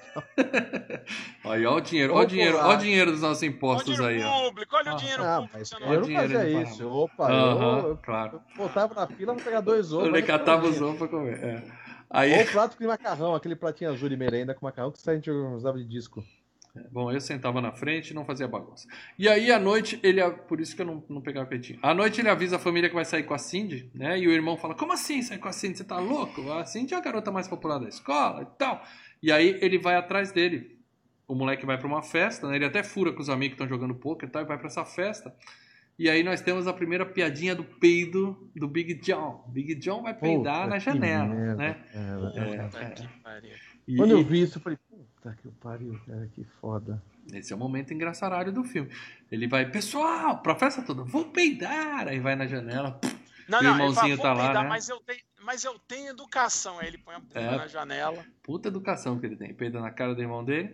Aí, ó o dinheiro, ó o dinheiro, ó o dinheiro dos nossos Olha o impostos dinheiro aí, ó. público, olha Ah. o dinheiro Ah, público. mas Você eu não... Olha o não dinheiro fazia indo isso. pra- Opa, Aham, eu, eu, claro. eu voltava na fila pra pegar dois ovos. Ele mas catava não os tinha. ovos pra comer. É. Aí, Ou prato de macarrão, aquele pratinho azul de merenda com macarrão que a gente usava de disco. bom, eu sentava na frente e não fazia bagunça. E aí, à noite, ele... Por isso que eu não, não pegava peitinho. À noite, ele avisa a família que vai sair com a Cindy, né? E o irmão fala, como assim sair com a Cindy? Você tá louco? A Cindy é a garota mais popular da escola e tal. E aí, ele vai atrás dele. O moleque vai pra uma festa, né? Ele até fura com os amigos que estão jogando poker e tal, e vai pra essa festa. E aí, nós temos a primeira piadinha do peido do Big John. Big John vai peidar Puta na que janela, merda, né? cara. É, Puta é. que pariu. E- Quando eu e- vi isso, eu falei, puta que pariu, cara, que foda. Esse é o momento engraçaralho do filme. Ele vai, pessoal, pra festa toda, vou peidar. Aí vai na janela. Não, O não, irmãozinho ele tá fala, vou lá, peidar, né? mas, eu tenho, mas eu tenho educação. Aí ele põe a bunda É. na janela. Puta educação que ele tem. Peida na cara do irmão dele.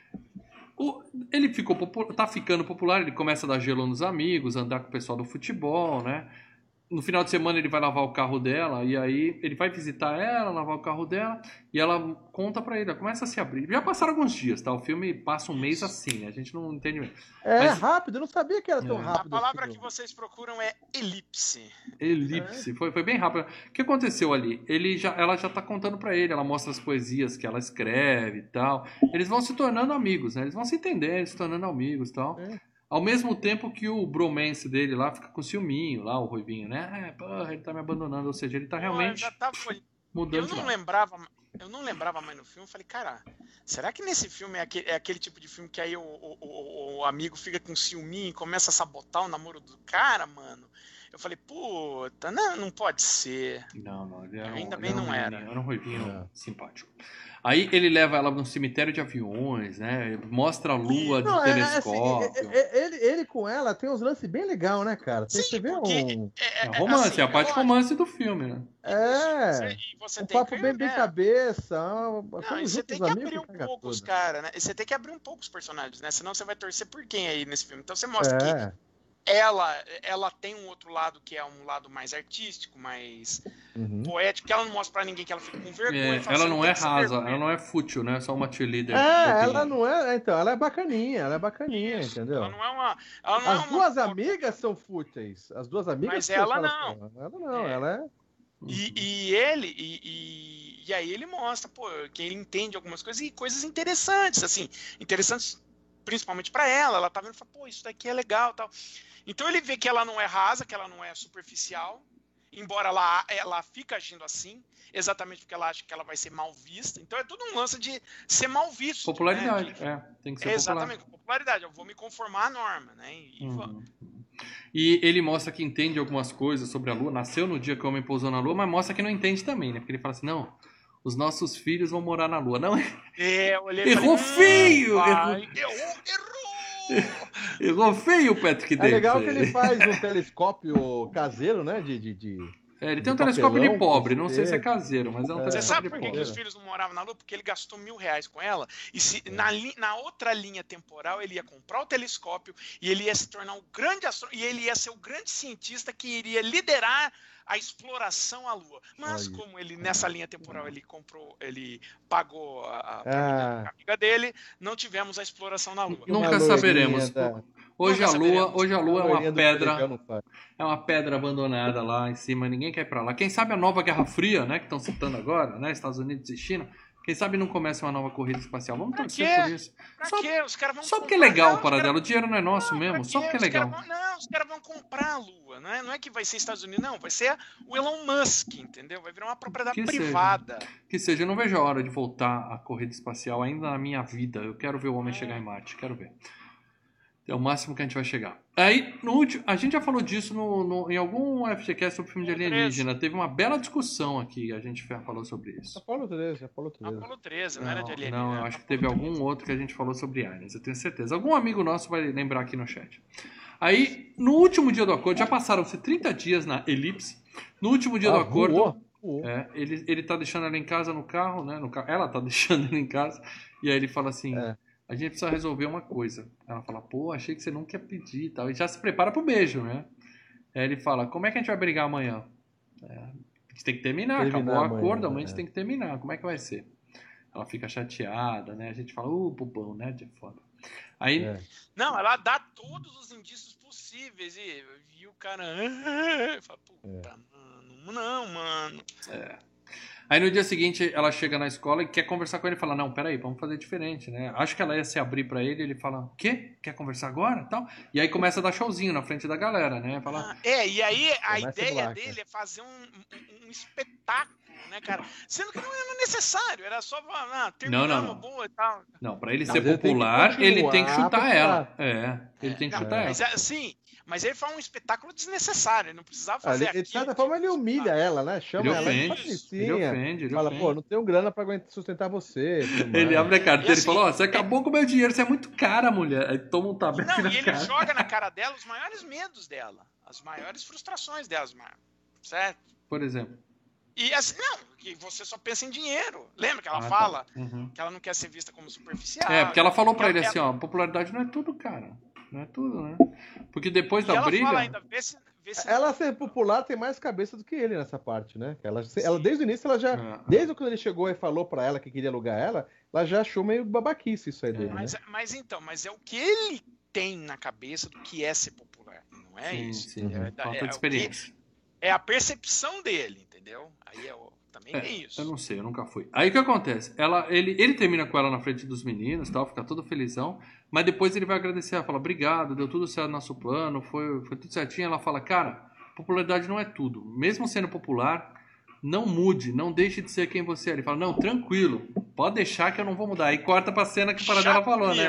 O- ele ficou popu- tá ficando popular, ele começa a dar gelo nos amigos, andar com o pessoal do futebol, né? No final de semana ele vai lavar o carro dela, e aí ele vai visitar ela, lavar o carro dela, e ela conta pra ele, ela começa a se abrir. Já passaram alguns dias, tá? O filme passa um mês assim, né? A gente não entende mesmo. É Mas- rápido, eu não sabia que era tão É. A rápido. palavra assim. que vocês procuram é elipse. Elipse, foi, foi bem rápido. O que aconteceu ali? Ele já, ela já tá contando pra ele, ela mostra as poesias que ela escreve e tal. Eles vão se tornando amigos, né? Eles vão se entendendo, se tornando amigos e tal. É. Ao mesmo tempo que o bromance dele lá fica com ciúminho, lá, o Ruivinho, né? É, porra, ele tá me abandonando, ou seja, ele tá Pô, realmente eu já tava olhando. mudando Eu de não lado. lembrava, eu não lembrava mais no filme. Falei, cara, será que nesse filme é aquele, é aquele tipo de filme que aí o, o, o- o amigo fica com ciúminho e começa a sabotar o namoro do cara, mano? Eu falei, puta, não, não pode ser. Não, não, ele era um, Ainda ele bem era um não era. menininho, era um ruivinho É. simpático. Aí ele leva ela no cemitério de aviões, né? Mostra a lua de Não, é, é assim, telescópio. é- é- ele, ele com ela tem uns lances bem legais, né, cara? Tem, Sim, você vê porque um. É é, é, romance, assim, é a parte lógico, romance do filme, né? É. e você Um tem papo que, bem, bem é, cabeça. Uma, não, quando e você junta tem os que amigos, abrir um caga pouco os tudo. caras, né? E você tem que abrir um pouco os personagens, né? Senão você vai torcer por quem aí nesse filme. Então você mostra que É. ela, ela tem um outro lado que é um lado mais artístico, mais Uhum. poético, que ela não mostra pra ninguém que ela fica com vergonha. É, fala, ela "Você não tem é que ser rasa, vergonha." ela não é fútil, né? Só uma cheerleader. É, ela bobinha. não é. Então, ela é bacaninha, ela é bacaninha, Isso, entendeu? ela não é uma. Ela não As é uma duas porca. amigas são fúteis. As duas amigas Mas que ela falam não. assim, ela não, É. ela é. E, e ele, e, e, e aí ele mostra, pô, que ele entende algumas coisas e coisas interessantes, assim, interessantes principalmente pra ela. Ela tá vendo e fala, pô, isso daqui é legal, tal. Então ele vê que ela não é rasa, que ela não é superficial, embora ela, ela fica agindo assim, exatamente porque ela acha que ela vai ser mal vista. Então é tudo um lance de ser mal visto. Popularidade, né? De, é, tem que ser é, exatamente, popular. popularidade. Eu vou me conformar à norma, né? E, Uhum. vamos. E ele mostra que entende algumas coisas sobre a Lua, nasceu no dia que o homem pousou na Lua, mas mostra que não entende também, né? Porque ele fala assim, não, os nossos filhos vão morar na Lua. Não, É, eu olhei e errou falei, feio! "Hum, Errou, pai, errou, errou! errou feio o Patrick É Davis. legal que ele aí. faz um telescópio caseiro, né? De. de, de... É, ele tem um de telescópio de papelão, pobre, com não sei se é espelho. caseiro, mas é um É. Você telescópio sabe de por que, que pobre. os filhos não moravam na Lua? Porque ele gastou mil reais com ela. E se na, li- na outra linha temporal ele ia comprar o telescópio e ele ia se tornar um grande astrônomo e ele ia ser o grande cientista que iria liderar a exploração à Lua. Mas Aí. como ele nessa linha temporal ele comprou, ele pagou a, a, pra Ah. amiga- amiga dele, não tivemos a exploração na Lua. Nunca Uma saberemos. loirinha da- Hoje Nunca a Lua, saberemos. hoje a Lua é a loirinha uma do pedra, feijão não faz. é uma pedra abandonada lá em cima, ninguém quer ir pra lá. Quem sabe a nova Guerra Fria, né, que estão citando agora, né, Estados Unidos e China, quem sabe não começa uma nova corrida espacial. Vamos Pra torcer quê? por isso. Pra Só, quê? Os caras vão só porque é comprar- legal não, o os caras- Paradelo, o dinheiro não é nosso Não, mesmo, pra só quê? porque é Os caras legal. vão- não, os caras vão comprar a Lua, não é, não é que vai ser Estados Unidos, não, vai ser o Elon Musk, entendeu? Vai virar uma propriedade Que seja. privada. Que seja, eu não vejo a hora de voltar à corrida espacial ainda na minha vida. Eu quero ver o homem É. chegar em Marte, quero ver. É o máximo que a gente vai chegar. Aí, no último, a gente já falou disso no, no- em algum F G Cast sobre filme de Apolo alienígena. Teve uma bela discussão aqui, a gente falou sobre isso. Apolo treze, Apolo treze. Apolo treze, não, era de alienígena. Não, eu acho que teve algum outro que a gente falou sobre aliens, eu tenho certeza. Algum amigo nosso vai lembrar aqui no chat. Aí, no último dia do acordo, já passaram-se trinta dias na elipse. No último dia Ah, do acordo, voou, voou. é, ele, ele tá deixando ela em casa no carro, né? No carro, ela tá deixando ele em casa. E aí ele fala assim: É. a gente precisa resolver uma coisa. Ela fala, pô, achei que você não quer pedir e tal. E já se prepara pro beijo, né? Aí ele fala, como é que a gente vai brigar amanhã? É, a gente tem que terminar, Terminar acabou o amanhã, acordo, amanhã a é. gente tem que terminar. Como é que vai ser? Ela fica chateada, né? A gente fala, uh, bobão, né? De foda. Aí, É. Não, ela dá todos os indícios possíveis e, e o cara. Fala, puta, mano, não, mano. aí no dia seguinte ela chega na escola e quer conversar com ele e fala, não, peraí, vamos fazer diferente, né? Acho que ela ia se abrir pra ele, ele fala, o quê? Quer conversar agora? Tal. E aí começa a dar showzinho na frente da galera, né? Fala, Ah, é, e aí a Começa ideia Black, dele é fazer um, um, um espetáculo, né, cara? Sendo que não era necessário, era só ah, terminar Não, não, uma não. boa e tal. não, pra ele Mas ser ele tem que popular, ele tem que continuar chutar popular. ela. É, ele tem que Não, chutar mas ela. assim, mas ele faz um espetáculo desnecessário, ele não precisava Ah, fazer ele, de aquilo. certa forma, ele humilha ela, né? Chama Ele ela de ofende, ele patricinha. ofende, ele Fala, ofende. pô, não tenho grana pra aguentar- sustentar você. tudo Ele mais. abre a carteira e, E assim, fala, ó, você acabou com o meu dinheiro, você é muito cara, mulher. Aí toma um tabete Não, na e ele cara. joga na cara dela os maiores medos dela, as maiores frustrações dela, certo? Por exemplo. E assim, não, que você só pensa em dinheiro. Lembra que ela Ah, tá. fala Uhum. que ela não quer ser vista como superficial? É, porque ela falou pra ele ela- assim, ó, popularidade não é tudo, cara. Não é tudo, né? Porque depois E da ela briga... fala ainda, vê se, vê se Ela ser popular tem mais cabeça do que ele nessa parte, né? Ela, ela desde o início, ela já. É. Desde quando ele chegou e falou pra ela que queria alugar ela, ela já achou meio babaquice isso aí dele, Mas, né? mas então, mas é o que ele tem na cabeça do que é ser popular. Não é Sim, isso. sim. É, da- Falta é de o que- experiência. é a percepção dele, entendeu? Aí é o- também É, tem isso. eu não sei, eu nunca fui. Aí o que acontece? Ela, ele, ele termina com ela na frente dos meninos, tal, fica todo felizão, mas depois ele vai agradecer, ela fala, obrigado, deu tudo certo no nosso plano, foi, foi tudo certinho. Ela fala, cara, popularidade não é tudo. Mesmo sendo popular, não mude, não deixe de ser quem você é. Ele fala, não, tranquilo, pode deixar que eu não vou mudar. Aí corta pra cena que o Paradela falou, né? comigo.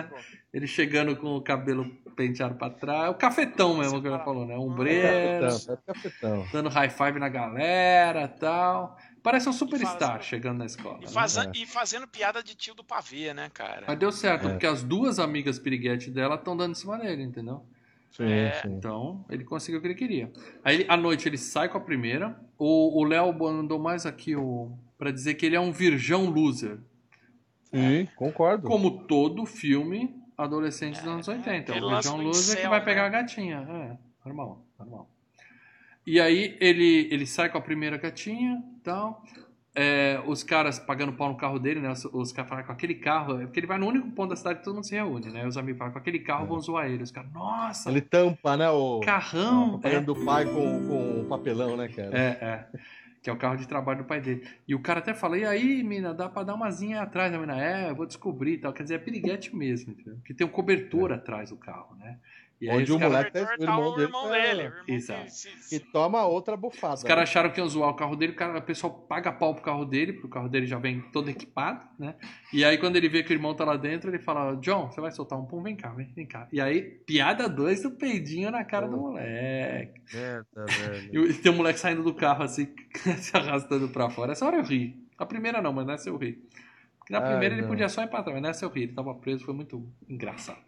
Ele chegando com o cabelo penteado pra trás. O cafetão mesmo que ele falou, né? Ombreiro. Cafetão, é cafetão. Dando high five na galera e tal. Parece um superstar faz- chegando na escola. E, né? faz- É. e fazendo piada de tio do pavê, né, cara? Mas deu certo, É. porque as duas amigas piriguete dela estão dando em cima dele, entendeu? Sim, É. sim. Então, ele conseguiu o que ele queria. Aí, ele- à noite, ele sai com a primeira. O o Léo mandou mais aqui o, pra dizer que ele é um virgão loser. Sim, concordo. Como todo filme adolescente dos anos oitenta. aquele O lance virgão do loser que incel, vai né? pegar a gatinha. É, normal, normal. E aí, ele, ele sai com a primeira gatinha e tal. É, os caras pagando pau no carro dele, né? Os, os caras falam com aquele carro, é porque ele vai no único ponto da cidade que todo mundo se reúne, né? Os amigos falam com aquele carro, vão zoar ele. Os caras, nossa, Ele tampa, né, o carrão. a propaganda do pai com, com o papelão, né, cara? É, é. Que é o carro de trabalho do pai dele. E o cara até fala, e aí, mina, dá pra dar uma zinha atrás? A mina, é, eu vou descobrir e tal. Quer dizer, é piriguete mesmo, entendeu? Porque tem um cobertor atrás do carro, né? E aí Onde os o caras- moleque tá, Cobertor o tá irmão o dele, irmão tá- dele. O irmão Exato. que se- que se- toma outra bufada. Os caras acharam que iam zoar o carro dele, o, cara, o pessoal paga pau pro carro dele, porque o carro dele já vem todo equipado, né? E aí quando ele vê que o irmão tá lá dentro, ele fala, John, você vai soltar um pum, vem cá, vem, vem cá. E aí, piada dois do peidinho na cara do moleque. Merda, velho. E o- e tem um moleque saindo do carro assim, se arrastando pra fora. Essa hora eu ri. A primeira não, mas nessa eu ri. Porque na Ai, primeira ele não. podia só ir pra trás, mas nessa eu ri. Ele tava preso, foi muito engraçado.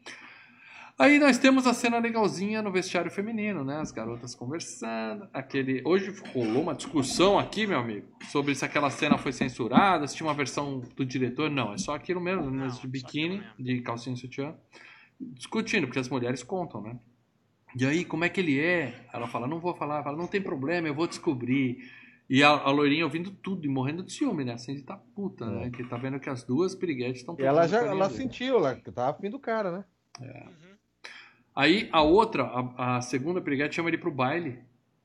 Aí nós temos a cena legalzinha no vestiário feminino, né? As garotas conversando. Aquele... Hoje rolou uma discussão aqui, meu amigo, sobre se aquela cena foi censurada, se tinha uma versão do diretor. Não, é só aquilo mesmo, Não, mesmo de só biquíni, aquilo de calcinha e sutiã. Discutindo, porque as mulheres contam, né? E aí, como é que ele é? Ela fala, não vou falar. Fala, não tem problema, eu vou descobrir. E a, a loirinha ouvindo tudo e morrendo de ciúme, né? Assim, de tá puta, né? Que tá vendo que as duas piriguetes estão... E ela já ela sentiu, ela tava afim do cara, né? Uhum. Aí a outra, a, a segunda piriguete, chama ele pro baile.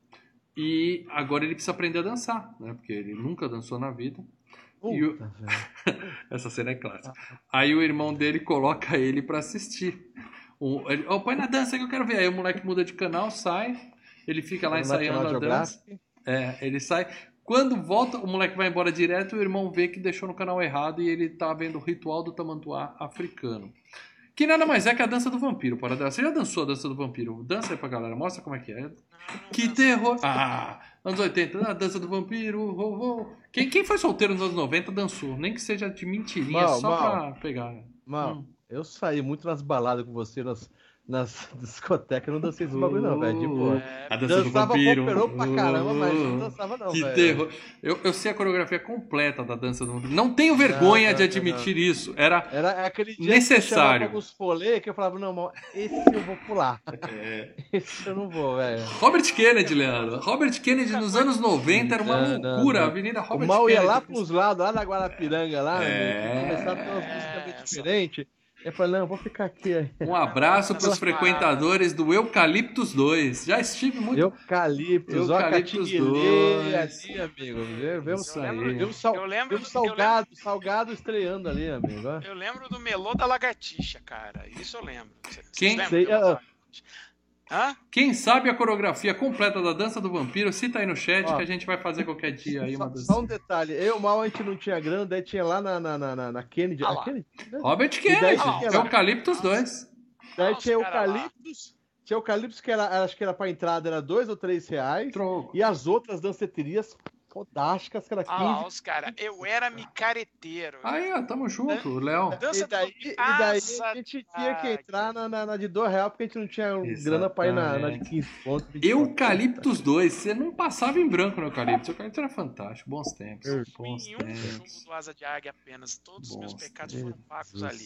E agora ele precisa aprender a dançar, né? Porque ele nunca dançou na vida. E o- Puta, velho. Essa cena é clássica. Aí o irmão dele coloca ele pra assistir. O, ele, oh, põe na dança que eu quero ver. Aí o moleque muda de canal, sai. Ele fica lá No ensaiando a National dança. Geographic. É, ele sai. Quando volta, o moleque vai embora direto. O irmão vê que deixou no canal errado e ele tá vendo o ritual do tamanduá africano. Que nada mais é que a dança do vampiro, para dela. Você já dançou a dança do vampiro? Dança aí pra galera, mostra como é que é. Que terror! Ah, anos oitenta, a dança do vampiro. Oh, oh. Quem, quem foi solteiro nos anos noventa dançou, nem que seja de mentirinha, Mal, só mal. pra pegar. Mano, Hum. eu saí muito nas baladas com você, nas, nas discotecas, eu não dancei esse bagulho não, velho. De boa. É, A dança do Dançava vampiro. operou pra caramba, mas não Oh, dançava não, que velho. terror. Eu, eu sei a coreografia completa da dança do vampiro. Não tenho vergonha Não, não, de admitir isso. Era. Era aquele dia Necessário. que eu chamava alguns folê que eu falava, não, mano, esse eu vou pular. É. Esse eu não vou, velho. Robert Kennedy, Leandro. Robert Kennedy nos anos noventa era uma Não, não, loucura. não. A Avenida O Robert mal ia Kennedy. lá pros lados, lá na Guarapiranga, lá, É. né, começar a ter umas músicas bem diferentes. Eu falei, não, vou ficar aqui. aí. Um abraço para os frequentadores do Eucaliptus dois. Já estive muito. Eucaliptus, ó, Eucaliptus Catinguelê dois. ali, amigo. Vê, vê, Isso o, aí. vê o, sal, Eu lembro- vê o eu salgado, salgado estreando ali, amigo. ó. Eu lembro do melô da lagartixa, cara. Isso eu lembro. Vocês Quem? lembram Sei, do melô da ah. lagartixa? Hã? Quem sabe a coreografia completa da dança do vampiro, cita aí no chat Ó. que a gente vai fazer qualquer dia aí uma Só, dança. só um detalhe, eu mal a gente não tinha grana, daí tinha lá na, na, na, na- na Kennedy. Ah a lá. Kennedy né? Robert E daí Kennedy, tinha lá. Eucaliptus dois. Daí Ah, os tinha cara lá. Eucaliptus. Tinha Eucaliptus que era, acho que era pra entrada, era dois ou três reais. Troco. E as outras danceterias fodásticas, que era Olha lá, quinze. os caras. Eu era micareteiro. Aí, ó, tamo junto, Léo. Dança E daí, do- e daí Asa- a gente tinha que entrar na, na, na de dois reais porque a gente não tinha Exatamente. grana pra ir na, na de quinze pontos. vinte pontos. Eucaliptus dois, você não passava em branco no Eucaliptus. O Eucaliptus era fantástico, bons tempos. Eu Fui Bons em um tempos. jogo do Asa de Águia apenas. Todos os meus Bons pecados foram pagos ali.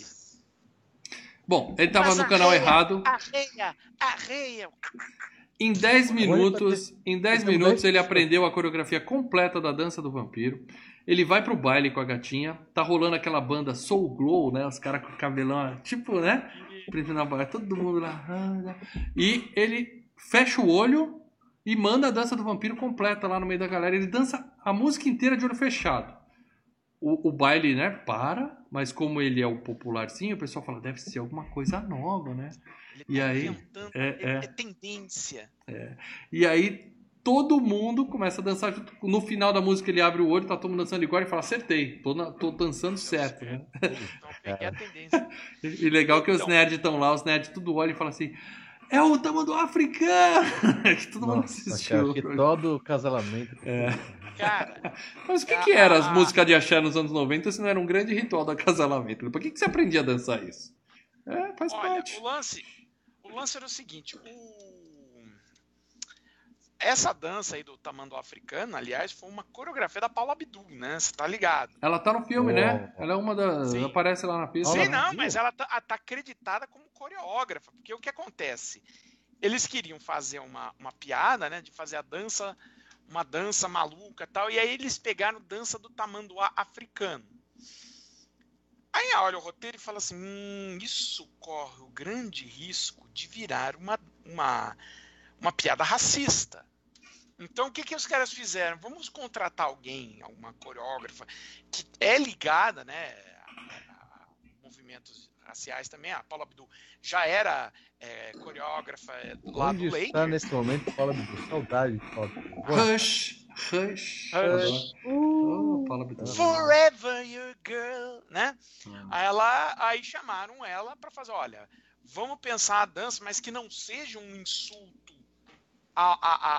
Bom, ele tava Mas no canal arreia, errado. Arreia, arreia. Em dez minutos, em dez Temos minutos dez ele pessoas. aprendeu a coreografia completa da dança do vampiro. Ele vai pro baile com a gatinha. Tá rolando aquela banda Soul Glow, né? Os caras com o cabelão, tipo, né? Primeiro na barra, todo mundo lá. E ele fecha o olho e manda a dança do vampiro completa lá no meio da galera. Ele dança a música inteira de olho fechado. O, o baile, né, para, mas como ele é o popularzinho, o pessoal fala, deve ser alguma coisa nova, né? Ele E tá aí, inventando, é, ele é. é tendência. E aí todo mundo começa a dançar junto. No final da música ele abre o olho, tá todo mundo dançando igual e fala, acertei, tô, na, tô dançando certo. Né? Então peguei a tendência. E legal que os Então. nerds estão lá, os nerds tudo olham e falam assim, é o tamanduá africano! Que todo mundo Nossa, assistiu. cara, que todo casalamento. É. Cara, Mas o que, Ah, que era as ah, músicas de axé nos anos noventa se não era um grande ritual do acasalamento? Por que, que você aprendia a dançar isso? É, faz olha, parte. o lance, o lance era o seguinte, o... essa dança aí do tamanduá africano, aliás, foi uma coreografia da Paula Abdul, né? Você tá ligado? Ela tá no filme, Oh. né? Ela é uma das. Sim. Aparece lá na pista. Sim, Paula né? não, Abdul? mas ela tá, tá acreditada como coreógrafa, porque o que acontece? Eles queriam fazer uma, uma piada, né? De fazer a dança, uma dança maluca e tal, e aí eles pegaram dança do tamanduá africano. Aí olha o roteiro e fala assim, hum, isso corre o grande risco de virar uma, uma, uma piada racista. Então o que, que os caras fizeram? Vamos contratar alguém, alguma coreógrafa, que é ligada, né, a, a movimentos raciais também. A Paula Abdul já era é, coreógrafa lá Onde do está Lakers. nesse momento Paula Abdul? Saudade de Paula Abdul. Rush, Rush. Rush. Oh, Paula Abdul. Forever your girl, né? Hum. Aí, ela, aí chamaram ela para fazer, olha, vamos pensar a dança, mas que não seja um insulto a, a, a,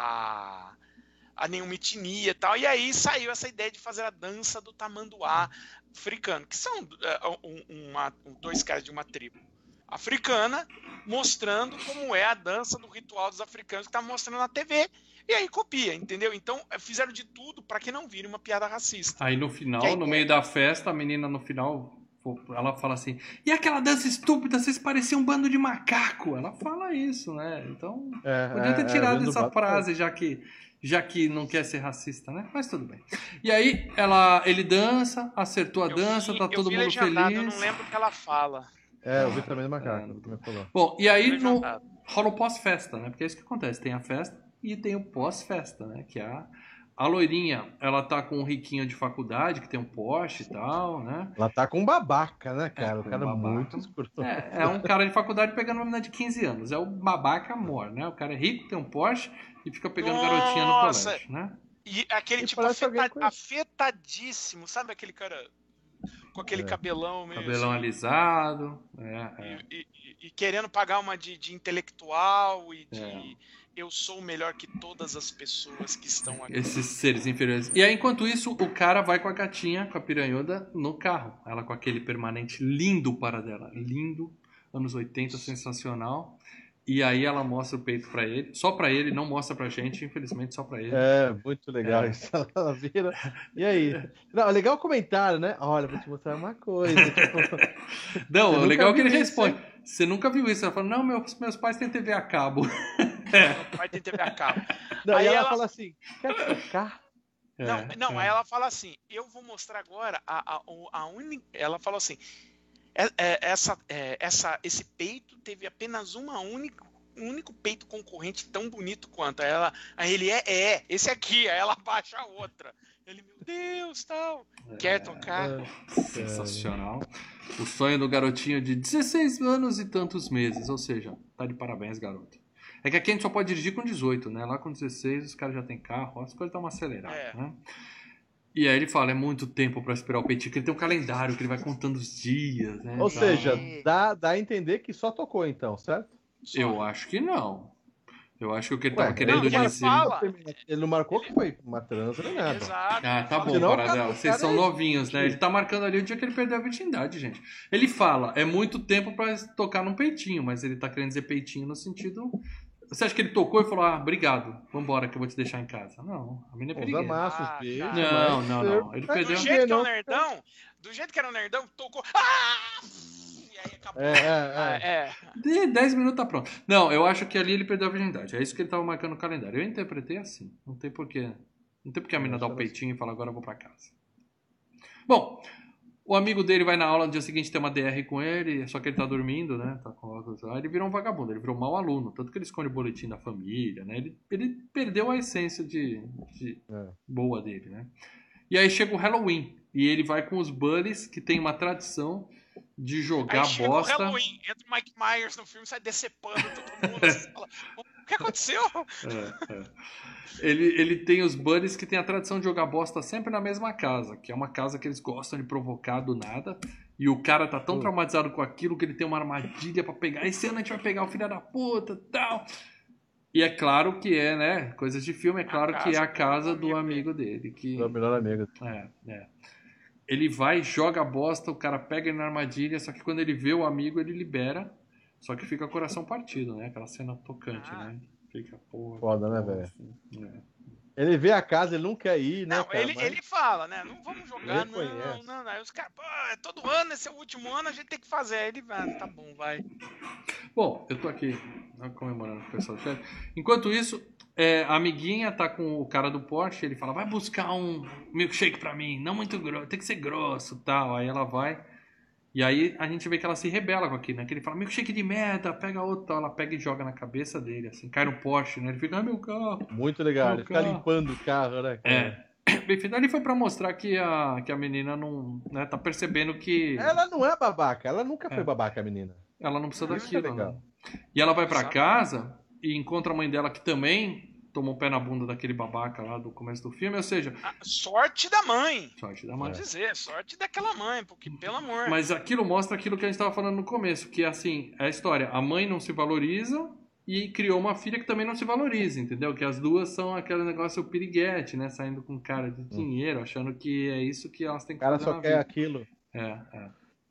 a, a nenhuma etnia e tal. E aí saiu essa ideia de fazer a dança do tamanduá africano, que são uh, um, uma, dois caras de uma tribo africana mostrando como é a dança do ritual dos africanos que tá mostrando na T V. E aí copia, entendeu? Então fizeram de tudo para que não vire uma piada racista. Aí no final, Que aí- no meio da festa, a menina no final, ela fala assim, e aquela dança estúpida, vocês pareciam um bando de macaco. Ela fala isso, né? Então, É, podia ter é, tirado é, vendo essa o frase, já que, já que não quer ser racista, né? Mas tudo bem. E aí, ela, ele dança, acertou a Eu dança, vi- tá eu todo vi mundo legendado, feliz. Eu não lembro o que ela fala. É, eu vi também do macaco, ele também falou. Bom, e aí no, Legendado. rola o pós-festa, né? Porque é isso que acontece. Tem a festa e tem o pós-festa, né? Que é a, a loirinha, ela tá com um riquinho de faculdade, que tem um Porsche e tal, né? Ela tá com um babaca, né, cara? É, o com cara um é babaca. muito escuro. É, é um cara de faculdade pegando uma menina de quinze anos. É o babaca amor, né? O cara é rico, tem um Porsche e fica pegando garotinha no Nossa! colégio, né? E aquele E tipo parece alguém afeta- com isso. afetadíssimo, sabe aquele cara com aquele É. cabelão meio Cabelão assim, alisado. É, é. e, e- e querendo pagar uma de, de intelectual e de É. eu sou melhor que todas as pessoas que estão aqui. Esses seres inferiores. E aí, enquanto isso, o cara vai com a gatinha, com a piranhuda, no carro. Ela com aquele permanente lindo para dela. Lindo. Anos oitenta, sensacional. E aí ela mostra o peito pra ele. Só pra ele, não mostra pra gente, infelizmente, só pra ele. É, muito legal É. isso. Ela vira. E aí? Não, legal o comentário, né? Olha, vou te mostrar uma coisa. Tipo, Não, Você o nunca legal é que viu ele isso, responde. Você nunca viu isso? Ela fala, não, meus, meus pais têm T V a cabo. Vai ter T V a cabo. não, Aí e ela, ela- fala assim: quer tocar? Não, É, não, é. aí ela fala assim, eu vou mostrar agora a, a, o- a única... Ela falou assim, é- é- essa, é, essa, esse peito teve apenas uma única, um único peito concorrente tão bonito quanto. Aí, ela, aí ele é, é, esse aqui, aí ela baixa a outra. Ele, meu Deus, tal, quer tocar? É, Sensacional. O sonho do garotinho de dezesseis anos e tantos meses. Ou seja, tá de parabéns, garoto. É que aqui a gente só pode dirigir com dezoito, né? Lá com dezesseis os caras já tem carro, as coisas dão uma acelerada, É. né? E aí ele fala, é muito tempo pra esperar o peitinho, que ele tem um calendário que ele vai contando os dias, né? Ou Então, seja, dá, dá a entender que só tocou então, certo? eu acho que não. Eu acho que o que ele Ué, tava querendo não, ele dizer... fala- Ele não marcou que foi uma transa nem nada. Exato. Ah, tá bom, Senão, Paradela. cara, o Vocês cara são é- novinhos, né? Ele tá marcando ali o dia que ele perdeu a virgindade, gente. Ele fala, é muito tempo pra tocar num peitinho, mas ele tá querendo dizer peitinho no sentido... Você acha que ele tocou e falou, ah, obrigado, vambora que eu vou te deixar em casa? Não, a menina é Os perigosa. amassos, Ah, beijos. cara. Não, mas- não, não. Ele Mas perdeu- Do por jeito que é não? um nerdão, do jeito que era um nerdão, tocou. Ah! E aí acabou. É, é, Ah, é. é. De dez minutos tá pronto. Não, eu acho que ali ele perdeu a virgindade. É isso que ele tava marcando no calendário. Eu interpretei assim. Não tem porquê. Não tem porque a menina dá o peitinho e fala, agora eu vou pra casa. Bom, o amigo dele vai na aula no dia seguinte ter uma D R com ele, só que ele tá dormindo, né? Tá com óculos lá. Ele virou um vagabundo, ele virou um mau aluno. Tanto que ele esconde o boletim da família, né? Ele, ele perdeu a essência de, de É. boa dele, né? E aí chega o Halloween. E ele vai com os bullies, que tem uma tradição de jogar Aí chega bosta. o Halloween, entra o Mike Myers no filme, sai decepando todo mundo. Você fala, O que aconteceu? É, é. Ele, ele tem os buddies que tem a tradição de jogar bosta sempre na mesma casa, que é uma casa que eles gostam de provocar do nada. E o cara tá tão traumatizado com aquilo que ele tem uma armadilha pra pegar. Esse ano a gente vai pegar o filho da puta e tal. E é claro que é, né? Coisas de filme, é claro A que é a casa casa do amigo dele. Que... É o melhor amigo. É, é. Ele vai, joga a bosta, o cara pega ele na armadilha, só que quando ele vê o amigo, ele libera. Só que fica coração partido, né? Aquela cena tocante, Ah. né? Fica, porra. Foda, né, porra, velho? assim, é. Ele vê a casa, ele não quer ir, né, Não, cara? ele, Mas- ele fala, né? Não vamos jogar, Ele não, conhece. não, não. Aí os caras, pô, é todo ano, esse é o último ano, a gente tem que fazer. Aí ele vai, tá bom, vai. Bom, eu tô aqui né, comemorando com o pessoal do chat. Enquanto isso, é, a amiguinha tá com o cara do Porsche, ele fala, vai buscar um milkshake pra mim, não muito grosso, tem que ser grosso, tal. Aí ela vai, e aí a gente vê que ela se rebela com aquilo, né? Que ele fala, milkshake de merda, pega outro, tal. Ela pega e joga na cabeça dele, assim, cai no Porsche, né? Ele fica, ah, meu carro. Muito legal, Meu ele fica carro. limpando o carro, né? cara? É. Bem, ali foi pra mostrar que a, que a menina não, né, tá percebendo que Ela não é babaca, ela nunca É. foi babaca, a menina. ela não precisa Isso que é daquilo, legal. né? E ela vai pra Sabe? casa e encontra a mãe dela que também tomou o pé na bunda daquele babaca lá do começo do filme, ou seja, A sorte da mãe. sorte da mãe. Vamos dizer, sorte daquela mãe, porque, pelo amor. Mas aquilo mostra aquilo que a gente estava falando no começo, que assim, é a história, a mãe não se valoriza e criou uma filha que também não se valoriza, entendeu? Que as duas são aquele negócio piriguete, né? Saindo com cara de dinheiro, achando que é isso que elas têm O que cara fazer só na quer vida. aquilo. É, é.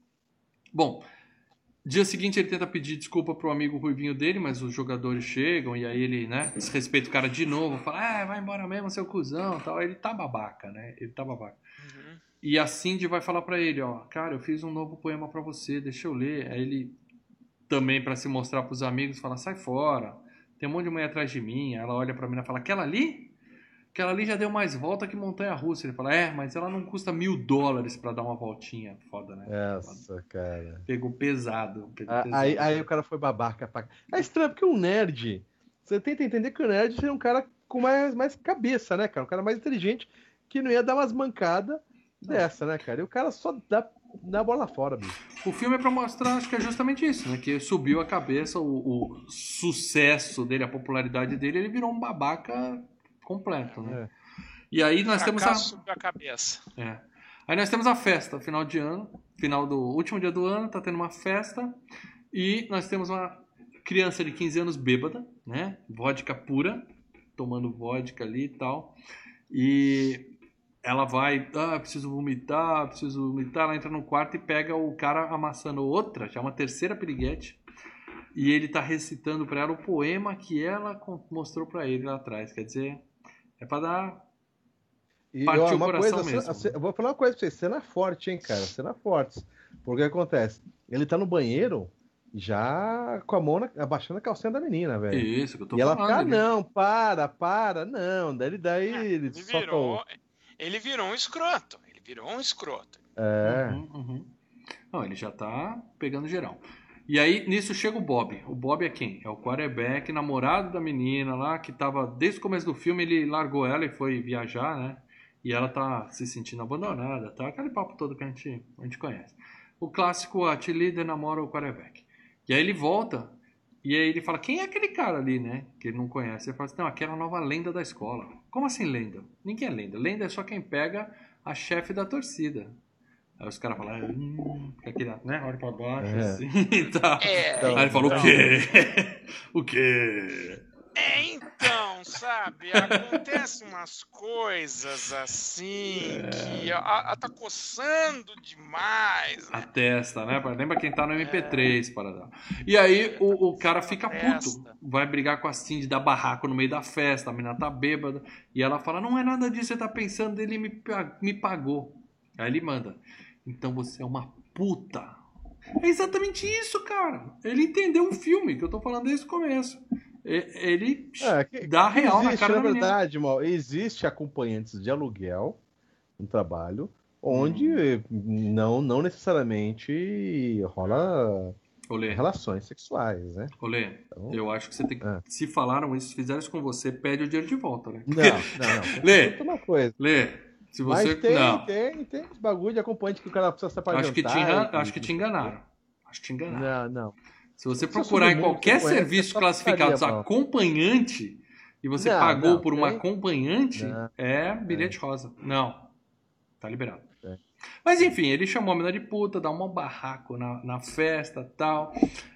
Bom, dia seguinte ele tenta pedir desculpa pro amigo ruivinho dele, mas os jogadores chegam e aí ele, né, desrespeita o cara de novo, fala, ah, vai embora mesmo, seu cuzão, tal. Ele tá babaca, né? Ele tá babaca. Uhum. E a Cindy vai falar pra ele, ó, cara, eu fiz um novo poema pra você, deixa eu ler. Aí ele também, pra se mostrar pros amigos, fala, sai fora, tem um monte de mãe atrás de mim. Aí ela olha pra mim e fala, aquela ali? Aquela ali já deu mais volta que montanha-russa. Ele fala, é, mas ela não custa mil dólares pra dar uma voltinha. Foda, né? Essa, cara. Pegou pesado. Pegou Ah, pesado. Aí, aí o cara foi babaca. Pra... É estranho, porque um nerd, você tenta entender que o nerd seria um cara com mais, mais cabeça, né, cara? Um cara mais inteligente, que não ia dar umas mancadas dessa, né, cara? E o cara só dá, dá a bola fora, bicho. O filme é pra mostrar, acho que é justamente isso, né? Que subiu a cabeça, o, o sucesso dele, a popularidade dele, ele virou um babaca completo, né? É. E aí nós temos a... Fracasso subiu a cabeça. É. Aí nós temos a festa, final de ano, final do último dia do ano, tá tendo uma festa e nós temos uma criança de quinze anos bêbada, né? Vodka pura, tomando vodka ali e tal. E ela vai, ah, preciso vomitar, preciso vomitar. Ela entra no quarto e pega o cara amassando outra, já uma terceira piriguete. E ele tá recitando pra ela o poema que ela mostrou pra ele lá atrás. Quer dizer, é pra dar... E Partiu ó, o uma coração coisa, mesmo. ce- eu vou falar uma coisa pra vocês, cena forte, hein, cara, cena forte. Porque o que acontece? Ele tá no banheiro já com a mão na, abaixando a calcinha da menina, velho. Isso que eu tô E ela falando. fica, ah, ele- não, para, para, não. Daí, daí É, ele Ele solta virou, o... ele virou um escroto. Ele virou um escroto. É, Uhum, uhum. Não, ele já tá pegando geral. E aí, nisso chega o Bob. O Bob é quem? É o quarterback, namorado da menina lá, que tava, desde o começo do filme, ele largou ela e foi viajar, né? E ela tá se sentindo abandonada, tá? Aquele papo todo que a gente, a gente conhece. O clássico, a cheerleader namora o quarterback. E aí ele volta, e aí ele fala, quem é aquele cara ali, né? Que ele não conhece. Ele fala assim, não, aquela nova lenda da escola. Como assim lenda? Ninguém é lenda. Lenda é só quem pega a chefe da torcida. Aí os caras falam, hum, fica aquele, né? Olha pra baixo, É. assim e tal. É, Então, Aí ele fala, então. o quê? O quê? É, então, sabe, acontece umas coisas assim que a, a, tá coçando demais, A né? testa, né? Lembra quem tá no M P três, para E aí o, o cara fica puto, Testa. vai brigar com a Cindy, dá barraco no meio da festa, a menina tá bêbada, e ela fala, não é nada disso, você tá pensando, ele me, pa- me pagou. Aí ele manda, então você é uma puta. É exatamente isso, cara. Ele entendeu o filme, que eu tô falando desde o começo. E- Ele É, que- dá real na existe, cara na da menina. verdade, mal, existe acompanhantes de aluguel no trabalho, onde Hum. não, não necessariamente rola Olê, relações sexuais, né? Olê, Então- eu acho que você tem que... É. Se falaram isso, se fizeram isso com você, pede o dinheiro de volta, né? Não, não, não. Lê. Tem uma coisa. Lê, se você... Mas tem, não. tem, tem esse bagulho de acompanhante que o cara precisa estar para Acho que, te jantar. engan- e- acho que te enganaram. Acho que te enganaram. Não, não. Se você Você procurar em submundo, qualquer você conhece, serviço essa classificado putaria, mano. acompanhante e você Não, pagou não, por uma tem- acompanhante, Não, é bilhete rosa. Não, tá liberado. É. Mas enfim, ele chamou a menina de puta, dá um barraco na, na festa e tal.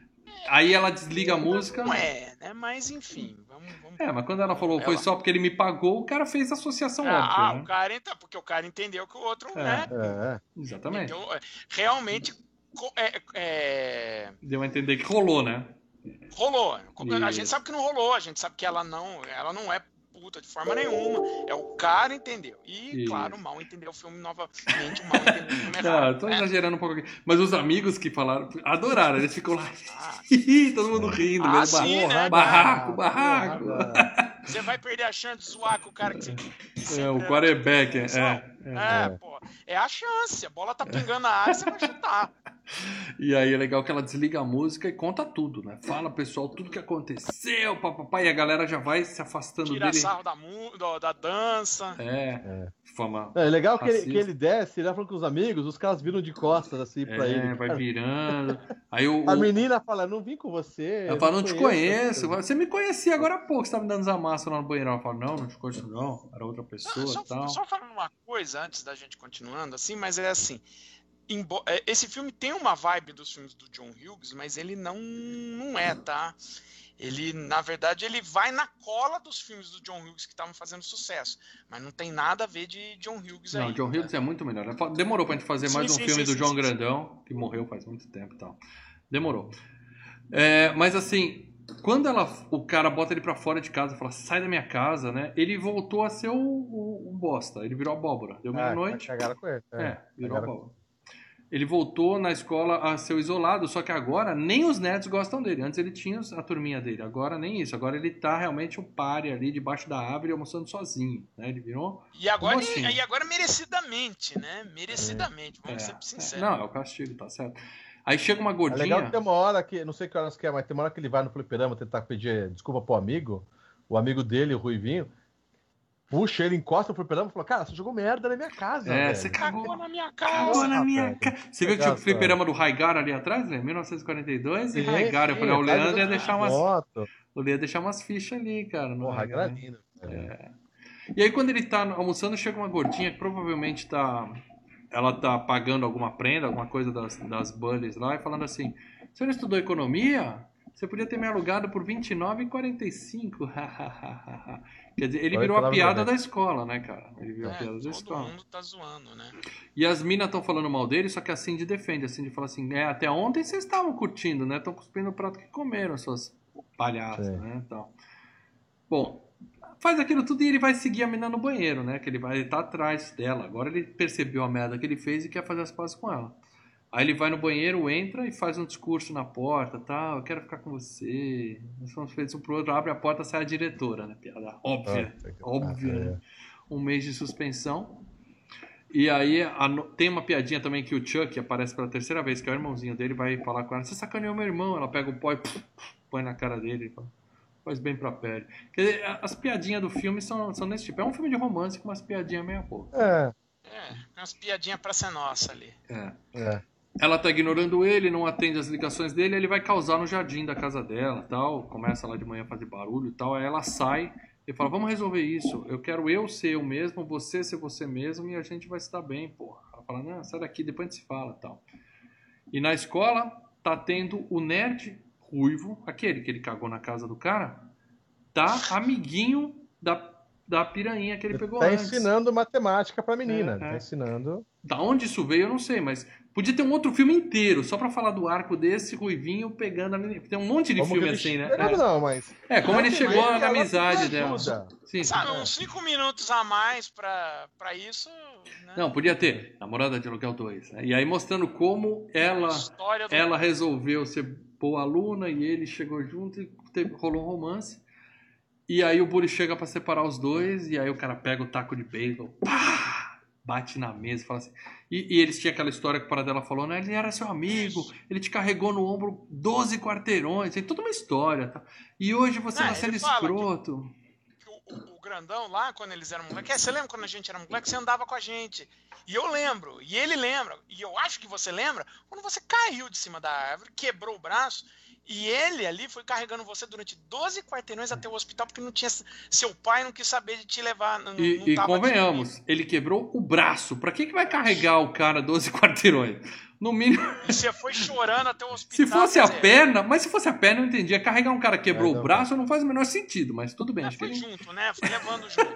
Aí ela desliga a música. Não é, né? Mas enfim, vamos. vamos É, mas quando ela falou foi ela- só porque ele me pagou, o cara fez a associação Ah, óbvia, ah, né? o cara então, porque o cara entendeu que o outro, É. né? É. Exatamente. Então, é, realmente co- é, é, Deu a entender que rolou, né? rolou. A Isso. gente sabe que não rolou, a gente sabe que ela não, ela não é puta de forma nenhuma. É o cara entendeu. E, Isso. claro, o mal entendeu o filme novamente, o mal entendeu o filme Não, errado. eu tô né? exagerando um pouco aqui. Mas os amigos que falaram, adoraram. Eles ficam lá, Ah. todo mundo rindo. Ah, mesmo, sim, barraco, né? barraco, barraco. Porrada. Você vai perder a chance de zoar com o cara que você. sempre É, o era quarterback, de posição. é, é. É, pô. É a chance. A bola tá pingando na área, você vai chutar. E aí é legal que ela desliga a música e conta tudo, né? Fala, pessoal, tudo que aconteceu, papapá, e a galera já vai se afastando Tira dele. sarro da, mu- da, da dança. É, de forma É legal que ele, racista. que ele desce, ele vai falando com os amigos, os caras viram de costas assim pra É, ele. vai virando. Aí o, A o- menina fala, não vim com você. ela eu fala, não te conheço. conheço. Você me conhecia agora há pouco, você tá me dando desamassa lá no banheiro. Ela fala, não, não te conheço não, era outra pessoa Não, só, e tal. só falando uma coisa antes da gente continuando, assim, mas é assim. embo- é, Esse filme tem uma vibe dos filmes do John Hughes, mas ele não, não é, tá? Ele, na verdade, ele vai na cola dos filmes do John Hughes que estavam fazendo sucesso. Mas não tem nada a ver de John Hughes aí. Não, John tá? Hughes é muito melhor. Demorou pra gente fazer Sim, mais um sim, filme sim, do sim, João sim, sim. Grandão, que morreu faz muito tempo e tal. Demorou. É, mas assim, quando ela, o cara bota ele pra fora de casa e fala, sai da minha casa, né? Ele voltou a ser o, o, o bosta. Ele virou abóbora. Deu Ah, meia-noite. cagaram com ele. É, virou cagaram- abóbora. Ele voltou na escola a ser o isolado, só que agora nem os netos gostam dele. Antes ele tinha a turminha dele, agora nem isso. Agora ele tá realmente um pare ali debaixo da árvore almoçando sozinho, né? Ele virou... E agora, Como assim? e agora merecidamente, né? Merecidamente, vamos É, ser é. sinceros. Não, é o castigo, tá certo. Aí chega uma É gordinha... legal que tem uma hora que, não sei que horas que é, mas tem uma hora que ele vai no fliperama tentar pedir desculpa pro amigo, o amigo dele, o Ruivinho, puxa ele, encosta no fliperama e fala, cara, você jogou merda na minha casa, É, velho. você Cagou cagou, na minha cagou casa. na minha velho. casa. Você viu que tinha o fliperama do Raigar ali atrás, né? mil novecentos e quarenta e dois e Sim, Raigar. Eu sim, falei, ó, o tá Leandro ia jogando deixar umas... moto. O Leandro ia deixar umas fichas ali, cara. no Porra, Raigar, era né? lindo. velho. E aí quando ele tá almoçando, chega uma gordinha que provavelmente tá... Ela tá pagando alguma prenda, alguma coisa das, das buddies lá, e falando assim, você não estudou economia? Você podia ter me alugado por vinte e nove reais e quarenta e cinco centavos. Quer dizer, ele Olha virou que a piada palavra da escola, né, cara? Ele virou a É, piada da todo escola. mundo tá zoando, né? E as minas estão falando mal dele, só que a Cindy defende. A Cindy fala assim, é, até ontem vocês estavam curtindo, né? Estão cuspindo o prato que comeram, suas palhaças, Sim. né? Então, bom, faz aquilo tudo e ele vai seguir a menina no banheiro, né? Que ele vai estar atrás dela. Agora ele percebeu a merda que ele fez e quer fazer as pazes com ela. Aí ele vai no banheiro, entra e faz um discurso na porta, tal, eu quero ficar com você. Nós somos feitos um pro outro, abre a porta, sai a diretora, né? Piada óbvia, Nossa, que- óbvia, ah, né? Um mês de suspensão. E aí a no- tem uma piadinha também que o Chuck aparece pela terceira vez, que é o irmãozinho dele, vai falar com ela, você sacaneou meu irmão. Ela pega o pó e pff, põe na cara dele e fala, faz bem pra pele. Quer dizer, a- as piadinhas do filme são, são nesse tipo. É um filme de romance com umas piadinhas meia pouco. É, É, umas piadinhas pra ser nossa ali. É. é. Ela tá ignorando ele, não atende as ligações dele, ele vai causar no jardim da casa dela, tal, começa lá de manhã a fazer barulho e tal, aí ela sai e fala, vamos resolver isso, eu quero eu ser eu mesmo, você ser você mesmo e a gente vai se dar bem, porra. Ela fala, não, sai daqui, depois a gente se fala, tal. E na escola tá tendo o nerd ruivo, aquele que ele cagou na casa do cara, tá amiguinho da, da piranha que ele pegou Tá antes. ensinando matemática pra menina. É, é. Tá ensinando. Da onde isso veio, eu não sei, mas podia ter um outro filme inteiro, só pra falar do arco desse ruivinho pegando a menina. Tem um monte de Como filme que ele assim, né? chegou, É, não, mas. É, como ele Não, chegou mas na ela amizade precisa dela. ajuda. Sim, sim. Sabe, uns cinco minutos a mais pra, pra isso, né? Não, podia ter. Namorada de aluguel dois. Né? E aí mostrando como ela, História do... ela resolveu ser boa aluna e ele chegou junto e teve, rolou um romance. E aí o bully chega pra separar os dois e aí o cara pega o taco de beisebol, pá, bate na mesa e fala assim... E, e eles tinham aquela história que o Paradela falou, né? Ele era seu amigo, ele te carregou no ombro doze quarteirões, tem toda uma história, tá? E hoje você Ah, tá sendo ele fala que- escroto. que o, o- o grandão lá, quando eles eram moleques, é, você lembra quando a gente era moleque, você andava com a gente. E eu lembro, e ele lembra, e eu acho que você lembra, quando você caiu de cima da árvore, quebrou o braço, E ele ali foi carregando você durante doze quarteirões até o hospital, porque não tinha seu pai não quis saber de te levar. Não, E, não e tava convenhamos, ele quebrou o braço. Pra que, que vai carregar o cara doze quarteirões? No mínimo. E você foi chorando até o hospital. Se fosse a dizer, perna, mas se fosse a perna, eu entendia. Carregar um cara que quebrou É, não, o braço não faz o menor sentido, mas tudo bem. é, Acho que foi ele... junto, né? Foi levando junto.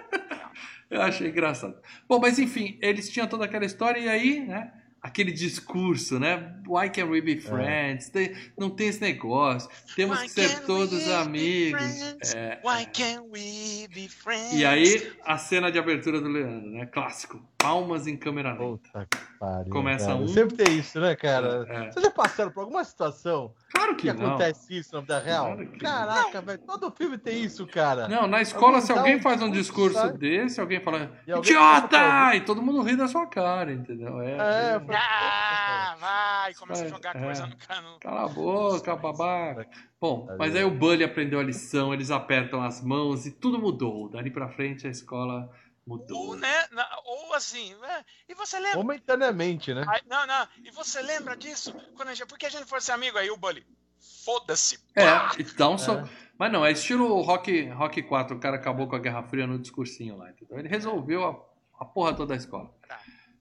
Eu achei engraçado. Bom, mas enfim, eles tinham toda aquela história e aí, né? Aquele discurso, né? Why can't we be friends? Tem- não tem esse negócio. Temos Why que ser can't todos we be amigos. friends? É, Why can't we be friends? E aí, a cena de abertura do Leandro, né? Clássico. Palmas em câmera lenta. Puta que pariu. Começa cara. um- Sempre tem isso, né, cara? É, é. Vocês já passaram por alguma situação Claro que, que não. acontece isso na vida real? Claro que Caraca, velho, todo filme tem isso, cara. Não, na escola, Alguém se dá alguém um faz um discurso, discurso sai. desse, alguém fala, E alguém idiota! começa a ouvir. E todo mundo ri da sua cara, entendeu? É, É, é. foi- Ah, vai, começa a Vai, jogar é. coisa no cano. Cala a boca, babaca. Bom, Ali, mas aí o Bully aprendeu a lição, eles apertam as mãos e tudo mudou. Dali pra frente a escola mudou. Ou, né, na- ou assim, né? E você lembra? Momentaneamente, né? Aí- não, não. E você lembra disso? Quando a gente, porque a gente fosse amigo aí, o Bully. Foda-se. É, então só. É. Mas não, é estilo Rock, Rock quatro, o cara acabou com a Guerra Fria no discursinho lá, entendeu? Ele resolveu a, a porra toda da escola. Tá.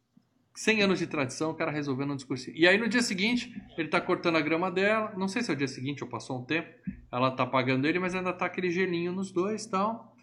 cem anos de tradição, o cara resolveu no discursinho. E aí no dia seguinte, ele tá cortando a grama dela, não sei se é o dia seguinte ou passou um tempo, ela tá pagando ele, mas ainda tá aquele gelinho nos dois e tal.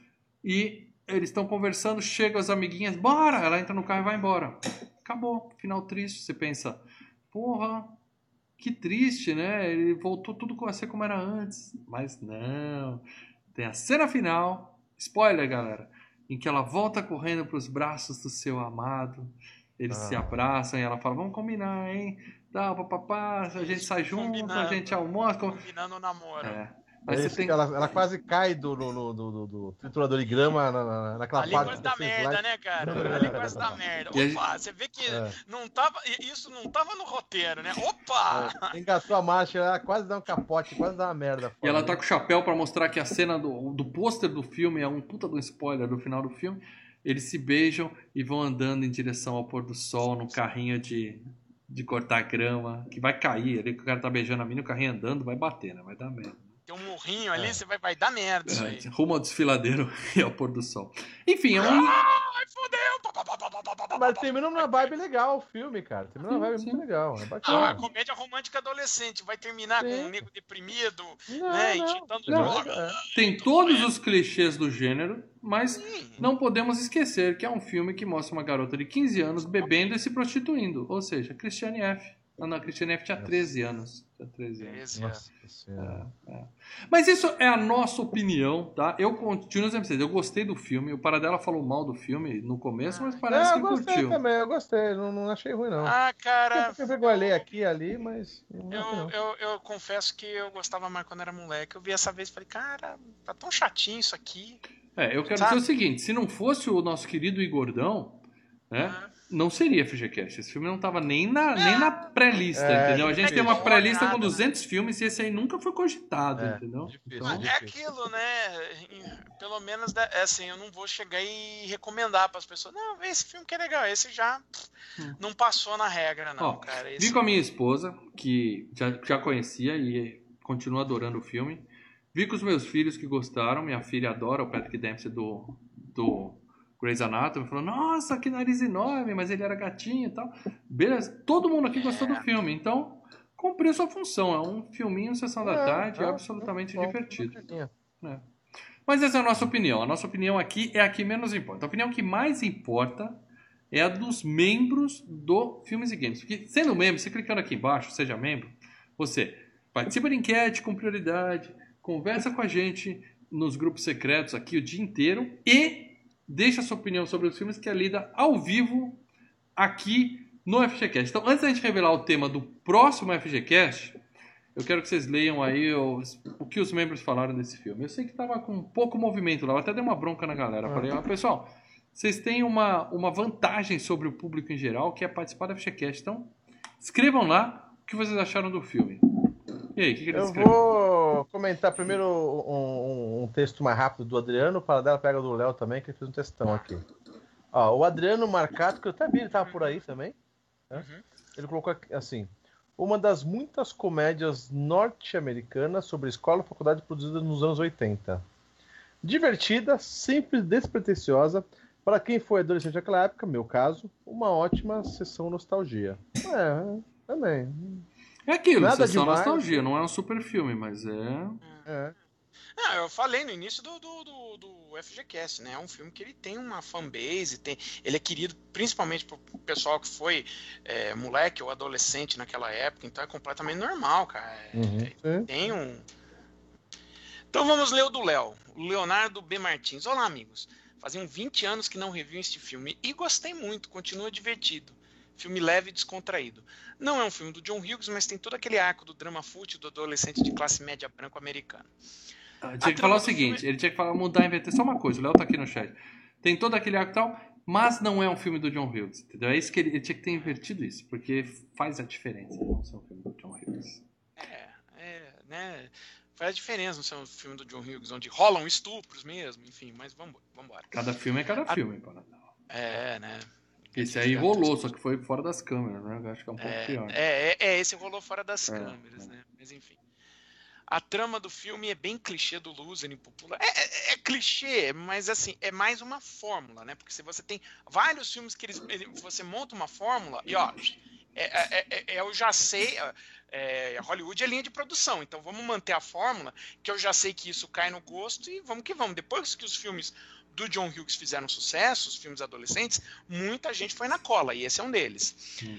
E eles estão conversando, chegam as amiguinhas, bora! Ela entra no carro e vai embora. Acabou, final triste. Você pensa, porra, que triste, né? Ele voltou tudo a ser como era antes. Mas não. Tem a cena final, spoiler, galera, em que ela volta correndo pros braços do seu amado. Eles Ah. se abraçam e ela fala, vamos combinar, hein? Dá, papapá, a gente sai junto, a Combinando. gente almoça. com- Combinando o namoro. É. Aí Aí você fica- tem... ela, ela quase cai do, do, do, do, do triturador de grama na, na, naquela Ali parte quase que dá você fez merda, lá. né, cara? Ali quase dá merda. E a Opa, você vê que É. não tava, isso não tava no roteiro, né? Opa! É, engatou a marcha, ela quase dá um capote, quase dá uma merda. E ela tá com o chapéu pra mostrar que a cena do, do pôster do filme é um puta do spoiler do final do filme. Eles se beijam e vão andando em direção ao pôr do sol no carrinho de, de cortar grama, que vai cair. Ali que o cara tá beijando a mina, o carrinho andando, vai bater, né? Vai dar merda. Tem um morrinho ali, É. você vai, vai dar merda isso aí. É, rumo ao desfiladeiro e ao pôr do sol. Enfim, é um. Ai, fodeu! Pá, pá, pá, pá, pá, pá, pá, Mas pá. termina numa vibe legal o filme, cara. Termina numa vibe Sim, muito sim. legal. É Ah, bacana. comédia romântica adolescente. Vai terminar com Sim. um nego deprimido, Não, né? não. Injetando Não. droga. Tem todos os clichês do gênero, mas Sim. não podemos esquecer que é um filme que mostra uma garota de quinze anos bebendo e se prostituindo. Ou seja, Christiane F. Não, não, a Christiane F tinha treze anos. Tinha treze anos. Treze anos. Nossa senhora. Mas isso é a nossa opinião, tá? Eu continuo dizendo pra vocês, eu gostei do filme. O Paradela falou mal do filme no começo, mas parece Não, que eu gostei curtiu. também, eu gostei. Não, não achei ruim, não. Ah, cara. Eu sempre olhei aqui e ali, mas. Não achei, Eu, não. eu, eu confesso que eu gostava mais quando era moleque. Eu vi essa vez e falei, cara, tá tão chatinho isso aqui. É, eu quero Sabe? dizer o seguinte: se não fosse o nosso querido Igordão, né? Ah. Não seria F G Cast. Esse filme não tava nem na, nem na pré-lista, É, entendeu? A gente difícil. tem uma pré-lista com Nada, duzentos filmes e esse aí nunca foi cogitado, É, entendeu? difícil, Então, É difícil. aquilo, né? Em- Pelo menos, da- é assim, eu não vou chegar e recomendar para as pessoas. Não, vê esse filme que é legal. Esse já Hum. não passou na regra, não, Ó, cara. vi Esse... com a minha esposa, que já, já conhecia e continua adorando o filme. Vi com os meus filhos que gostaram. Minha filha adora o Patrick Dempsey do, do Grey's Anatomy. Falou, nossa, que nariz enorme, mas ele era gatinho e tal. Beleza, todo mundo aqui gostou do filme. Então, cumpriu sua função. É um filminho, sessão da É, tarde, é, absolutamente bom, divertido. bacaninha. Mas essa é a nossa opinião. A nossa opinião aqui é a que menos importa. A opinião que mais importa é a dos membros do Filmes e Games. Porque, sendo membro, você clicando aqui embaixo, seja membro, você participa de enquete com prioridade, conversa com a gente nos grupos secretos aqui o dia inteiro e deixa a sua opinião sobre os filmes que é lida ao vivo aqui no F G Cast. Então, antes da gente revelar o tema do próximo F G Cast, eu quero que vocês leiam aí os, o que os membros falaram desse filme. Eu sei que tava com pouco movimento lá, eu até dei uma bronca na galera. Eu falei, ó, pessoal, vocês têm uma, uma vantagem sobre o público em geral, que é participar do F G Cast. Então, escrevam lá o que vocês acharam do filme. E aí, o que, que eles Eu escreveram? vou comentar primeiro um, um- um texto mais rápido do Adriano, o Paradela pega do Léo também, que ele fez um textão aqui. Ó, o Adriano Marcato, que eu até vi, ele tava por aí também. Né? Uhum. Ele colocou aqui, assim: uma das muitas comédias norte-americanas sobre escola e faculdade produzidas nos anos oitenta. Divertida, simples, despretensiosa, para quem foi adolescente naquela época, meu caso, uma ótima sessão nostalgia. É, também. É aquilo, Nada sessão demais. nostalgia, não é um super filme, mas é... É. Ah, eu falei no início do, do, do, do F G Cast, né? É um filme que ele tem uma fanbase, tem, ele é querido principalmente pro pessoal que foi é, moleque ou adolescente naquela época, então é completamente normal, cara. É, Uhum. tem um... Então vamos ler o do Léo, o Leonardo B. Martins. Olá, amigos. Faziam vinte anos que não reviam este filme e gostei muito, continua divertido. Filme leve e descontraído. Não é um filme do John Hughes, mas tem todo aquele arco do drama fútil do adolescente de classe média branco americano. Ah, tinha que falar o seguinte, ele tinha que falar, mudar, inverter só uma coisa, o Léo tá aqui no chat. Tem todo aquele arco e tal, mas não é um filme do John Hughes, entendeu? É isso que ele, ele tinha que ter invertido isso, porque faz a diferença não ser um filme do John Hughes. É, é, né? Faz a diferença não ser um filme do John Hughes, onde rolam estupros mesmo, enfim, mas vamos embora. Cada filme é cada A... filme, para É, né? Esse aí rolou, só que foi fora das câmeras, né? Eu acho que é um pouco é, pior. É, é, esse rolou fora das é, câmeras, é. né? Mas enfim. A trama do filme é bem clichê do loser impopular. É, é, é clichê, mas assim, é mais uma fórmula, né? Porque se você tem vários filmes que eles, você monta uma fórmula e ó, é, é, é, é eu já sei, é, Hollywood é linha de produção, então vamos manter a fórmula que eu já sei que isso cai no gosto e vamos que vamos. Depois que os filmes do John Hughes fizeram sucesso, os filmes adolescentes, muita gente foi na cola, e esse é um deles. Uhum.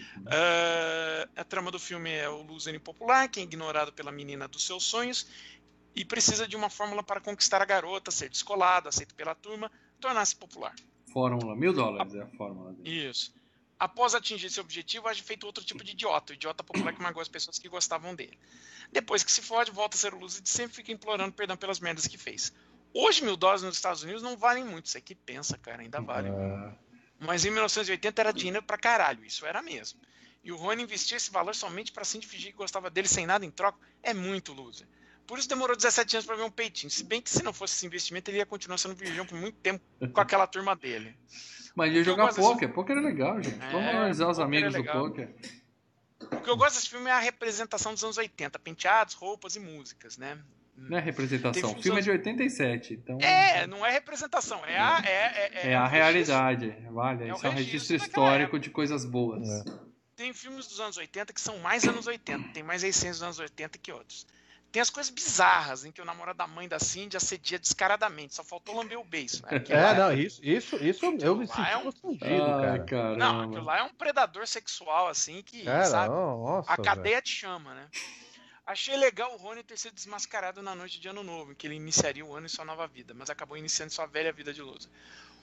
Uh, a trama do filme é o loser impopular, que é ignorado pela menina dos seus sonhos e precisa de uma fórmula para conquistar a garota, ser descolado, aceito pela turma, tornar-se popular. Fórmula, mil dólares é a fórmula dele. Isso. Após atingir esse objetivo, age feito outro tipo de idiota, o idiota popular que magoa as pessoas que gostavam dele. Depois que se fode, volta a ser o loser de sempre, fica implorando perdão pelas merdas que fez. Hoje, mil dólares nos Estados Unidos não valem muito. Isso aqui pensa, cara, ainda vale. Uh... Mas em mil novecentos e oitenta era dinheiro pra caralho. Isso era mesmo. E o Rony investiu esse valor somente pra assim fingir que gostava dele sem nada em troca. É muito loser. Por isso demorou dezessete anos pra ver um peitinho. Se bem que se não fosse esse investimento, ele ia continuar sendo virgão por muito tempo com aquela turma dele. Mas ia jogar pôquer. Desse... Pôquer é legal, gente. É, vamos valorizar os amigos é do pôquer. O que eu gosto desse filme é a representação dos anos oitenta. Penteados, roupas e músicas, né? Não é representação, o filme é de oitenta e sete, então... É, não é representação, é a... É, é, é, é a realidade, vale, é isso é um registro histórico de coisas boas. É. Tem filmes dos anos oitenta que são mais anos oitenta, tem mais essência dos anos oitenta que outros. Tem as coisas bizarras, em que o namorado da mãe da Cindy assedia descaradamente, só faltou lamber o beiço. Né? É, é, não, isso, isso, isso eu me senti é um... confundido, Ai, cara. Caramba. Não, aquilo lá é um predador sexual, assim, que, cara, sabe, oh, nossa, a cadeia véio. te chama, né? Achei legal o Rony ter sido desmascarado na noite de Ano Novo, em que ele iniciaria o ano em sua nova vida, mas acabou iniciando sua velha vida de loser.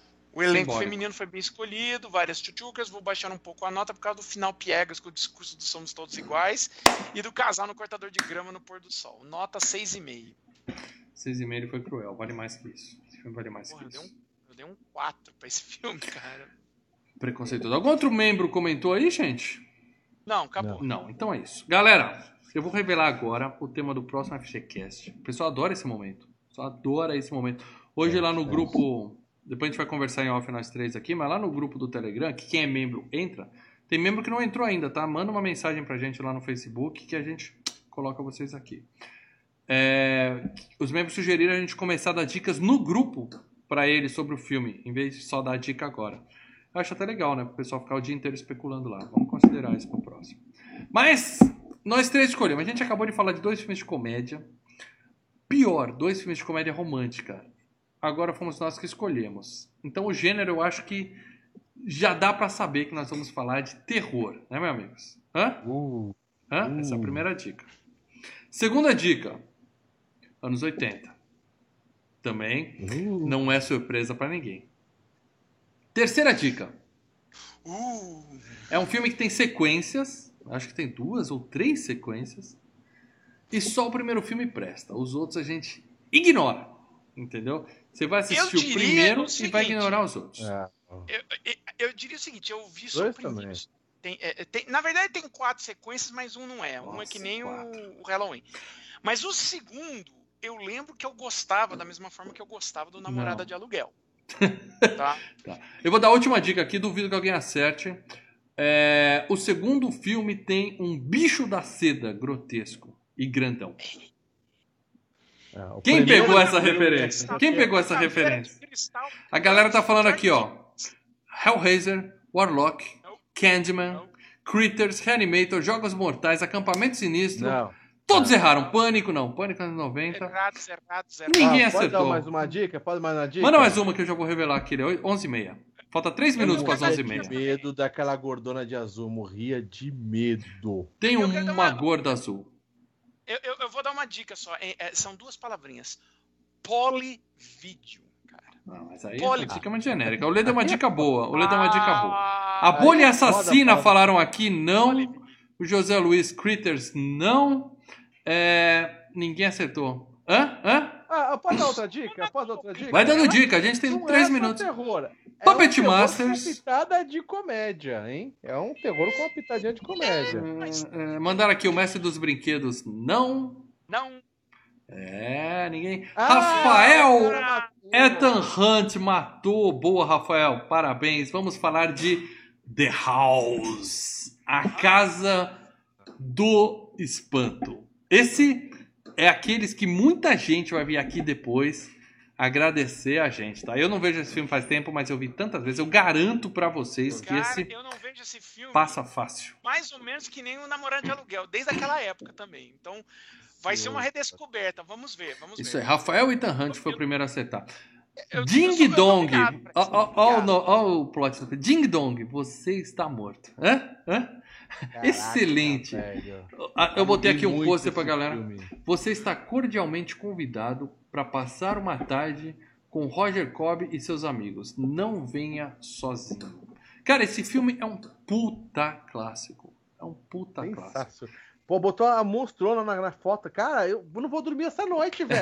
O elenco Simbólico. Feminino foi bem escolhido, várias tchutchucas, vou baixar um pouco a nota por causa do final piegas com o discurso do somos todos iguais e do casal no cortador de grama no pôr do sol. Nota seis e meio. seis e meio ele foi cruel, vale mais que isso. Esse filme vale mais Porra, que eu isso. Dei um, eu dei um quatro pra esse filme, cara. Preconceituoso. Algum outro membro comentou aí, gente? Não, acabou. Não, não então é isso. Galera, eu vou revelar agora o tema do próximo F G Cast. O pessoal adora esse momento. O pessoal adora esse momento. Hoje lá no grupo... Depois a gente vai conversar em off nós três aqui, mas lá no grupo do Telegram, que quem é membro entra, tem membro que não entrou ainda, tá? Manda uma mensagem pra gente lá no Facebook que a gente coloca vocês aqui. É, os membros sugeriram a gente começar a dar dicas no grupo pra eles sobre o filme, em vez de só dar dica agora. Eu acho até legal, né? Pro pessoal ficar o dia inteiro especulando lá. Vamos considerar isso pro próximo. Mas, nós três escolhemos. A gente acabou de falar de dois filmes de comédia. Pior, dois filmes de comédia romântica. Agora fomos nós que escolhemos. Então o gênero eu acho que já dá pra saber que nós vamos falar de terror, né, meus amigos? Hã? Uh, Hã? uh. Essa é a primeira dica. Segunda dica, anos oitenta. Também uh. não é surpresa pra ninguém. Terceira dica. Uh. É um filme que tem sequências, acho que tem duas ou três sequências, e só o primeiro filme presta. Os outros a gente ignora. Entendeu? Você vai assistir o primeiro e seguinte, vai ignorar os outros. É. Eu, eu, eu diria o seguinte, eu vi só o primeiro. Tem, é, tem, na verdade tem quatro sequências, mas um não é. Nossa, um é que nem o, o Halloween. Mas o segundo, eu lembro que eu gostava da mesma forma que eu gostava do Namorada não. de Aluguel. Tá? Tá. Eu vou dar a última dica aqui, duvido que alguém acerte. É, o segundo filme tem um bicho da seda grotesco e grandão. É, o Quem primeiro pegou essa filme- referência? Quem pegou essa Caveira de referência? cristal. A galera tá falando aqui, ó. Hellraiser, Warlock, Candyman, Critters, Reanimator, Jogos Mortais, Acampamento Sinistro. Não. Todos erraram. Pânico não. Pânico anos noventa. Errados, errados, errados. Ninguém Ah, pode acertou. dar mais uma dica? Pode mais uma dica? Manda mais uma que eu já vou revelar aqui. Ele é onze e meia. Falta três minutos para as Morria onze e meia. de medo daquela gordona de azul. Morria de medo. Tem Eu quero dar uma uma- gorda azul. Eu, eu, eu vou dar uma dica só. É, é, são duas palavrinhas. Polivídeo, cara. Não, mas aí Poli- essa dica é muito genérica. O Lê deu uma dica boa. O Lê deu uma dica boa. Ah, A bolha aí é assassina foda, falaram aqui, não. O José Luiz Critters, não. É, ninguém acertou. Hã? Hã? Ah, pode dar outra dica? Pode dar outra dica? Vai dando dica, a gente tem Não três é só minutos. terror. Puppet é um terror Masters. com uma pitada de comédia, hein? É um terror com uma pitadinha de comédia. É, é, mandaram aqui o Mestre dos Brinquedos, não. Não. É, ninguém. Ah, Rafael cara, Ethan Hunt matou. Boa, Rafael. Parabéns. Vamos falar de The House, a casa do espanto. Esse é aqueles que muita gente vai vir aqui depois agradecer a gente, tá? Eu não vejo esse filme faz tempo, mas eu vi tantas vezes. Eu garanto pra vocês que Cara, esse eu não vejo esse filme passa fácil. mais ou menos que nem o Namorado de Aluguel, desde aquela época também. Então, vai ser uma redescoberta. Vamos ver, vamos Isso ver. aí. Rafael Ethan Hunt foi o primeiro a acertar. Eu- eu Ding sou- eu tô Dong. obrigado pra Ó, isso, ó, ó, obrigado. no- ó o plot. do- Ding Dong, você está morto. Hã? Hã? Caraca, Excelente. velho. Ah, Eu botei aqui um Muito pôster pra esse galera. filme. Você está cordialmente convidado para passar uma tarde com Roger Cobb e seus amigos. Não venha sozinho. Cara, esse filme é um puta clássico. É um puta clássico. Sensacional. Pô, botou a monstrona na, na foto. Cara, eu não vou dormir essa noite, velho.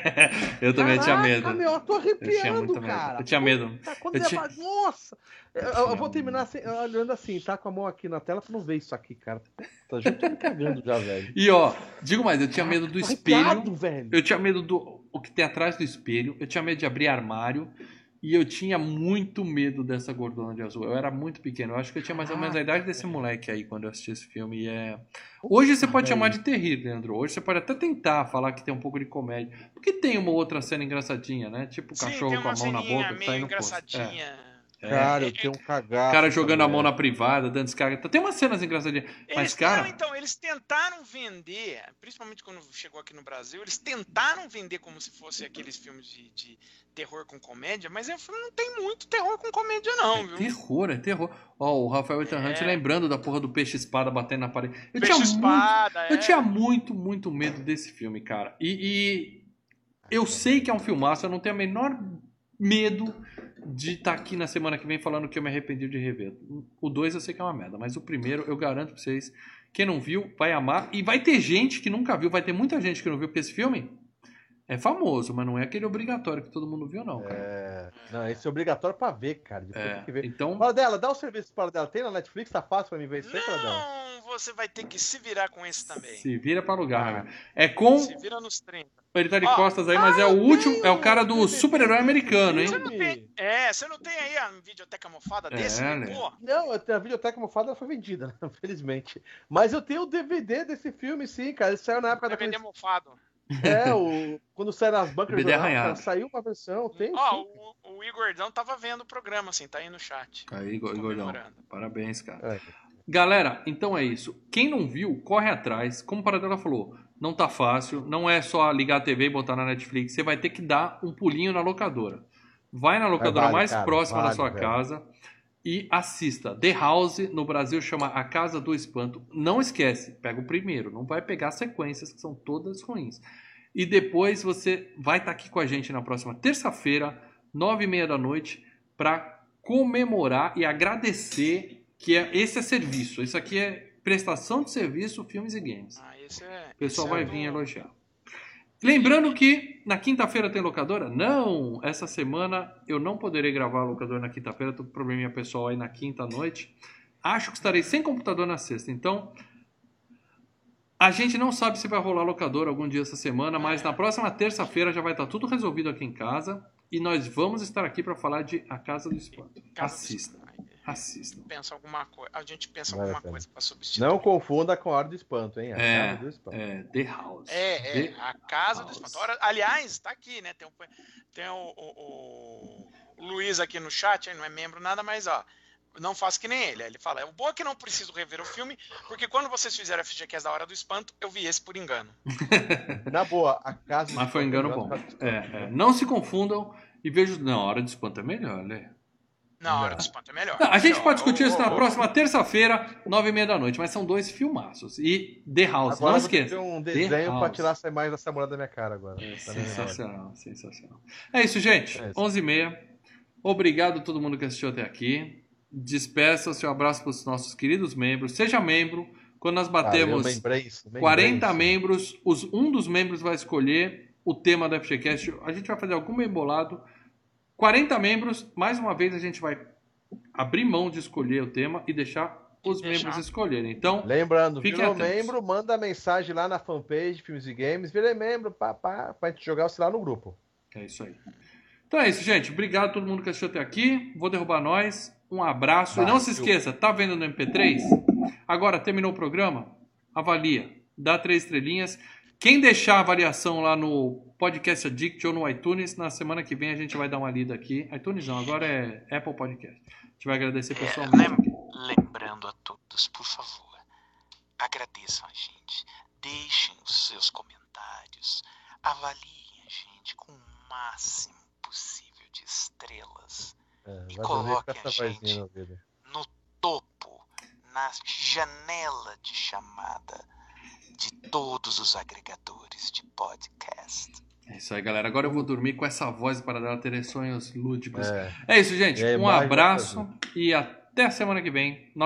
Eu também tinha medo. Caraca, meu, eu tô Eu tinha arrepiando, muito medo. cara. Eu tinha medo. Tá, quando Eu você tinha- fala, nossa! Eu, eu- eu tinha vou terminar assim, olhando assim, tá com a mão aqui na tela pra não ver isso aqui, cara. Tá já tô me cagando já, velho. E ó, digo mais, eu tinha medo do Tô espelho. arrepiado, velho. Eu tinha medo do o que tem atrás do espelho. Eu tinha medo de abrir armário. E eu tinha muito medo dessa gordona de azul. Eu era muito pequeno. Eu acho que eu tinha mais ou menos a idade desse moleque aí quando eu assisti esse filme. E é... Hoje você pode velho. chamar de terrível, Leandro. Hoje você pode até tentar falar que tem um pouco de comédia. Porque tem uma outra cena engraçadinha, né? Tipo o Sim, cachorro tem com a uma mão na ceninha boca. meio Saindo poço. É. engraçadinha. É. Cara, eu tenho um cagaço. O cara jogando a mão na velho. privada, dando descarga. Tem umas cenas engraçadinhas. Mas, Eles, cara... não, então, eles tentaram vender, principalmente quando chegou aqui no Brasil, eles tentaram vender como se fosse aqueles filmes de, de terror com comédia, mas o filme não tem muito terror com comédia, não, É viu? terror, é terror. Ó, o Rafael Ethan Hunt É. lembrando da porra do peixe-espada batendo na parede. Eu Peixe tinha espada, muito, eu é. tinha muito, muito medo desse filme, cara. E, e eu sei que é um filmaço, eu não tenho o menor medo de estar aqui na semana que vem falando que eu me arrependi de rever. O dois eu sei que é uma merda, mas o primeiro eu garanto pra vocês, quem não viu vai amar. E vai ter gente que nunca viu, vai ter muita gente que não viu, porque esse filme é famoso, mas não é aquele obrigatório que todo mundo viu, não, cara. É... Não, esse é obrigatório pra ver, cara. Depois É, tem que ver. então... Fala dela, dá o serviço para dela. Tem na Netflix? Tá fácil pra mim ver isso aí, para dela? Não, você vai ter que se virar com esse também. Se vira pra lugar, Ah. meu amigo. É com... Se vira nos trinta. Ele tá de Ó, costas aí, mas é o último, é o cara do super-herói americano, hein? Você não tem, é, você não tem aí a videoteca mofada É, desse? né? Pô, Não, eu tenho a videoteca mofada, ela foi vendida, né? Infelizmente. Mas eu tenho o D V D desse filme, sim, cara. Ele saiu na época vai daquele. vender mofado. É, o... quando saiu nas bancas D V D do jornal, arranhado. cara, saiu uma versão, tem. Ó, sim. o, o Igordão tava vendo o programa, assim, tá aí no chat. Aí, Igor- Igordão. Comemorando. Parabéns, cara. É. Galera, então é isso. Quem não viu, corre atrás. Como o Paradela falou, não tá fácil. Não é só ligar a T V e botar na Netflix. Você vai ter que dar um pulinho na locadora. Vai na locadora vale, mais cara, próxima da vale, sua velho. casa e assista. The House, no Brasil, chama A Casa do Espanto. Não esquece, pega o primeiro. Não vai pegar sequências que são todas ruins. E depois você vai estar aqui com a gente na próxima terça-feira, nove e meia da noite, para comemorar e agradecer que é, esse é serviço. Isso aqui é prestação de serviço, filmes e games. Ah, esse é. O pessoal esse é vai do- vir elogiar. Lembrando que na quinta-feira tem locadora? Não! Essa semana eu não poderei gravar a locadora na quinta-feira. Tô com probleminha pessoal aí na quinta noite. Acho que estarei sem computador na sexta. Então, a gente não sabe se vai rolar locadora algum dia essa semana, mas na próxima terça-feira já vai estar tudo resolvido aqui em casa. E nós vamos estar aqui para falar de A Casa do Espanto. Casa do Assista. Espanto. Assistam. pensa alguma coisa. A gente pensa Vale a alguma pena. coisa pra substituir. Não confunda com a Hora do Espanto, hein? A É, Casa do Espanto. é, The House. É, é, The a Casa do House. Espanto. Ora, aliás, tá aqui, né? Tem, um, tem o, o, o Luiz aqui no chat, ele não é membro nada, mas ó, não faço que nem ele. Ele fala, é bom que não preciso rever o filme, porque quando vocês fizeram a F G Cast da Hora do Espanto, eu vi esse por engano. Na boa, a Casa do Mas foi Espanto engano é bom. melhor do que a Casa do É, Espanto. é. Não se confundam e vejam. Não, a Hora do Espanto é melhor, né? Não, a Hora Não. do Espanto é melhor. Não, a gente Melhor. pode discutir Ô, isso ô, na ô, próxima terça-feira, nove e meia da noite, mas são dois filmaços. E The House, Agora não eu vou ter que esqueça. ter um The desenho pra House. tirar essa imagem dessa mulher da minha cara agora. É Tá vendo? sensacional, sensacional. É isso, gente. É isso. onze e meia. Obrigado a todo mundo que assistiu até aqui. Despeça o seu abraço para os nossos queridos membros. Seja membro. Quando nós batemos Valeu, membrense, quarenta membrense. membros, os, um dos membros vai escolher o tema do F G Cast. A gente vai fazer algum bem bolado. quarenta membros, mais uma vez a gente vai abrir mão de escolher o tema e deixar os Deixar. membros escolherem. Então, Lembrando, Fiquem virou atentos. membro, manda mensagem lá na fanpage Filmes e Games, virei membro, pá, pá, pra gente jogar o celular no grupo. é isso aí. Então é isso, gente. Obrigado a todo mundo que assistiu até aqui. Vou derrubar nós. Um abraço. E não se Valeu. esqueça, tá vendo no M P três? Agora, terminou o programa? Avalia. Dá três estrelinhas. Quem deixar a avaliação lá no Podcast Addict ou no iTunes, na semana que vem a gente vai dar uma lida aqui. iTunes não, agora é Apple Podcast. A gente vai agradecer É, pessoalmente. lem- aqui. lembrando a todos, por favor, agradeçam a gente, deixem os seus comentários, avaliem a gente com o máximo possível de estrelas É, E vai dormir com coloquem essa a gente. vozinha no ouvido. no topo, na janela de chamada de todos os agregadores de podcast. É isso aí, galera. Agora eu vou dormir com essa voz para dar ter sonhos lúdicos. É. É isso, gente. E a Um imagem vai abraço e até a semana que vem.